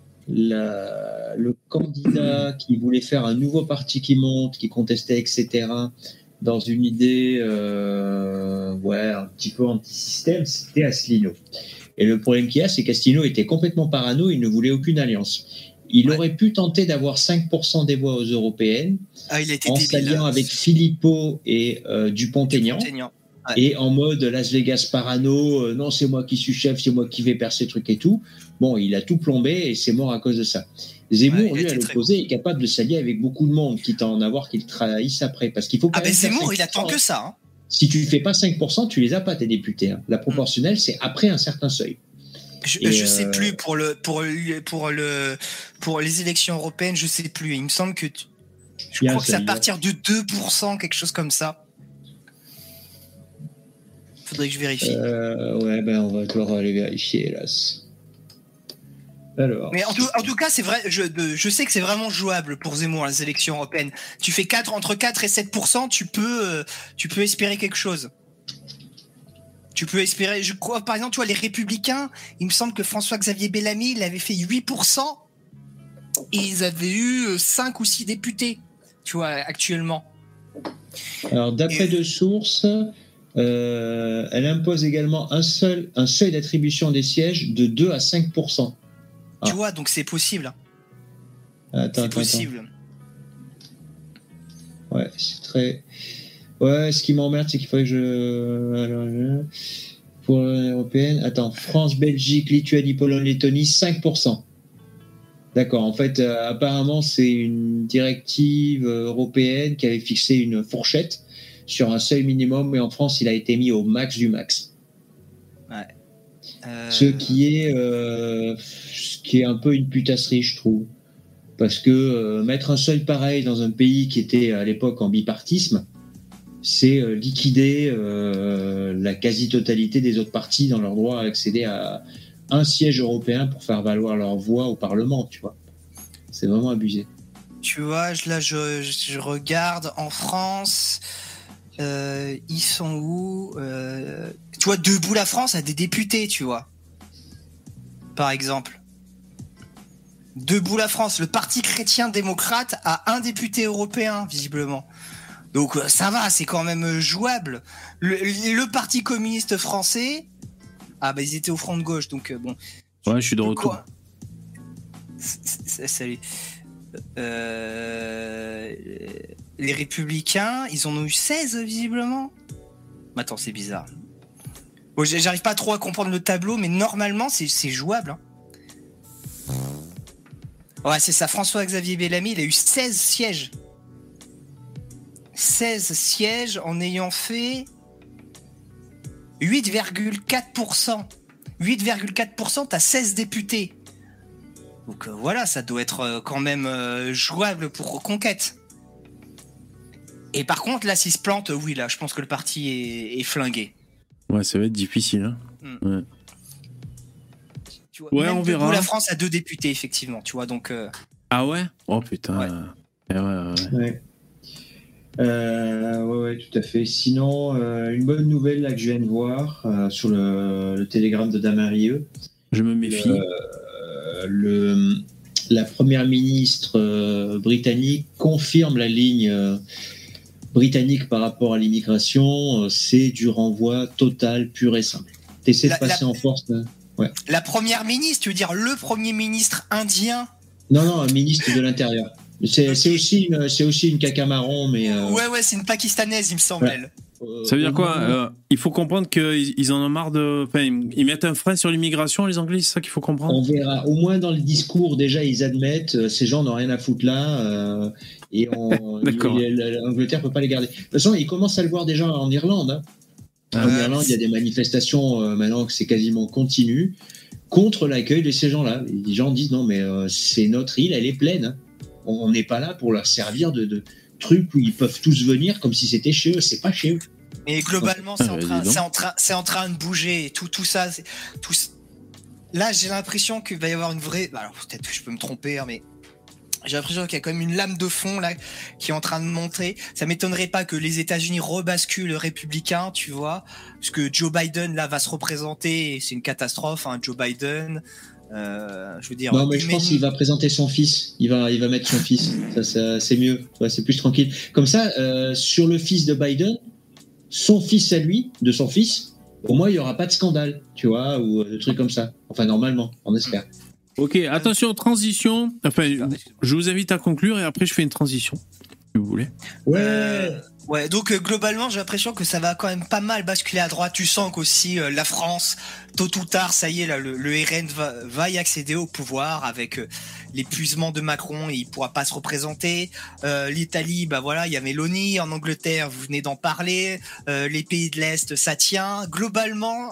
le candidat qui voulait faire un nouveau parti qui monte, qui contestait, etc., dans une idée un petit peu anti-système, c'était Asselineau. Et le problème qu'il y a, c'est qu'Asselineau était complètement parano, il ne voulait aucune alliance. Il aurait pu tenter d'avoir 5% des voix aux européennes en s'alliant avec Philippot et Dupont-Aignan. Et en mode Las Vegas parano, non, c'est moi qui suis chef, c'est moi qui vais percer truc et tout. Bon, il a tout plombé et c'est mort à cause de ça. Zemmour, lui, à l'opposé, est capable de s'allier avec beaucoup de monde, quitte à en avoir qui le trahissent après. Parce qu'il faut quand même Zemmour, il attend que ça. Hein. Si tu fais pas 5%, tu les as pas, tes députés. Hein. La proportionnelle, c'est après un certain seuil. Je sais plus pour les élections européennes, je sais plus. Il me semble que je crois que c'est à partir de 2%, quelque chose comme ça. Faudrait que je vérifie. On va devoir aller vérifier, hélas. Alors. Mais en tout cas, c'est vrai. Je sais que c'est vraiment jouable pour Zemmour les élections européennes. Tu fais entre 4 et 7%, tu peux espérer quelque chose. Tu peux espérer. Je crois, par exemple, tu vois, les Républicains. Il me semble que François-Xavier Bellamy, il avait fait 8%, et ils avaient eu 5 ou 6 députés. Tu vois, actuellement. Alors, d'après deux sources. Elle impose également un seuil d'attribution des sièges de 2 à 5%. Tu vois, donc c'est possible. C'est possible. Ouais, c'est très. Ouais, ce qui m'emmerde, c'est qu'il faudrait que pour l'européenne. Attends, France, Belgique, Lituanie, Pologne, Lettonie, 5%. D'accord. En fait, apparemment, c'est une directive européenne qui avait fixé une fourchette sur un seuil minimum, mais en France, il a été mis au max du max. Ouais. Ce qui est un peu une putasserie, je trouve. Parce que mettre un seuil pareil dans un pays qui était à l'époque en bipartisme, c'est liquider la quasi-totalité des autres partis dans leur droit à accéder à un siège européen pour faire valoir leur voix au Parlement, tu vois. C'est vraiment abusé. Tu vois, là, je regarde en France... ils sont où tu vois, Debout la France a des députés, tu vois. Par exemple. Debout la France, le Parti chrétien-démocrate a un député européen, visiblement. Donc ça va, c'est quand même jouable. Le Parti communiste français... Ah bah ils étaient au front de gauche, donc bon. Ouais, je suis de retour. Salut. Les Républicains, ils en ont eu 16 visiblement. Attends, c'est bizarre. Bon, j'arrive pas trop à comprendre le tableau, mais normalement, c'est jouable. Hein. Ouais, c'est ça. François-Xavier Bellamy, il a eu 16 sièges. 16 sièges en ayant fait 8,4%. 8,4%, t'as 16 députés. Donc voilà, ça doit être quand même jouable pour Reconquête. Et par contre, là, s'il se plante, oui, là, je pense que le parti est flingué. Ouais, ça va être difficile. Hein. Ouais. Tu vois, même on verra. Debout la France a 2 députés, effectivement, tu vois, donc... Ah ouais ? Oh putain. Ouais. Ouais, tout à fait. Sinon, une bonne nouvelle là, que je viens de voir sur le télégramme de Damarieux. Je me méfie. La première ministre britannique confirme la ligne britannique par rapport à l'immigration. C'est du renvoi total, pur et simple. T'essaies de passer en force. Ouais. La première ministre, tu veux dire le premier ministre indien ? Non, ministre de l'Intérieur. C'est aussi une caca marron, mais... Ouais, c'est une pakistanaise, il me semble, elle. Ça veut dire quoi ? Il faut comprendre qu'ils en ont marre de... Enfin, ils mettent un frein sur l'immigration, les Anglais, c'est ça qu'il faut comprendre ? On verra. Au moins, dans le discours, déjà, ils admettent ces gens n'ont rien à foutre là, et l'Angleterre ne peut pas les garder. De toute façon, ils commencent à le voir déjà en Irlande. Hein. En Irlande, il y a des manifestations, maintenant que c'est quasiment continu, contre l'accueil de ces gens-là. Les gens disent non, mais c'est notre île, elle est pleine. Hein. On n'est pas là pour leur servir de trucs où ils peuvent tous venir comme si c'était chez eux. C'est pas chez eux. Mais globalement, c'est en train de bouger. Tout ça. Là, j'ai l'impression qu'il va y avoir une vraie. Alors, peut-être que je peux me tromper, hein, mais j'ai l'impression qu'il y a quand même une lame de fond là qui est en train de monter. Ça m'étonnerait pas que les États-Unis rebasculent républicains, tu vois, parce que Joe Biden là va se représenter. Et c'est une catastrophe, hein, Joe Biden. Je veux dire. Non, mais je pense qu'il va présenter son fils. Il va mettre son fils. Ça, c'est mieux. Ouais, c'est plus tranquille. Comme ça, sur le fils de Biden, son fils à lui, de son fils, au moins il y aura pas de scandale, tu vois, ou de trucs comme ça. Enfin, normalement, on espère. Ok, attention, transition. Enfin, je vous invite à conclure et après je fais une transition, si vous voulez. Ouais, donc globalement, j'ai l'impression que ça va quand même pas mal basculer à droite. Tu sens qu'aussi la France, tôt ou tard, ça y est, là, le RN va y accéder au pouvoir avec l'épuisement de Macron et il pourra pas se représenter. L'Italie, bah voilà, il y a Meloni. En Angleterre, vous venez d'en parler. Les pays de l'Est, ça tient. Globalement,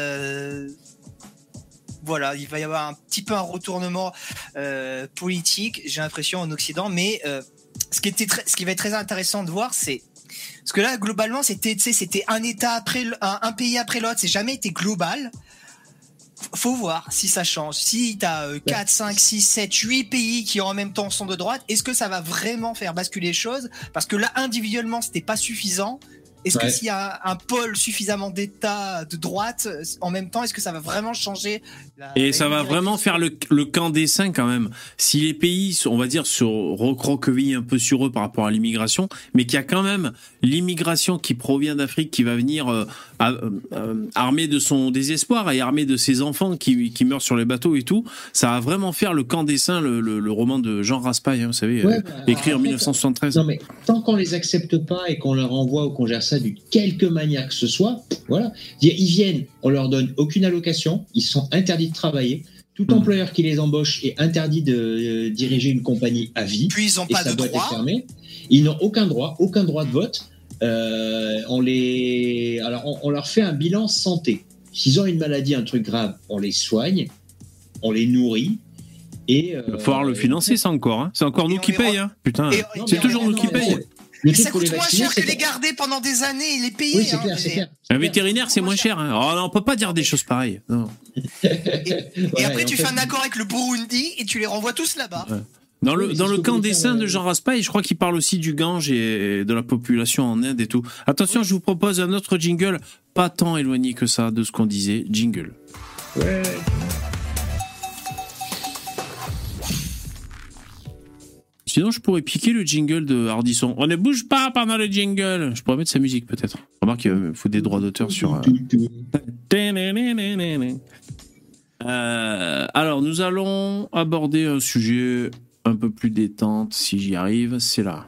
voilà, il va y avoir un petit peu un retournement politique, j'ai l'impression, en Occident. Mais ce qui va être très intéressant de voir, c'est parce que là, globalement, c'était un État après un pays après l'autre. C'est jamais été global. Faut voir si ça change. Si t'as 4, 5, 6, 7, 8 pays qui en même temps sont de droite, est-ce que ça va vraiment faire basculer les choses ? Parce que là, individuellement, c'était pas suffisant. Est-ce que s'il y a un pôle suffisamment d'États de droite en même temps, est-ce que ça va vraiment changer Et ça va vraiment faire le camp des saints quand même. Si les pays, on va dire, se recroquevillent un peu sur eux par rapport à l'immigration, mais qu'il y a quand même l'immigration qui provient d'Afrique qui va venir armée de son désespoir et armée de ses enfants qui meurent sur les bateaux et tout, ça va vraiment faire le camp des saints, le roman de Jean Raspail, hein, vous savez, écrit en 1973. Non mais tant qu'on les accepte pas et qu'on leur envoie ou qu'on gère ça d'une quelque manière que ce soit, voilà. Ils viennent, on leur donne aucune allocation, ils sont interdits de travailler. Tout employeur qui les embauche est interdit de diriger une compagnie à vie. Puis ils n'ont pas de droit. Ils n'ont aucun droit de vote. On leur fait un bilan santé. S'ils ont une maladie, un truc grave, on les soigne, on les nourrit. Et il va falloir le financer, ça encore. Hein. C'est encore nous qui payons. Hein. Putain, c'est toujours nous qui payons. Ça coûte moins cher que les garder pendant des années et les payer. Oui, c'est clair, c'est clair. Un vétérinaire, c'est moins cher. Hein. Oh, non, on peut pas dire des choses pareilles. Non. Et après, tu fais un accord avec le Burundi et tu les renvoies tous là-bas. Ouais. Dans le camp des saints de Jean Raspail, je crois qu'il parle aussi du Gange et de la population en Inde et tout. Attention, je vous propose un autre jingle, pas tant éloigné que ça de ce qu'on disait. Jingle. Ouais. Sinon, je pourrais piquer le jingle de Hardisson. On ne bouge pas pendant le jingle. Je pourrais mettre sa musique, peut-être. Remarque qu'il faut des droits d'auteur sur... Alors, nous allons aborder un sujet un peu plus détente, si j'y arrive. C'est là.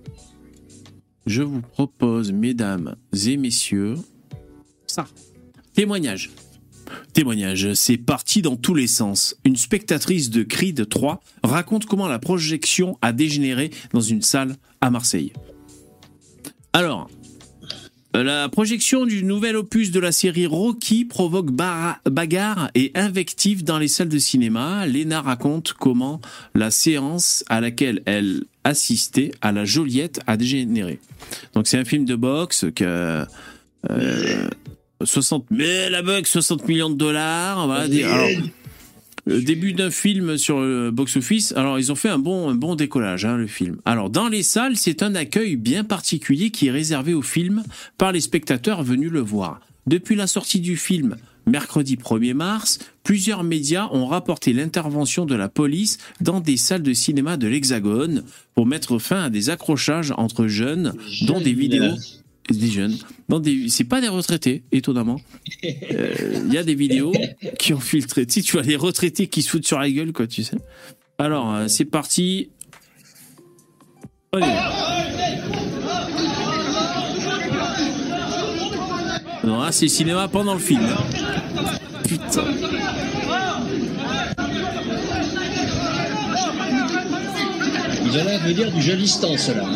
Je vous propose, mesdames et messieurs, ça. Témoignage, c'est parti dans tous les sens. Une spectatrice de Creed 3 raconte comment la projection a dégénéré dans une salle à Marseille. Alors, la projection du nouvel opus de la série Rocky provoque bagarres et invectives dans les salles de cinéma. Léna raconte comment la séance à laquelle elle assistait à la Joliette a dégénéré. Donc c'est un film de boxe que 60 millions de dollars, on va dire. Alors, le début d'un film sur le box-office, alors ils ont fait un bon décollage, le film. Alors dans les salles, c'est un accueil bien particulier qui est réservé au film par les spectateurs venus le voir. Depuis la sortie du film, mercredi 1er mars, plusieurs médias ont rapporté l'intervention de la police dans des salles de cinéma de l'Hexagone pour mettre fin à des accrochages entre jeunes, dont des vidéos... Des jeunes, c'est pas des retraités, étonnamment. Il y a des vidéos qui ont filtré. Tu vois les retraités qui se foutent sur la gueule, quoi, tu sais. Alors, c'est parti. Allez. Non, là, c'est cinéma pendant le film. Putain. Ils ont l'air de dire du Jolistan, cela.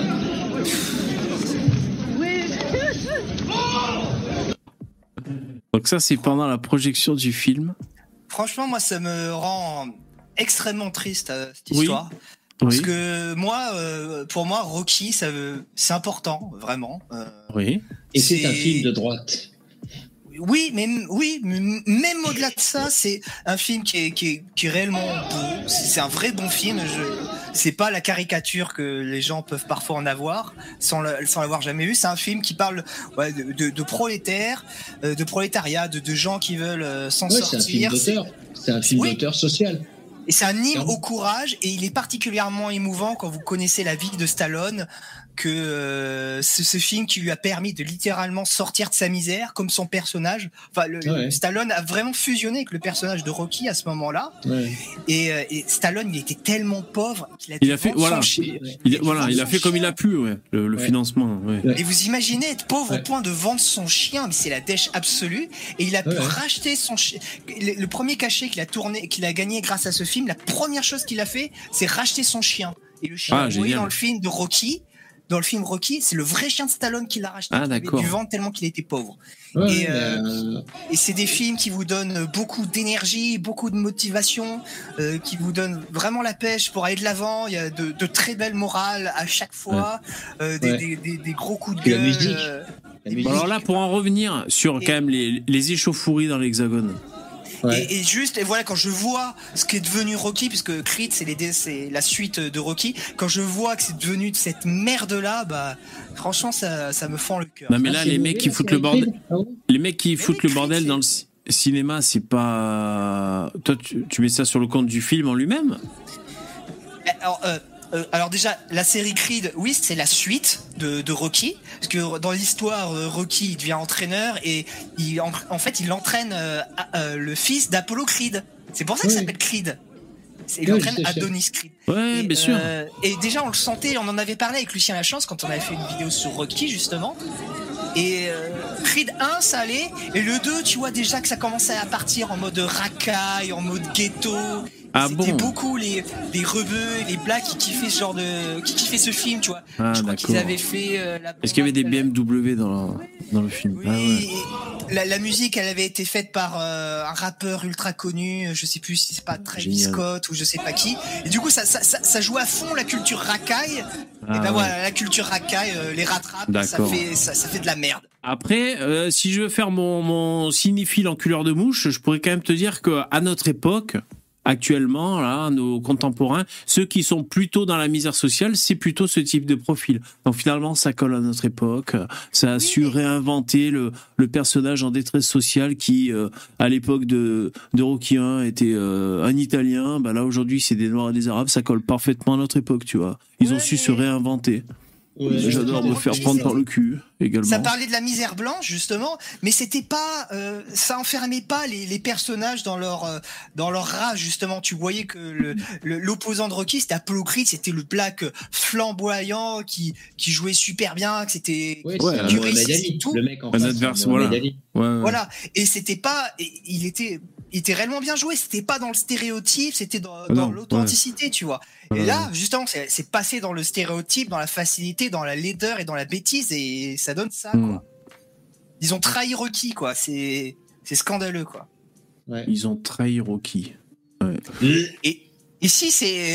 Donc ça, c'est pendant la projection du film. Franchement, moi, ça me rend extrêmement triste, cette histoire. Parce que moi, pour moi, Rocky, c'est important, vraiment. Oui. Et c'est un film de droite. Oui, mais même au-delà de ça, c'est un film qui est réellement beau. C'est un vrai bon film. C'est pas la caricature que les gens peuvent parfois en avoir sans l'avoir jamais vu. C'est un film qui parle de prolétaires, de prolétariat, de gens qui veulent s'en sortir. C'est un film d'auteur social. Et c'est un hymne au courage, et il est particulièrement émouvant quand vous connaissez la vie de Stallone, que ce film qui lui a permis de littéralement sortir de sa misère, comme son personnage. Enfin, Stallone a vraiment fusionné avec le personnage de Rocky à ce moment-là. Ouais. Et Stallone, il était tellement pauvre qu'il a fait il a fait comme il a pu, le financement. Ouais. Et vous imaginez être pauvre au point de vendre son chien, mais c'est la dèche absolue. Et il a pu racheter son chien. Le premier cachet qu'il a gagné grâce à ce film, la première chose qu'il a fait, c'est racheter son chien. Et le chien, vous voyez dans le film de Rocky. Dans le film Rocky, c'est le vrai chien de Stallone qui l'a racheté. Il avait dû vendre tellement qu'il était pauvre. Et c'est des films qui vous donnent beaucoup d'énergie, beaucoup de motivation, qui vous donnent vraiment la pêche pour aller de l'avant. Il y a de très belles morales à chaque fois, des gros coups de gueule. La musique. Alors là, pour en revenir sur quand même les échauffourées dans l'Hexagone. Ouais. Et voilà, quand je vois ce qui est devenu Rocky, puisque Creed c'est la suite de Rocky, quand je vois que c'est devenu de cette merde là, bah franchement ça me fend le cœur. Non mais là les mecs qui foutent le bordel, dans le cinéma, c'est pas toi tu mets ça sur le compte du film en lui-même. Alors déjà, la série Creed, oui, c'est la suite de Rocky, parce que dans l'histoire, Rocky il devient entraîneur et il entraîne le fils d'Apollo Creed. C'est pour ça que ça s'appelle Creed. Il entraîne Adonis Creed. Ouais, bien sûr. Et déjà, on le sentait, on en avait parlé avec Lucien Lachance quand on avait fait une vidéo sur Rocky, justement. Et Creed 1, ça allait. Et le 2, tu vois déjà que ça commençait à partir en mode racaille, en mode ghetto. C'était beaucoup les rebeux et les blacks qui kiffaient ce film, tu vois. Je crois qu'ils avaient fait Est-ce qu'il y avait des BMW dans le film? Oui, la musique, elle avait été faite par un rappeur ultra connu, je sais plus si c'est pas Travis Scott ou je sais pas qui. Et du coup, ça joue à fond la culture racaille. Et ben voilà, la culture racaille, les rattrape, ça fait de la merde. Après, si je veux faire mon cinéphile en couleur de mouche, je pourrais quand même te dire que à notre époque, actuellement, là, nos contemporains, ceux qui sont plutôt dans la misère sociale, c'est plutôt ce type de profil. Donc finalement, ça colle à notre époque. Ça a su réinventer le personnage en détresse sociale qui, à l'époque de Rocky 1, était un Italien. Bah là, aujourd'hui, c'est des Noirs et des Arabes. Ça colle parfaitement à notre époque, tu vois. Ils ont su se réinventer. J'adore me faire prendre par le cul également. Ça parlait de la misère blanche justement, mais c'était pas, ça enfermait pas les personnages dans leur rage justement. Tu voyais que l'opposant de Rocky, c'était Apollo Creed, c'était le black flamboyant qui jouait super bien, que c'était du récit tout. Le mec en un adverse, voilà. Voilà, et c'était pas, il était réellement bien joué. C'était pas dans le stéréotype, c'était dans l'authenticité, tu vois. Et là, justement, c'est passé dans le stéréotype, dans la facilité, dans la laideur et dans la bêtise, et ça donne ça, quoi. Ils ont trahi Rocky, quoi. C'est scandaleux, quoi. Ouais. Ils ont trahi Rocky. Ouais. Et si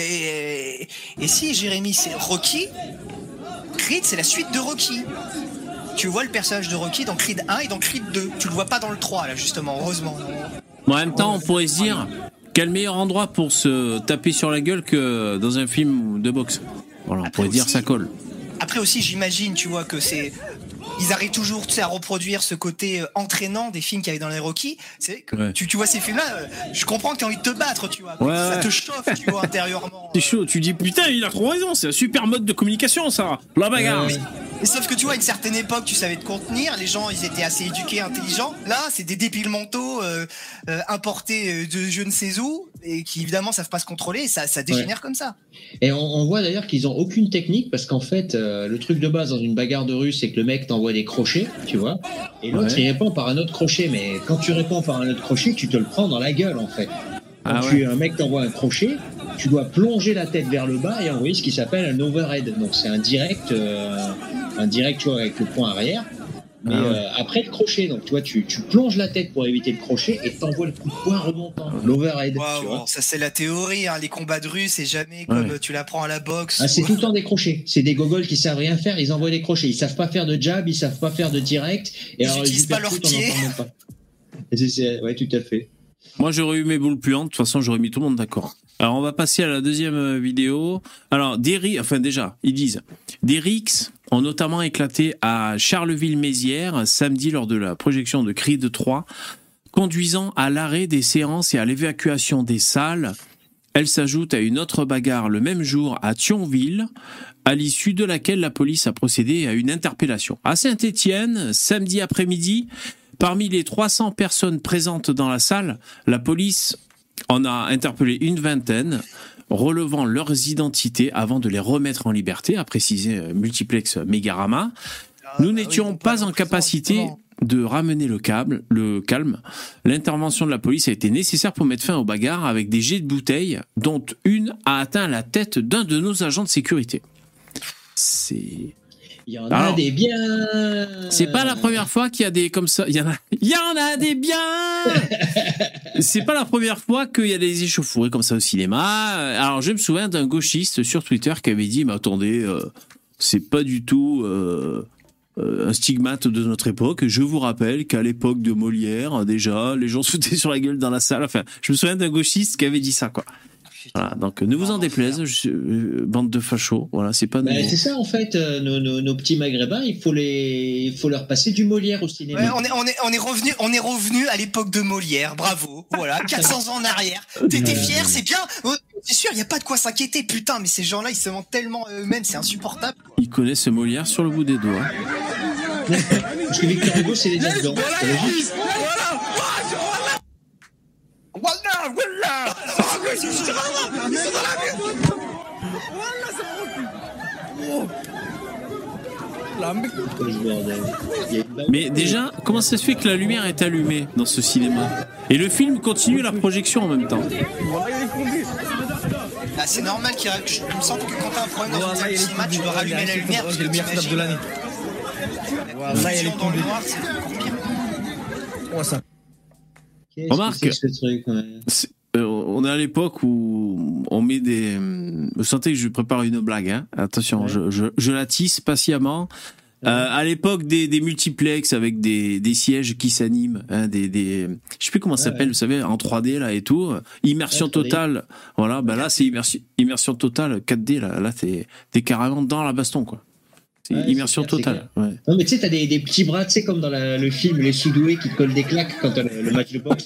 Jérémy, c'est Rocky, Creed, c'est la suite de Rocky. Tu vois le personnage de Rocky dans Creed 1 et dans Creed 2. Tu le vois pas dans le 3, là, justement, heureusement. En même temps, on pourrait se dire quel meilleur endroit pour se taper sur la gueule que dans un film de boxe. Voilà, on pourrait dire ça colle. Après aussi, j'imagine, tu vois, que ils arrivent toujours, tu sais, à reproduire ce côté entraînant des films qu'il y avait dans les Rocky. C'est que tu vois ces films-là, je comprends que tu as envie de te battre, tu vois. Ça te chauffe, tu vois, intérieurement. C'est chaud, tu dis putain, il a trop raison, c'est un super mode de communication, ça. La bagarre. Mais sauf que tu vois, à une certaine époque, tu savais te contenir, les gens, ils étaient assez éduqués, intelligents. Là, c'est des débiles mentaux importés de je ne sais où et qui évidemment savent pas se contrôler. Ça dégénère comme ça. Et on voit d'ailleurs qu'ils ont aucune technique parce qu'en fait, le truc de base dans une bagarre de rue, c'est que le mec t'envoie des crochets, tu vois, et l'autre il répond par un autre crochet. Mais quand tu réponds par un autre crochet, tu te le prends dans la gueule en fait. Quand un mec t'envoie un crochet, tu dois plonger la tête vers le bas et envoyer ce qui s'appelle un overhead. Donc c'est un direct, tu vois, avec le point arrière. Mais après le crochet, donc tu vois, tu plonges la tête pour éviter le crochet et t'envoies le coup de poing remontant, l'overhead. Tu vois. Ça c'est la théorie, hein. Les combats de rue, c'est jamais comme tu l'apprends à la boxe. C'est tout le temps des crochets. C'est des gogoles qui savent rien faire, ils envoient des crochets. Ils savent pas faire de jab, ils savent pas faire de direct. Et ils utilisent pas leurs pieds. Ouais, tout à fait. Moi, j'aurais eu mes boules puantes. De toute façon, j'aurais mis tout le monde d'accord. Alors, on va passer à la deuxième vidéo. Alors, ils disent, des rixes ont notamment éclaté à Charleville-Mézières samedi lors de la projection de Creed 3, conduisant à l'arrêt des séances et à l'évacuation des salles. Elle s'ajoute à une autre bagarre le même jour à Thionville, à l'issue de laquelle la police a procédé à une interpellation. À Saint-Étienne, samedi après-midi, parmi les 300 personnes présentes dans la salle, la police en a interpellé une vingtaine, relevant leurs identités avant de les remettre en liberté, a précisé Multiplex Mégarama. Nous n'étions pas en capacité de ramener le calme. L'intervention de la police a été nécessaire pour mettre fin aux bagarres avec des jets de bouteilles, dont une a atteint la tête d'un de nos agents de sécurité. Il y en a des biens. C'est pas la première fois qu'il y a des comme ça. Il y en a des biens. C'est pas la première fois qu'il y a des échauffourées comme ça au cinéma. Alors je me souviens d'un gauchiste sur Twitter qui avait dit, mais attendez, c'est pas du tout un stigmate de notre époque. Je vous rappelle qu'à l'époque de Molière, déjà, les gens se foutaient sur la gueule dans la salle. Enfin, je me souviens d'un gauchiste qui avait dit ça, quoi. Voilà, donc ne vous en déplaise, bande de fachos. Voilà, c'est pas. C'est ça en fait, nos petits maghrébins, il faut leur passer du Molière au cinéma. Ouais, on est revenu à l'époque de Molière, bravo. Voilà, 400 ans en arrière. T'étais fier, c'est bien. C'est sûr, il y a pas de quoi s'inquiéter, putain. Mais ces gens-là, ils se mentent tellement eux-mêmes, c'est insupportable. Ils connaissent Molière sur le bout des doigts. Parce que Victor Hugo, c'est les dents. Mais déjà, comment ça se fait que la lumière est allumée dans ce cinéma et le film continue la projection en même temps? C'est normal qu'il me semble que quand t'as un problème dans une salle de cinéma, tu dois rallumer la lumière parce que meilleur stade de l'année. La vision dans le noir, c'est encore pire. Remarque, on est à l'époque où on met des... Vous sentez que je prépare une blague, hein. Attention, je la tisse patiemment. À l'époque des multiplex avec des sièges qui s'animent, hein, je sais plus comment ça s'appelle, vous savez, en 3D là et tout, immersion totale. Voilà, là c'est immersion totale 4D là t'es carrément dans la baston, quoi. C'est immersion totale. Ouais. Non, mais tu sais, t'as des petits bras, tu sais, comme dans le film Les Soudoués qui te collent des claques quand t'as le match de boxe.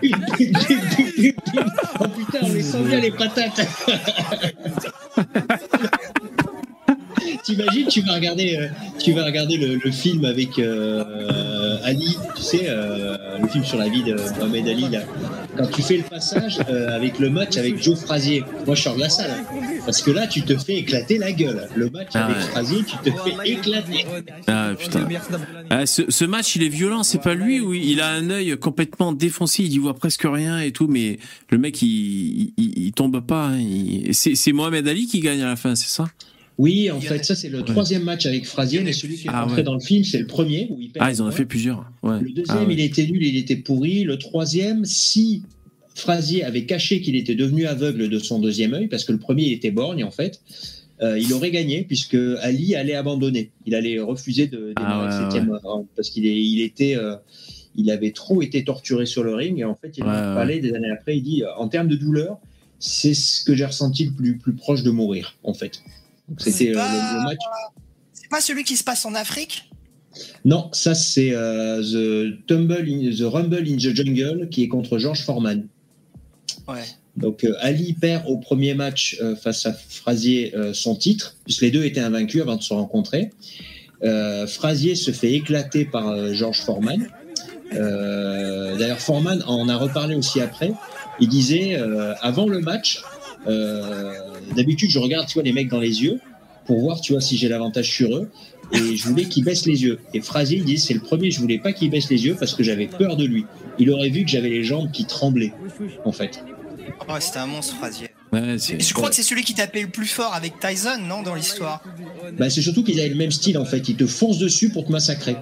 Oh putain, on les sent bien les patates. t'imagines, tu vas regarder le film avec Ali, tu sais, le film sur la vie de Mohamed Ali, là. Quand tu fais le passage avec le match avec Joe Frazier, moi je sors de la salle, hein, parce que là tu te fais éclater la gueule. Le match avec Frazier, tu te fais éclater. Ah putain. Ce match, il est violent, c'est pas lui où il a un œil complètement défoncé, il y voit presque rien et tout, mais le mec il tombe pas. Hein, c'est Mohamed Ali qui gagne à la fin, c'est ça? Oui, en fait, ça c'est le troisième match avec Frazier, mais celui qui est rentré dans le film, c'est le premier où il perd. Ah, ils en ont fait plusieurs. Ouais. Le deuxième, il était nul, il était pourri. Le troisième, si Frazier avait caché qu'il était devenu aveugle de son deuxième œil, parce que le premier il était borgne en fait, il aurait gagné puisque Ali allait abandonner. Il allait refuser de démarrer le septième round parce il avait trop été torturé sur le ring et en fait il en parlait des années après. Il dit en termes de douleur, c'est ce que j'ai ressenti le plus proche de mourir en fait. Donc, c'était le match. C'est pas celui qui se passe en Afrique? Non, ça c'est The Rumble in the Jungle qui est contre George Foreman. Ouais. Donc Ali perd au premier match face à Frazier son titre, puisque les deux étaient invaincus avant de se rencontrer. Frazier se fait éclater par George Foreman. D'ailleurs, Foreman en a reparlé aussi après. Il disait avant le match, d'habitude je regarde, tu vois, les mecs dans les yeux pour voir, tu vois, si j'ai l'avantage sur eux. Et je voulais qu'il baisse les yeux. Et Frazier, il dit, c'est le premier, je voulais pas qu'il baisse les yeux parce que j'avais peur de lui. Il aurait vu que j'avais les jambes qui tremblaient, en fait. Ouais, c'était un monstre, Frazier. Ouais, je crois que c'est celui qui tapait le plus fort avec Tyson, non, dans l'histoire? Bah, c'est surtout qu'ils avaient le même style, en fait. Ils te foncent dessus pour te massacrer.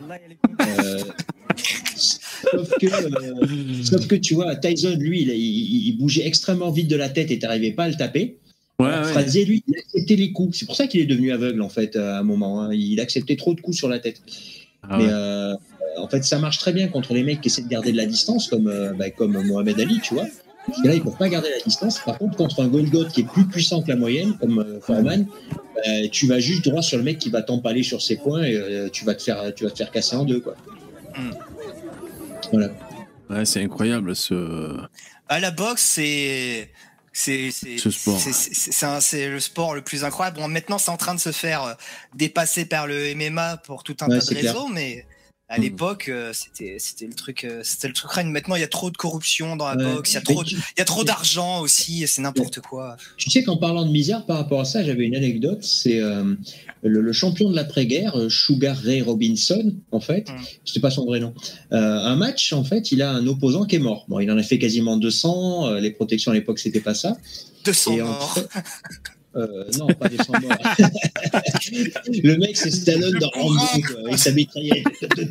Sauf que, tu vois, Tyson, lui, il bougeait extrêmement vite de la tête et t'arrivais pas à le taper. Frazier, lui, il acceptait les coups. C'est pour ça qu'il est devenu aveugle, en fait, à un moment. Hein. Il acceptait trop de coups sur la tête. Mais en fait, ça marche très bien contre les mecs qui essaient de garder de la distance, comme Mohamed Ali, tu vois. Parce que là, ils peuvent pas garder la distance. Par contre, contre un Golgoth qui est plus puissant que la moyenne, comme Foreman, tu vas juste droit sur le mec qui va t'empaler sur ses poings et tu vas te faire casser en deux, quoi. Voilà. Ouais, c'est incroyable la boxe, c'est ce sport. C'est le sport le plus incroyable. Bon, maintenant, c'est en train de se faire dépasser par le MMA pour tout un tas de raisons, mais à l'époque, c'était le truc reine. Maintenant, il y a trop de corruption dans la boxe, il y a trop d'argent aussi, c'est n'importe quoi. Tu sais qu'en parlant de misère par rapport à ça, j'avais une anecdote, c'est le champion de l'après-guerre, Sugar Ray Robinson, en fait, c'était pas son vrai nom. Un match, en fait, il a un opposant qui est mort. Bon, il en a fait quasiment 200, les protections à l'époque, c'était pas ça. 200 morts. Non, pas des 100 morts. Le mec, c'est Stallone dans Rambo, avec sa mitraillette.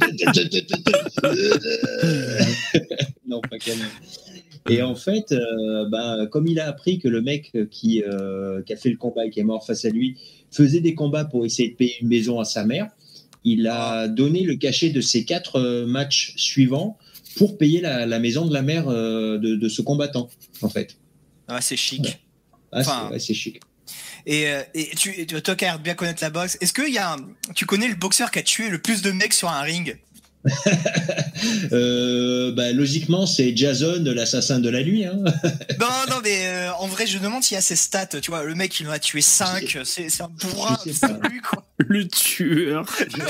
Non, pas quand même. Et en fait, comme il a appris que le mec qui a fait le combat et qui est mort face à lui faisait des combats pour essayer de payer une maison à sa mère, il a donné le cachet de ses 4 matchs suivants pour payer la maison de la mère de ce combattant, en fait. Ah, c'est chic. Ouais. C'est chic. Et toi qui as bien connaître la boxe, est-ce que tu connais le boxeur qui a tué le plus de mecs sur un ring? Logiquement, c'est Jason, l'assassin de la nuit. Hein. Non, mais en vrai, je me demande s'il y a ces stats. Tu vois, le mec, il en a tué 5. C'est un bourrin absolu, quoi. Le tueur.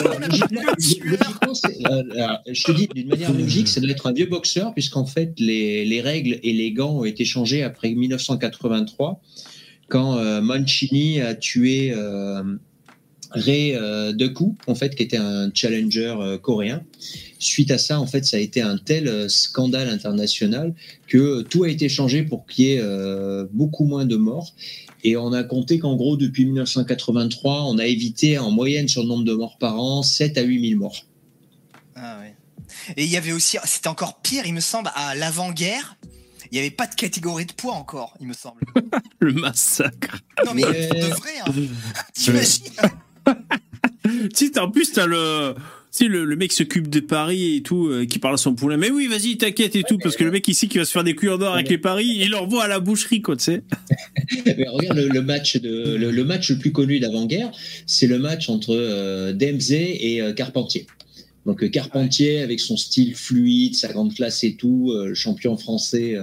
Je te dis, d'une manière logique, ça doit être un vieux boxeur, puisqu'en fait, les règles et les gants ont été changés après 1983, quand Mancini a tué Ray Dekou, en fait, qui était un challenger coréen. Suite à ça, en fait, ça a été un tel scandale international que tout a été changé pour qu'il y ait beaucoup moins de morts. Et on a compté qu'en gros, depuis 1983, on a évité en moyenne sur le nombre de morts par an 7 à 8 000 morts. Ah ouais. Et il y avait aussi, c'était encore pire, il me semble, à l'avant-guerre. Il n'y avait pas de catégorie de poids encore, il me semble. Le massacre. Non mais de vrai, hein. T'imagines? Si, en plus, t'as le mec qui s'occupe de paris et tout, qui parle à son poulain. Mais oui, vas-y, t'inquiète et tout, parce que le mec ici qui va se faire des cuillères d'or avec les paris, il l'envoie à la boucherie, quoi, tu sais. Mais regarde le match le plus connu d'avant-guerre, c'est le match entre Dempsey et Carpentier. Donc Carpentier, avec son style fluide, sa grande classe et tout, champion français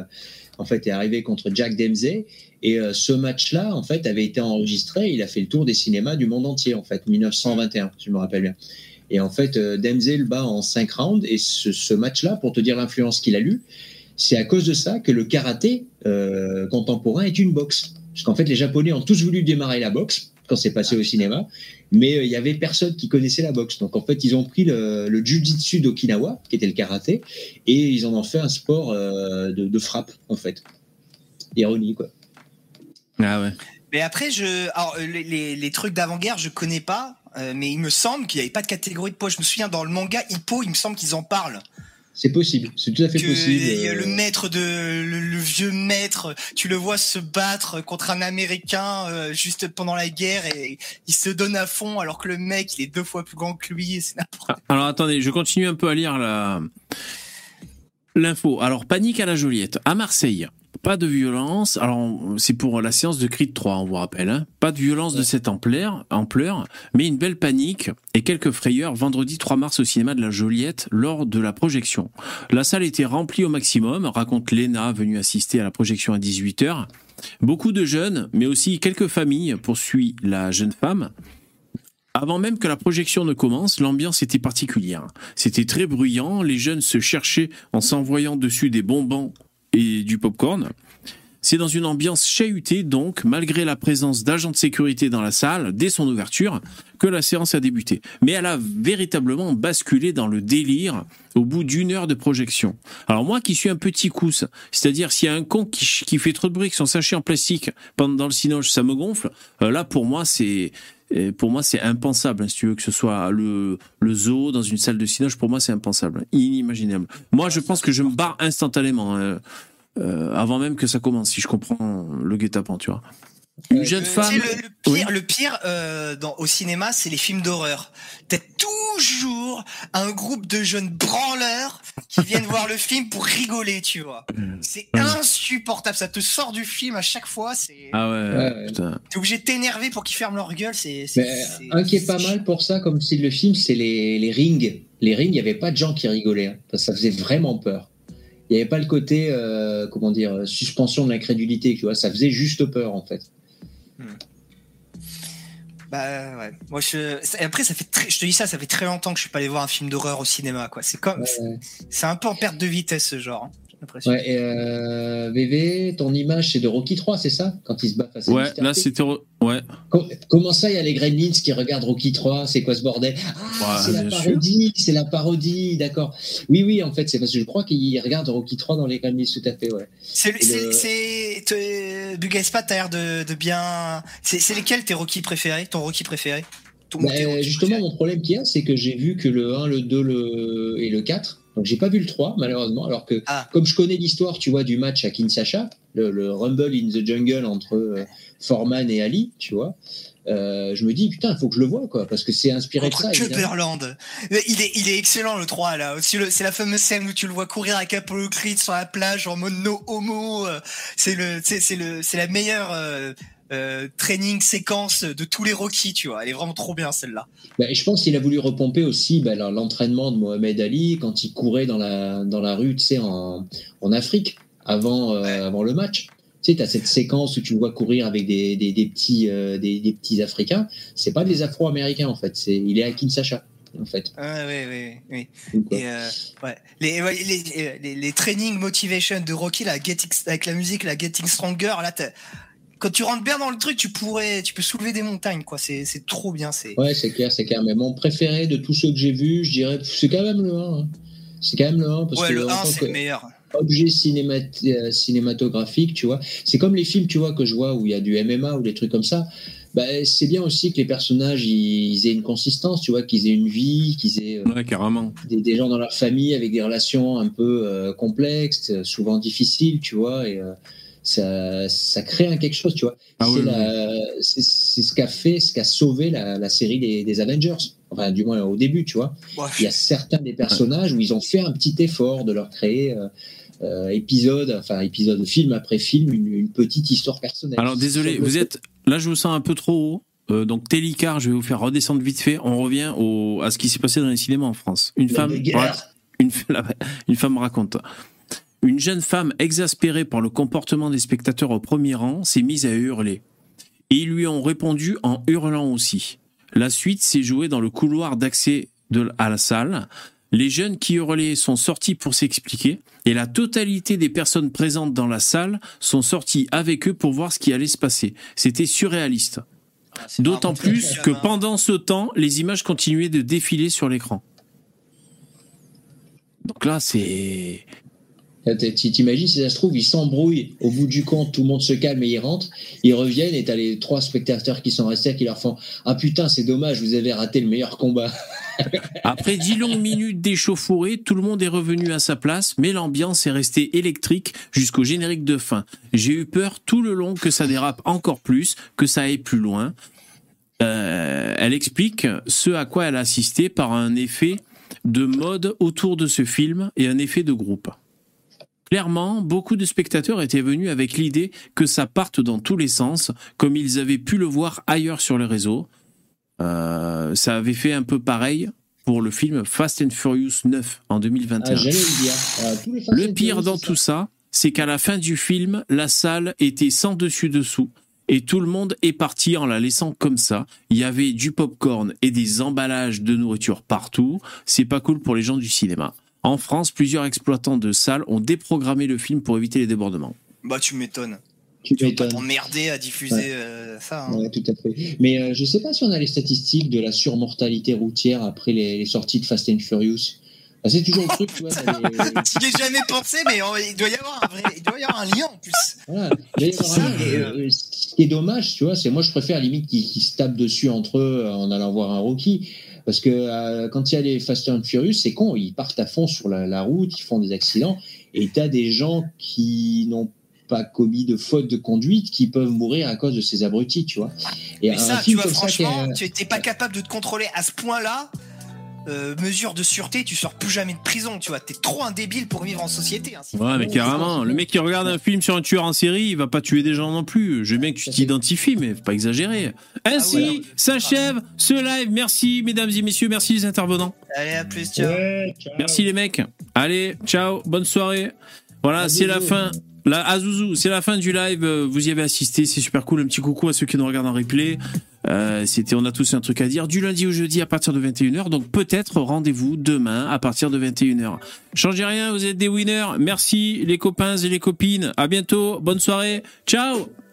en fait, est arrivé contre Jack Dempsey. Et ce match-là, en fait, avait été enregistré. Il a fait le tour des cinémas du monde entier, en fait, 1921, si je me rappelle bien. Et en fait, Dempsey le bat en 5 rounds. Et ce match-là, pour te dire l'influence qu'il a eu, c'est à cause de ça que le karaté contemporain est une boxe. Parce qu'en fait, les Japonais ont tous voulu démarrer la boxe quand c'est passé au cinéma, mais il y avait personne qui connaissait la boxe. Donc en fait, ils ont pris le jiu-jitsu d'Okinawa, qui était le karaté, et ils en ont fait un sport de frappe, en fait. Ironie, quoi. Ah ouais. Mais après, alors, les trucs d'avant-guerre, je connais pas, mais il me semble qu'il n'y avait pas de catégorie de poids. Je me souviens, dans le manga Hippo, il me semble qu'ils en parlent. C'est possible, c'est tout à fait possible. Il y a le vieux maître, tu le vois se battre contre un Américain juste pendant la guerre et il se donne à fond alors que le mec il est 2 fois plus grand que lui et c'est n'importe quoi. Alors attendez, je continue un peu à lire l'info. Alors panique à la Joliette, à Marseille. Pas de violence. Alors, c'est pour la séance de Creed 3, on vous rappelle. Hein. Pas de violence de cette ampleur, mais une belle panique et quelques frayeurs vendredi 3 mars au cinéma de la Joliette lors de la projection. La salle était remplie au maximum, raconte Léna, venue assister à la projection à 18h. Beaucoup de jeunes, mais aussi quelques familles, poursuit la jeune femme. Avant même que la projection ne commence, l'ambiance était particulière. C'était très bruyant, les jeunes se cherchaient en s'envoyant dessus des bonbons et du popcorn. C'est dans une ambiance chahutée, donc, malgré la présence d'agents de sécurité dans la salle, dès son ouverture, que la séance a débuté. Mais elle a véritablement basculé dans le délire au bout d'1 heure de projection. Alors moi qui suis un petit cousse, c'est-à-dire s'il y a un con qui fait trop de bruit avec son sachet en plastique dans le cinoche, ça me gonfle, là pour moi c'est impensable, hein, si tu veux, que ce soit le zoo dans une salle de cinoche, pour moi c'est impensable, inimaginable. Moi je pense que je me barre instantanément, avant même que ça commence, si je comprends le guet-apens, tu vois. Une jeune femme. Le pire au cinéma, c'est les films d'horreur. T'as toujours un groupe de jeunes branleurs qui viennent voir le film pour rigoler, tu vois. C'est insupportable. Ça te sort du film à chaque fois. Ah ouais. Putain. T'es obligé de t'énerver pour qu'ils ferment leur gueule. Un qui est pas mal pour ça, comme style de film, c'est les rings. Les rings, il n'y avait pas de gens qui rigolaient. Hein, parce que ça faisait vraiment peur. Il n'y avait pas le côté, suspension de l'incrédulité, tu vois. Ça faisait juste peur, en fait. Bah ouais. Moi après ça fait je te dis ça fait très longtemps que je suis pas allé voir un film d'horreur au cinéma quoi. C'est comme c'est un peu en perte de vitesse ce genre. Hein, j'ai l'impression. Ouais, et VV, ton image c'est de Rocky 3, c'est ça, quand il se bat face à Mr. T. Là c'était Comment ça il y a les Gremlins qui regardent Rocky 3, c'est quoi ce bordel? C'est la parodie, d'accord. Oui, en fait, c'est parce que je crois qu'ils regardent Rocky 3 dans les Gremlins, tout à fait, ouais. Bugespa, t'as l'air de bien. C'est lesquels tes Rocky préférés? Ton Rocky préféré? Justement, mon problème qu'il y a, c'est que j'ai vu que le 1, le 2 et le 4. Donc, j'ai pas vu le 3, malheureusement. Alors que, comme je connais l'histoire, tu vois, du match à Kinshasa, le Rumble in the Jungle entre Foreman et Ali, tu vois, je me dis, putain, il faut que je le voie, quoi, parce que c'est inspiré de ça. Cumberland. Il est excellent, le 3, là. C'est la fameuse scène où tu le vois courir avec Apollo Creed sur la plage en mode no homo. C'est la meilleure training séquence de tous les Rocky, tu vois. Elle est vraiment trop bien, celle-là. Je pense qu'il a voulu repomper aussi l'entraînement de Mohamed Ali quand il courait dans la rue, tu sais, en Afrique, avant le match. Tu sais, t'as cette séquence où tu le vois courir avec des petits Africains. C'est pas des Afro-Américains, en fait. Il est à Kinshasa, en fait. Oui. Et, les training motivation de Rocky, là, avec la musique, la Getting Stronger, là, quand tu rentres bien dans le truc, tu peux soulever des montagnes, quoi. C'est trop bien. Ouais, c'est clair. Mais mon préféré de tous ceux que j'ai vus, je dirais, c'est quand même le 1. Hein. C'est quand même le 1. Parce que le 1, c'est le meilleur. Objet cinématographique, tu vois. C'est comme les films, tu vois, que je vois où il y a du MMA ou des trucs comme ça. C'est bien aussi que les personnages ils aient une consistance, tu vois, qu'ils aient une vie, qu'ils aient carrément. Des gens dans leur famille avec des relations un peu complexes, souvent difficiles, tu vois, et ça crée quelque chose, tu vois. C'est ce qu'a sauvé la série des Avengers. Enfin, du moins au début, tu vois. Il y a certains des personnages où ils ont fait un petit effort de leur créer épisode, film après film, une petite histoire personnelle. Alors désolé, là je vous sens un peu trop haut. Donc Télicard, je vais vous faire redescendre vite fait. On revient à ce qui s'est passé dans les cinémas en France. Une femme raconte. Une jeune femme exaspérée par le comportement des spectateurs au premier rang s'est mise à hurler. Et ils lui ont répondu en hurlant aussi. La suite s'est jouée dans le couloir d'accès à la salle. Les jeunes qui hurlaient sont sortis pour s'expliquer et la totalité des personnes présentes dans la salle sont sorties avec eux pour voir ce qui allait se passer. C'était surréaliste. D'autant plus que pendant ce temps, les images continuaient de défiler sur l'écran. Donc là, c'est... T'imagines si ça se trouve, ils s'embrouillent. Au bout du compte, tout le monde se calme et ils rentrent. Ils reviennent et t'as les 3 spectateurs qui sont restés qui leur font « Ah putain, c'est dommage, vous avez raté le meilleur combat. » Après 10 longues minutes d'échauffourée, tout le monde est revenu à sa place, mais l'ambiance est restée électrique jusqu'au générique de fin. J'ai eu peur tout le long que ça dérape encore plus, que ça aille plus loin. Elle explique ce à quoi elle a assisté par un effet de mode autour de ce film et un effet de groupe. Clairement, beaucoup de spectateurs étaient venus avec l'idée que ça parte dans tous les sens, comme ils avaient pu le voir ailleurs sur les réseaux. Ça avait fait un peu pareil pour le film Fast and Furious 9 en 2021. J'allais le dire. Le pire dans tout ça, c'est qu'à la fin du film, la salle était sans dessus-dessous et tout le monde est parti en la laissant comme ça. Il y avait du popcorn et des emballages de nourriture partout. C'est pas cool pour les gens du cinéma. En France, plusieurs exploitants de salles ont déprogrammé le film pour éviter les débordements. Bah, tu m'étonnes. Tu vas pas t'emmerder à diffuser ça. Hein. Ouais, tout à fait. Mais je sais pas si on a les statistiques de la surmortalité routière après les sorties de Fast and Furious. Ah, c'est toujours le truc, tu vois. J'y ai jamais pensé, mais il doit y avoir un lien en plus. Voilà. Ce qui est dommage, tu vois, c'est moi je préfère limite qu'ils se tapent dessus entre eux en allant voir un Rocky. Parce que quand il y a les Fast and Furious, c'est con, ils partent à fond sur la route, ils font des accidents, et t'as des gens qui n'ont pas commis de faute de conduite qui peuvent mourir à cause de ces abrutis, tu vois. Et ça, tu vois, franchement, tu n'étais pas capable de te contrôler à ce point-là. Mesure de sûreté, tu sors plus jamais de prison, tu vois. T'es trop un débile pour vivre en société. Hein, ouais, mais carrément. Le mec qui regarde un film sur un tueur en série, il va pas tuer des gens non plus. Je veux bien que tu t'identifies, mais faut pas exagérer. Ainsi s'achève ce live. Merci, mesdames et messieurs. Merci les intervenants. Allez, à plus, ciao. Ouais, ciao. Merci les mecs. Allez, ciao, bonne soirée. Voilà, c'est la fin. Là, Azouzou, c'est la fin du live. Vous y avez assisté, c'est super cool. Un petit coucou à ceux qui nous regardent en replay. C'était On a tous un truc à dire du lundi au jeudi à partir de 21h. Donc peut-être rendez-vous demain à partir de 21h. Changez rien, vous êtes des winners. Merci les copains et les copines. À bientôt. Bonne soirée. Ciao.